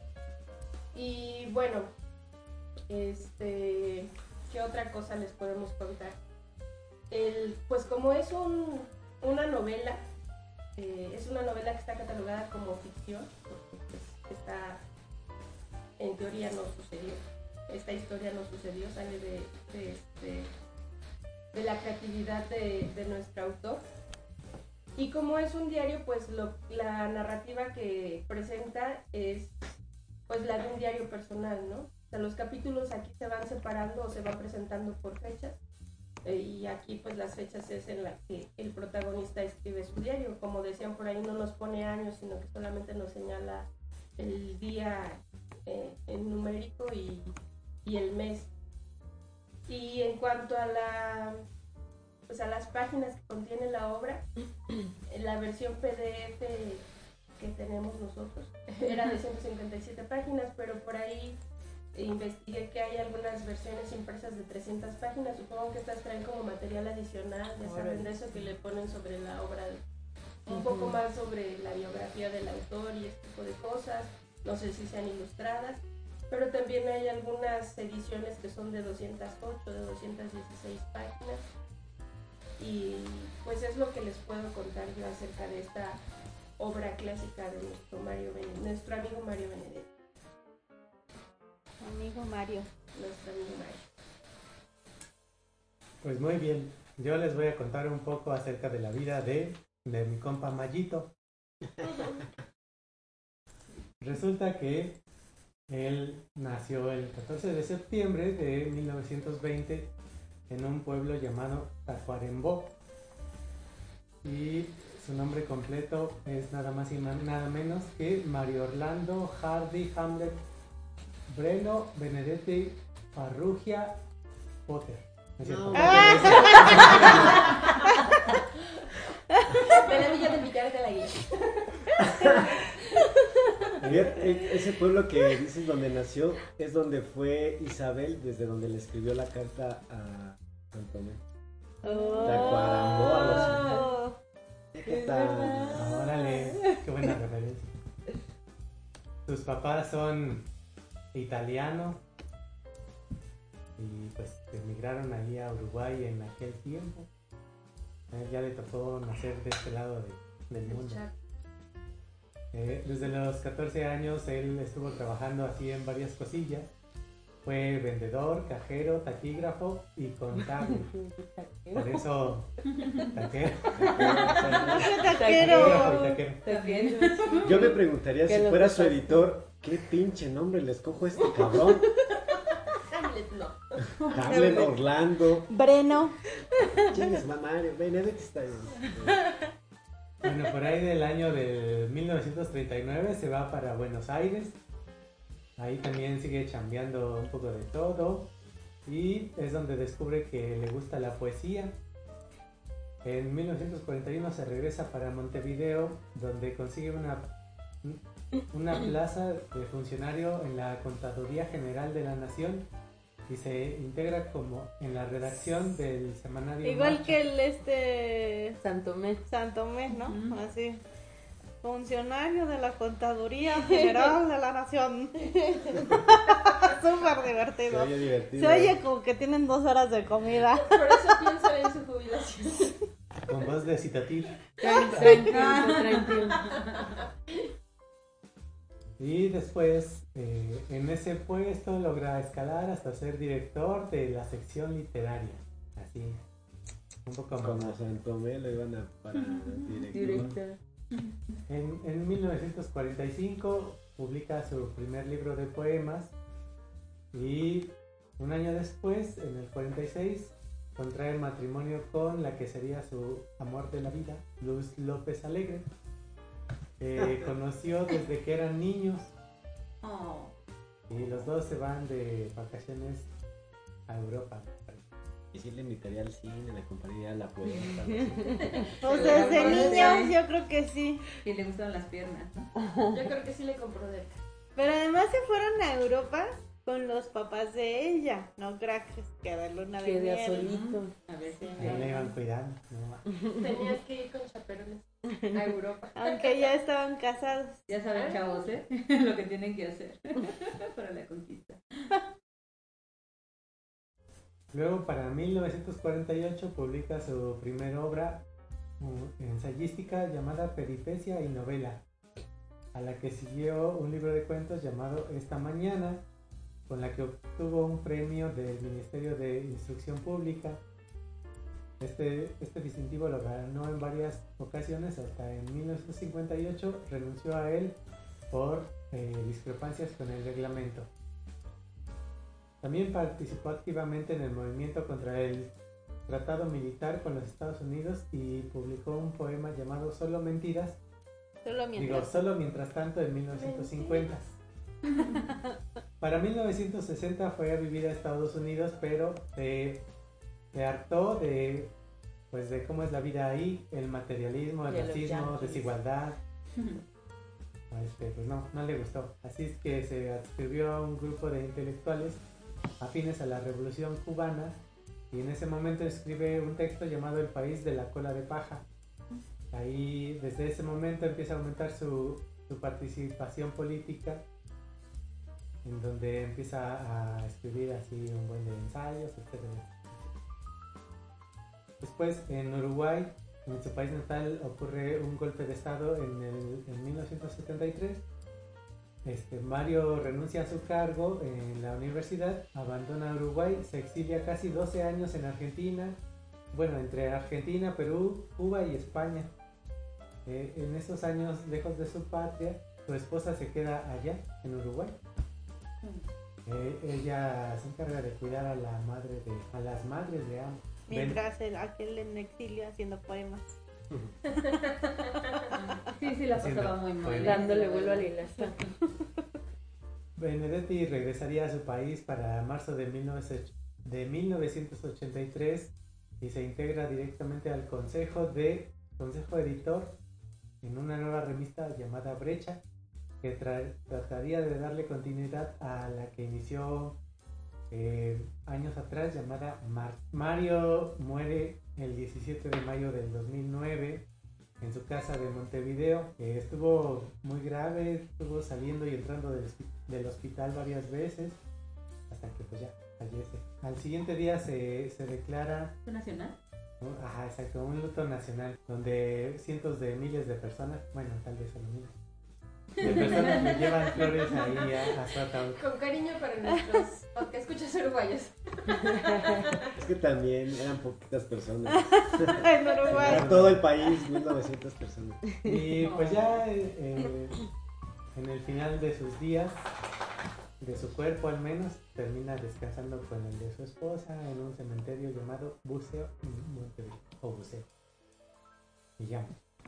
Y bueno, ¿qué otra cosa les podemos contar? Pues como es una novela, es una novela que está catalogada como ficción, porque pues, en teoría no sucedió. Esta historia no sucedió, sale de la creatividad de nuestro autor. Y como es un diario, pues la narrativa que presenta es pues la de un diario personal, ¿no? O sea, los capítulos aquí se van separando o se van presentando por fechas, y aquí pues las fechas es en las que el protagonista escribe su diario. Como decían por ahí, no nos pone años, sino que solamente nos señala el día en numérico y el mes. Y en cuanto a pues a las páginas que contiene la obra, la versión PDF que tenemos nosotros era de 157 páginas, pero por ahí investigué que hay algunas versiones impresas de 300 páginas. Supongo que estas traen como material adicional, ya saben, de eso que le ponen sobre la obra, un poco más sobre la biografía del autor y este tipo de cosas. No sé si sean ilustradas, pero también hay algunas ediciones que son de 208, de 216 páginas. Y pues es lo que les puedo contar yo acerca de esta obra clásica de nuestro amigo Mario Benedetti. Amigo Mario. Nuestro amigo Mario. Pues muy bien, yo les voy a contar un poco acerca de la vida de mi compa Mayito. Resulta que él nació el 14 de septiembre de 1920 en un pueblo llamado Tacuarembó. Y su nombre completo es nada más y nada menos que Mario Orlando Hardy Hamlet Breno Benedetti Farrugia Potter. ¿No es cierto? De la villa de Villar de la Guía. Ese pueblo que dices donde nació es donde fue Isabel, desde donde le escribió la carta a Santomé. Tacuarembó, algo así. ¿Qué tal? Órale, qué buena referencia. Sus papás son italianos y pues emigraron ahí a Uruguay en aquel tiempo. A él ya le tocó nacer de este lado del mundo. Desde los 14 años él estuvo trabajando así en varias cosillas. Fue vendedor, cajero, taquígrafo y contable. Por eso, taquero. Taquero. Yo me preguntaría si fuera su editor, ¿qué pinche nombre le escojo a este cabrón? Hamlet no. Hamlet, Orlando. Breno. Chingues, Mario, Benedetti está bien. Bueno, por ahí del año de 1939 se va para Buenos Aires. Ahí también sigue chambeando un poco de todo. Y es donde descubre que le gusta la poesía. En 1941 se regresa para Montevideo, donde consigue una plaza de funcionario en la Contaduría General de la Nación y se integra como en la redacción del semanario Igual Marcha. que el Santomé. Santomé, ¿no? Así. Funcionario de la Contaduría General de la Nación. Súper Se divertido. oye divertido. Se oye como que tienen 2 horas de comida. Por eso pienso en su jubilación. Con voz de citatil. Tranquilo. Y después, en ese puesto logra escalar hasta ser director de la sección literaria. Así, un poco más. Como Santomé lo iban a para director. En 1945 publica su primer libro de poemas y un año después, en el 46, contrae matrimonio con la que sería su amor de la vida, Luz López Alegre. Conoció desde que eran niños y los dos se van de vacaciones a Europa. Y sí le invitaría al cine, le compraría la puerta. Pues desde niños yo creo que sí. Y le gustan las piernas, ¿no? Yo creo que sí le compró de acá. Pero además se fueron a Europa con los papás de ella. No creas que a darle una de Queda miel. solito. A ver si Ahí le iban cuidando. ¿No? Tenías que ir con chaperones a Europa. Aunque ya estaban casados. Ya saben, chavos, ¿eh? Lo que tienen que hacer para la conquista. Luego, para 1948, publica su primera obra ensayística llamada Peripecia y Novela, a la que siguió un libro de cuentos llamado Esta Mañana, con la que obtuvo un premio del Ministerio de Instrucción Pública. Este distintivo lo ganó en varias ocasiones, hasta en 1958 renunció a él por discrepancias con el reglamento. También participó activamente en el movimiento contra el tratado militar con los Estados Unidos y publicó un poema llamado Solo Mentiras, Solo mientras. Solo Mientras Tanto, en 1950. Para 1960 fue a vivir a Estados Unidos, pero se hartó de cómo es la vida ahí, el materialismo, el De los racismo, yanquis. desigualdad. Pues no le gustó. Así es que se adscribió a un grupo de intelectuales afines a la Revolución Cubana y en ese momento escribe un texto llamado El país de la cola de paja. Ahí, desde ese momento empieza a aumentar su participación política, en donde empieza a escribir así un buen de ensayos, etc. Después, en Uruguay, en su país natal, ocurre un golpe de estado en 1973. Mario renuncia a su cargo en la universidad, abandona Uruguay, se exilia casi 12 años en Argentina, entre Argentina, Perú, Cuba y España. En esos años, lejos de su patria, su esposa se queda allá, en Uruguay. Ella se encarga de cuidar a las madres de ambos. Mientras aquel en exilio haciendo poemas. Sí, la pasaba muy mal. Dándole vuelo al hilo. Benedetti regresaría a su país para marzo de 1983 y se integra directamente al consejo editor en una nueva revista llamada Brecha, que trataría de darle continuidad a la que inició años atrás, llamada Mario muere el 17 de mayo del 2009 en su casa de Montevideo. Estuvo muy grave, estuvo saliendo y entrando del hospital varias veces hasta que pues ya fallece. Al siguiente día se declara ¿Nacional? Ajá, exacto, un luto nacional donde cientos de miles de personas, tal vez solo miles de personas le llevan flores ahí a su ataúd. Con cariño para nuestros que escuchas uruguayos. Es que también eran poquitas personas. En Uruguay. Para todo el país, 1900 personas. Y pues ya en el final de sus días, de su cuerpo al menos, termina descansando con el de su esposa en un cementerio llamado Buceo en Montevideo, o Buceo. Y ya.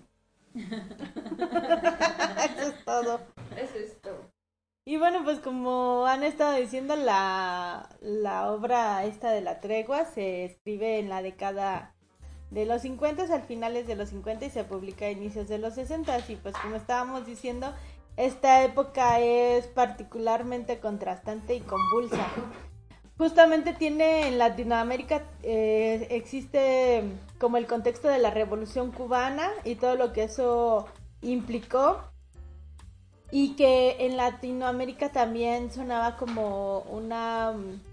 Eso es todo. Eso es todo. Y bueno, pues como han estado diciendo, la obra esta de La Tregua se escribe en la década de los 50, al finales de los 50, y se publica a inicios de los 60. Y pues como estábamos diciendo, esta época es particularmente contrastante y convulsa. Justamente tiene en Latinoamérica, existe como el contexto de la Revolución Cubana y todo lo que eso implicó, y que en Latinoamérica también sonaba como una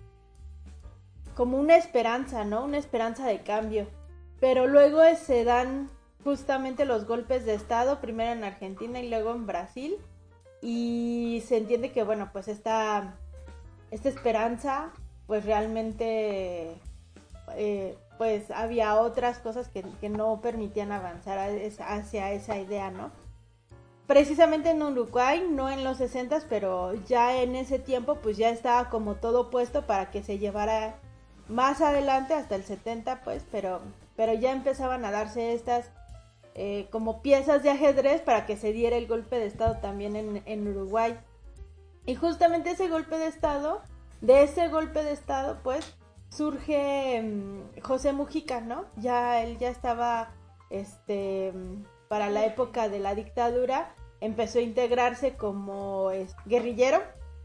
esperanza, ¿no? Una esperanza de cambio. Pero luego se dan justamente los golpes de estado, primero en Argentina y luego en Brasil, y se entiende que bueno, pues esta esperanza pues realmente pues había otras cosas que no permitían avanzar hacia esa idea, ¿no? Precisamente en Uruguay, no en los 60s, pero ya en ese tiempo pues ya estaba como todo puesto para que se llevara más adelante hasta el 70, pues, pero ya empezaban a darse estas como piezas de ajedrez para que se diera el golpe de estado también en Uruguay. Y justamente de ese golpe de estado pues surge José Mujica, ¿no? Él ya estaba para la época de la dictadura, empezó a integrarse como guerrillero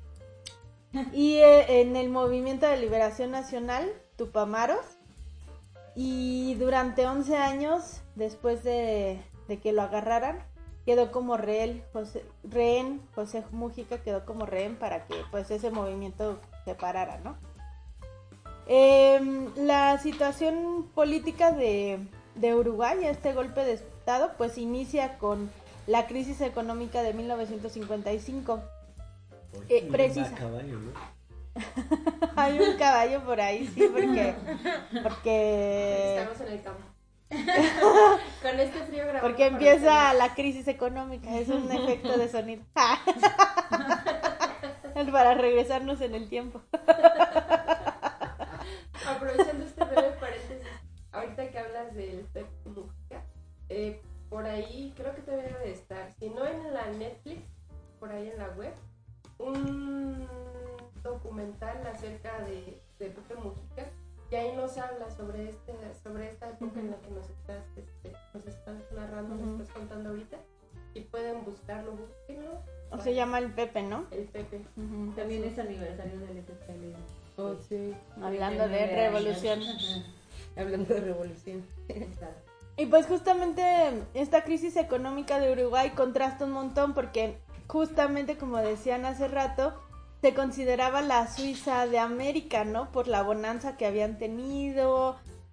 y en el Movimiento de Liberación Nacional Tupamaros, y durante 11 años después de que lo agarraran quedó como rehén. José Mujica quedó como rehén para que pues ese movimiento se parara, ¿no? La situación política de Uruguay, este golpe de estado, pues inicia con la crisis económica de 1955. Precisa. Caballo, ¿no? Hay un caballo por ahí, sí, porque Estamos en el campo. Con este frío grabamos. porque empieza la crisis económica, es un efecto de sonido. Para regresarnos en el tiempo. Aprovechando este breve paréntesis, ahorita que hablas del efecto Mujica, por ahí creo que todavía debe de estar, si no en la Netflix, por ahí en la web, un de Pepe Mujica, y ahí nos habla sobre esta época en la que nos estás narrando, nos estás contando ahorita, y pueden buscarlo, búsquenlo. O se llama El Pepe, ¿no? El Pepe. También es aniversario del SPL. Oh, sí. Hablando de revolución. Hablando de revolución. Y pues justamente esta crisis económica de Uruguay contrasta un montón porque justamente como decían hace rato, se consideraba la Suiza de América, ¿no? Por la bonanza que habían tenido,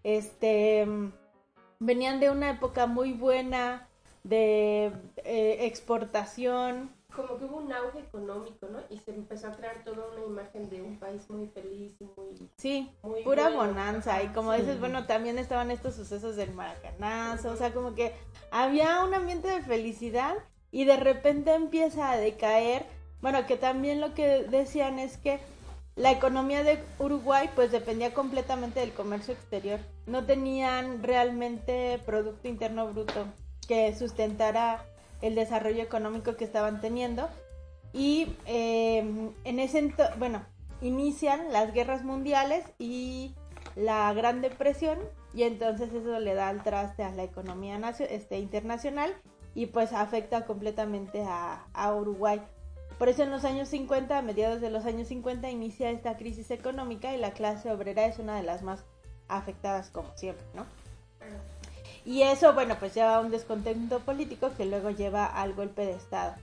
venían de una época muy buena de exportación. Como que hubo un auge económico, ¿no? Y se empezó a crear toda una imagen de un país muy feliz y muy... Sí, muy pura bueno. bonanza. Y como dices, bueno, también estaban estos sucesos del maracanazo, o sea, como que había un ambiente de felicidad y de repente empieza a decaer. Bueno, que también lo que decían es que la economía de Uruguay pues dependía completamente del comercio exterior. No tenían realmente Producto Interno Bruto que sustentara el desarrollo económico que estaban teniendo. Y inician las guerras mundiales y la Gran Depresión, y entonces eso le da el traste a la economía internacional y pues afecta completamente a Uruguay. Por eso en los años 50, a mediados de los años 50, inicia esta crisis económica y la clase obrera es una de las más afectadas como siempre, ¿no? Y eso, bueno, pues lleva a un descontento político que luego lleva al golpe de Estado.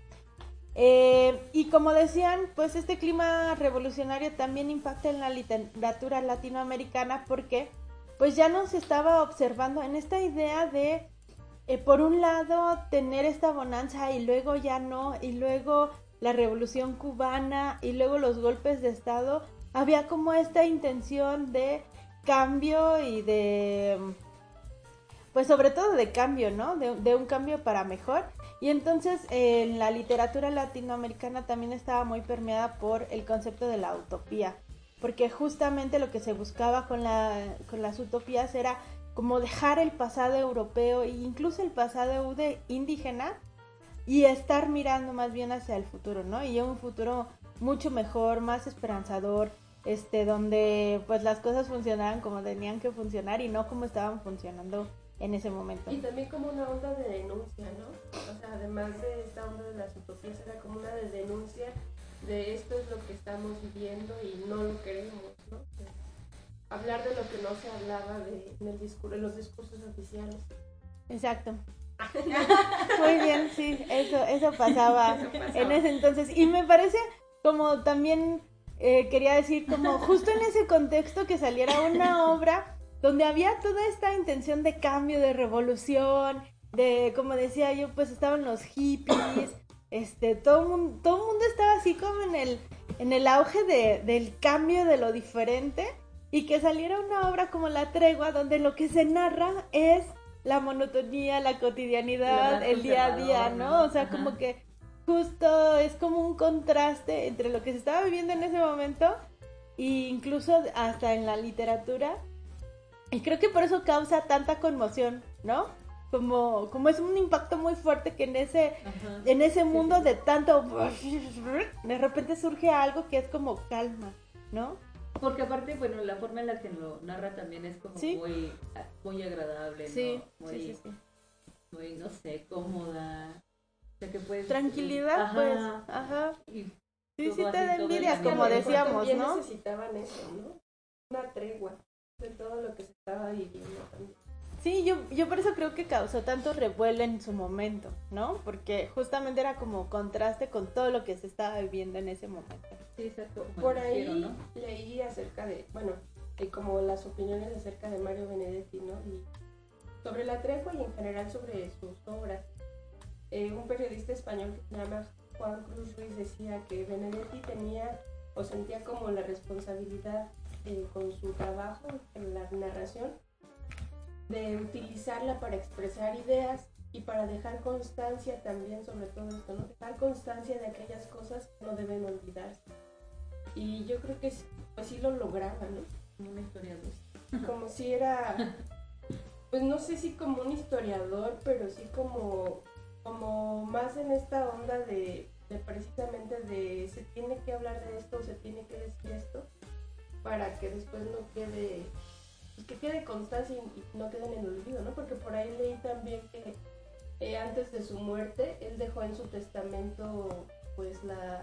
Y como decían, pues este clima revolucionario también impacta en la literatura latinoamericana porque pues ya no se estaba observando en esta idea de, por un lado, tener esta bonanza y luego ya no, y luego la revolución cubana y luego los golpes de Estado. Había como esta intención de cambio y de... pues sobre todo de cambio, ¿no? De un cambio para mejor. Y entonces en la literatura latinoamericana también estaba muy permeada por el concepto de la utopía, porque justamente lo que se buscaba con las utopías era como dejar el pasado europeo e incluso el pasado indígena y estar mirando más bien hacia el futuro, ¿no? Y un futuro mucho mejor, más esperanzador, donde pues las cosas funcionaran como tenían que funcionar y no como estaban funcionando en ese momento. Y también como una onda de denuncia, ¿no? O sea, además de esta onda de las utopías, era como una de denuncia de esto es lo que estamos viviendo y no lo queremos, ¿no? Hablar de lo que no se hablaba en los discursos oficiales. Exacto. Muy bien, sí, eso pasaba en ese entonces. Y me parece como también quería decir, como justo en ese contexto que saliera una obra donde había toda esta intención de cambio, de revolución, de, como decía yo, pues estaban los hippies, todo el mundo estaba así como en el auge del cambio, de lo diferente, y que saliera una obra como La Tregua, donde lo que se narra es la monotonía, la cotidianidad, el día a día, ¿no? O sea, como que justo es como un contraste entre lo que se estaba viviendo en ese momento e incluso hasta en la literatura. Y creo que por eso causa tanta conmoción, ¿no? Como es un impacto muy fuerte que en ese mundo de tanto... de repente surge algo que es como calma, ¿no? Porque aparte, bueno, la forma en la que lo narra también es como muy agradable, sí, ¿no? Sí. Muy, no sé, cómoda. O sea, que puedes... Tranquilidad, pues. Ajá. Y sí, todo te así, da todo envidia, el como ambiente. decíamos, También ¿no? necesitaban eso, ¿no? Una tregua de todo lo que se estaba viviendo también. Sí, yo por eso creo que causó tanto revuelo en su momento, ¿no? Porque justamente era como contraste con todo lo que se estaba viviendo en ese momento. Sí, exacto. Por ahí leí acerca de, como las opiniones acerca de Mario Benedetti, ¿no? Y sobre La Tregua y en general sobre sus obras. Un periodista español que se llama Juan Cruz Ruiz decía que Benedetti tenía o sentía como la responsabilidad con su trabajo en la narración de utilizarla para expresar ideas y para dejar constancia también sobre todo esto, ¿no? Dejar constancia de aquellas cosas que no deben olvidarse. Y yo creo que pues sí lo lograba, ¿no? Como un historiador. Como si era, pues no sé si como un historiador, pero sí como más en esta onda de precisamente de se tiene que hablar de esto, se tiene que decir esto. para que después no quede, pues que quede constancia y no quede en el olvido, ¿no? Porque por ahí leí también que antes de su muerte, él dejó en su testamento, pues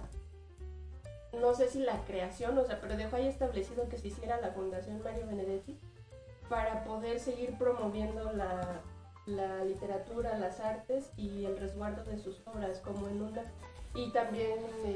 no sé si la creación, o sea, pero dejó ahí establecido que se hiciera la Fundación Mario Benedetti para poder seguir promoviendo la literatura, las artes y el resguardo de sus obras, como en una, y también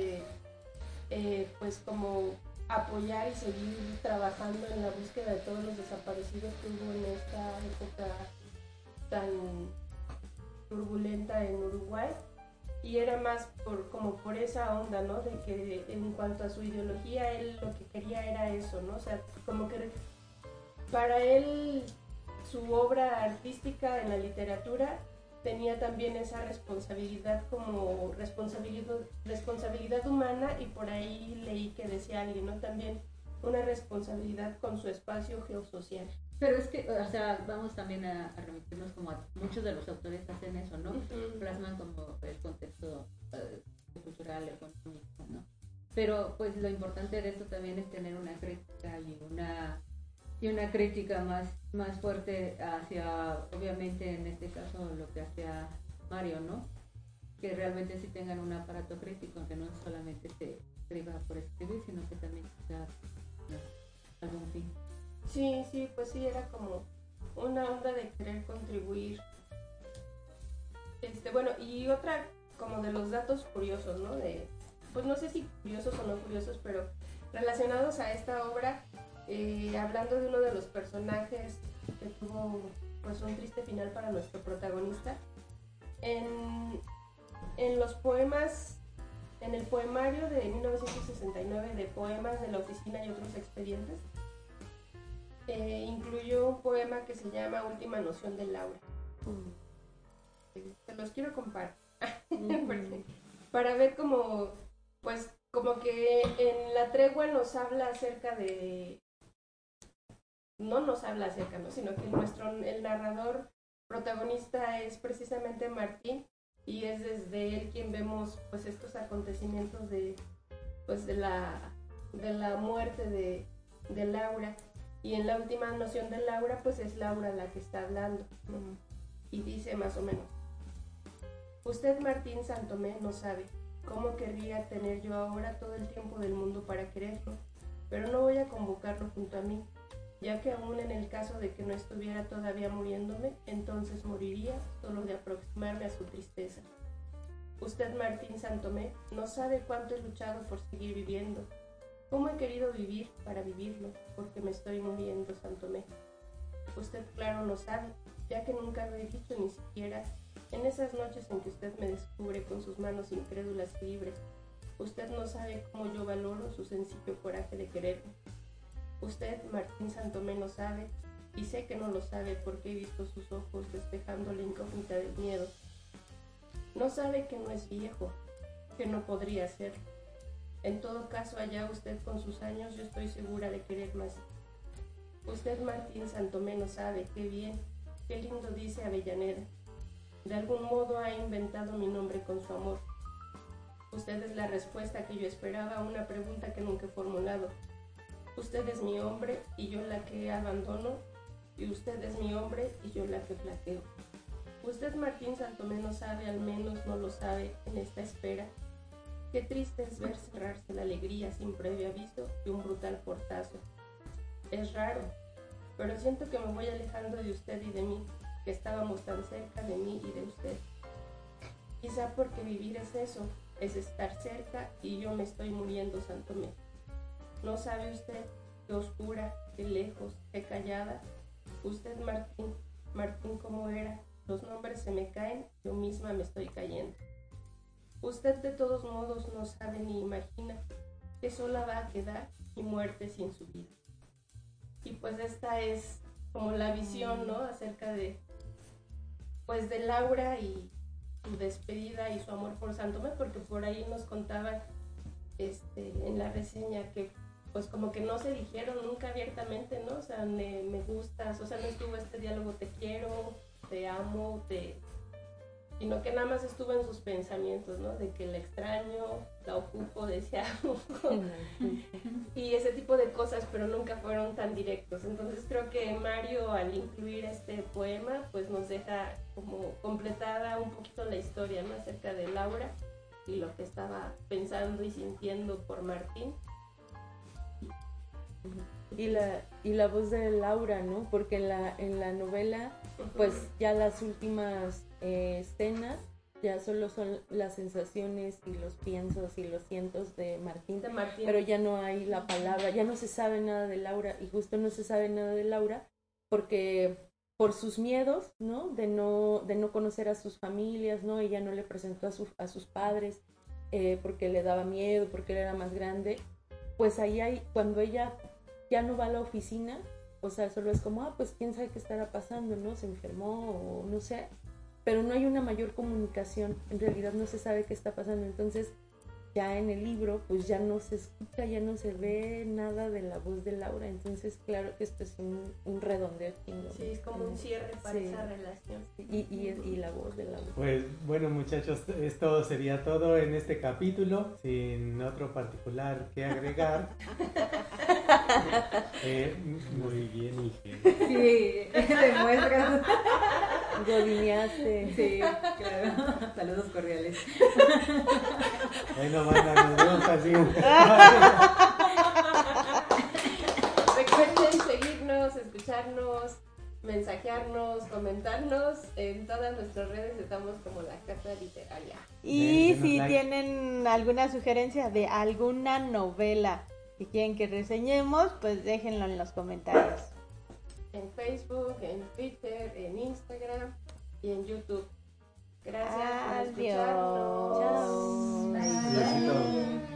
pues como apoyar y seguir trabajando en la búsqueda de todos los desaparecidos que hubo en esta época tan turbulenta en Uruguay. Y era más como por esa onda, ¿no? De que en cuanto a su ideología, él lo que quería era eso, ¿no? O sea, como que para él su obra artística en la literatura tenía también esa responsabilidad como responsabilidad humana, y por ahí leí que decía alguien, ¿no? También una responsabilidad con su espacio geosocial. Pero es que, o sea, vamos también a remitirnos como a muchos de los autores hacen eso, ¿no? Plasman como el contexto cultural, económico, ¿no? Pero pues lo importante de esto también es tener una crítica y una crítica más fuerte hacia, obviamente en este caso, lo que hacía Mario, ¿no? Que realmente sí tengan un aparato crítico, que no solamente se escriba por escribir, sino que también sea algún fin. Sí, pues sí, era como una onda de querer contribuir. Bueno, y otra como de los datos curiosos, ¿no? Pues no sé si curiosos o no curiosos, pero relacionados a esta obra, hablando de uno de los personajes que tuvo pues un triste final para nuestro protagonista, en los poemas, en el poemario de 1969 de Poemas de la Oficina y otros expedientes, incluyó un poema que se llama Última noción de Laura. Te los quiero compartir para ver como, pues, como que en la tregua nos habla acerca de, no nos habla acerca, ¿no? Sino que el narrador protagonista es precisamente Martín, y es desde él quien vemos pues estos acontecimientos de la muerte de Laura. Y en la última noción de Laura, pues es Laura la que está hablando, ¿no? Y dice más o menos: usted, Martín Santomé, no sabe cómo querría tener yo ahora todo el tiempo del mundo para quererlo, pero no voy a convocarlo junto a mí, ya que aún en el caso de que no estuviera todavía muriéndome, entonces moriría solo de aproximarme a su tristeza. Usted, Martín Santomé, no sabe cuánto he luchado por seguir viviendo. ¿Cómo he querido vivir para vivirlo? Porque me estoy muriendo, Santomé. Usted, claro, no sabe, ya que nunca lo he dicho ni siquiera en esas noches en que usted me descubre con sus manos incrédulas y libres. Usted no sabe cómo yo valoro su sencillo coraje de quererme. Usted, Martín Santomé, no sabe, y sé que no lo sabe porque he visto sus ojos despejando la incógnita del miedo. No sabe que no es viejo, que no podría ser. En todo caso, allá usted con sus años, yo estoy segura de querer más. Usted, Martín Santomé, no sabe, qué bien, qué lindo dice Avellaneda. De algún modo ha inventado mi nombre con su amor. Usted es la respuesta que yo esperaba a una pregunta que nunca he formulado. Usted es mi hombre y yo la que abandono, y usted es mi hombre y yo la que flaqueo. Usted, Martín Santomé, no sabe, al menos no lo sabe en esta espera. Qué triste es ver cerrarse la alegría sin previo aviso de un brutal portazo. Es raro, pero siento que me voy alejando de usted y de mí, que estábamos tan cerca de mí y de usted. Quizá porque vivir es eso, es estar cerca, y yo me estoy muriendo, Santomé. ¿No sabe usted qué oscura, qué lejos, qué callada? Usted, Martín, Martín, ¿cómo era? Los nombres se me caen, yo misma me estoy cayendo. Usted de todos modos no sabe ni imagina que sola va a quedar y muerte sin su vida. Y pues esta es como la visión, ¿no? Acerca de Laura y su despedida y su amor por Santomé, porque por ahí nos contaban en la reseña que pues como que no se dijeron nunca abiertamente, ¿no? O sea, me gustas, o sea, no estuvo este diálogo te quiero, te amo, sino que nada más estuvo en sus pensamientos, ¿no? De que la extraño, la ocupo, decía, y ese tipo de cosas, pero nunca fueron tan directos. Entonces creo que Mario, al incluir este poema, pues nos deja como completada un poquito la historia, ¿no? Acerca de Laura y lo que estaba pensando y sintiendo por Martín. Y la voz de Laura, ¿no? Porque en la novela, pues ya las últimas escenas ya solo son las sensaciones y los piensos y los cientos de Martín, pero ya no hay la palabra, ya no se sabe nada de Laura, y justo no se sabe nada de Laura porque por sus miedos, ¿no? De no conocer a sus familias, ¿no? Ella no le presentó a sus padres porque le daba miedo, porque él era más grande. Pues ahí cuando ella ya no va a la oficina, o sea, solo es como, pues quién sabe qué estará pasando, ¿no? Se enfermó o no sé, pero no hay una mayor comunicación, en realidad no se sabe qué está pasando. Entonces ya en el libro pues ya no se escucha, ya no se ve nada de la voz de Laura. Entonces claro que esto es un redondeo chingón. Sí, es como un cierre para esa relación. Y la voz de Laura. Pues bueno, muchachos, esto sería todo en este capítulo, sin otro particular que agregar. Muy bien, Inge. Sí, demuestras. Godineaste. Sí, claro. Saludos cordiales. Bueno, banda, nos vemos al siguiente. Recuerden seguirnos, escucharnos, mensajearnos, comentarnos. En todas nuestras redes estamos como La Cata Literaria. Y Denos si like. tienen alguna sugerencia de alguna novela que quieren que reseñemos, pues déjenlo en los comentarios. En Facebook, en Twitter, en Instagram y en YouTube. Gracias por Adiós. escucharnos. Chao. Diosito.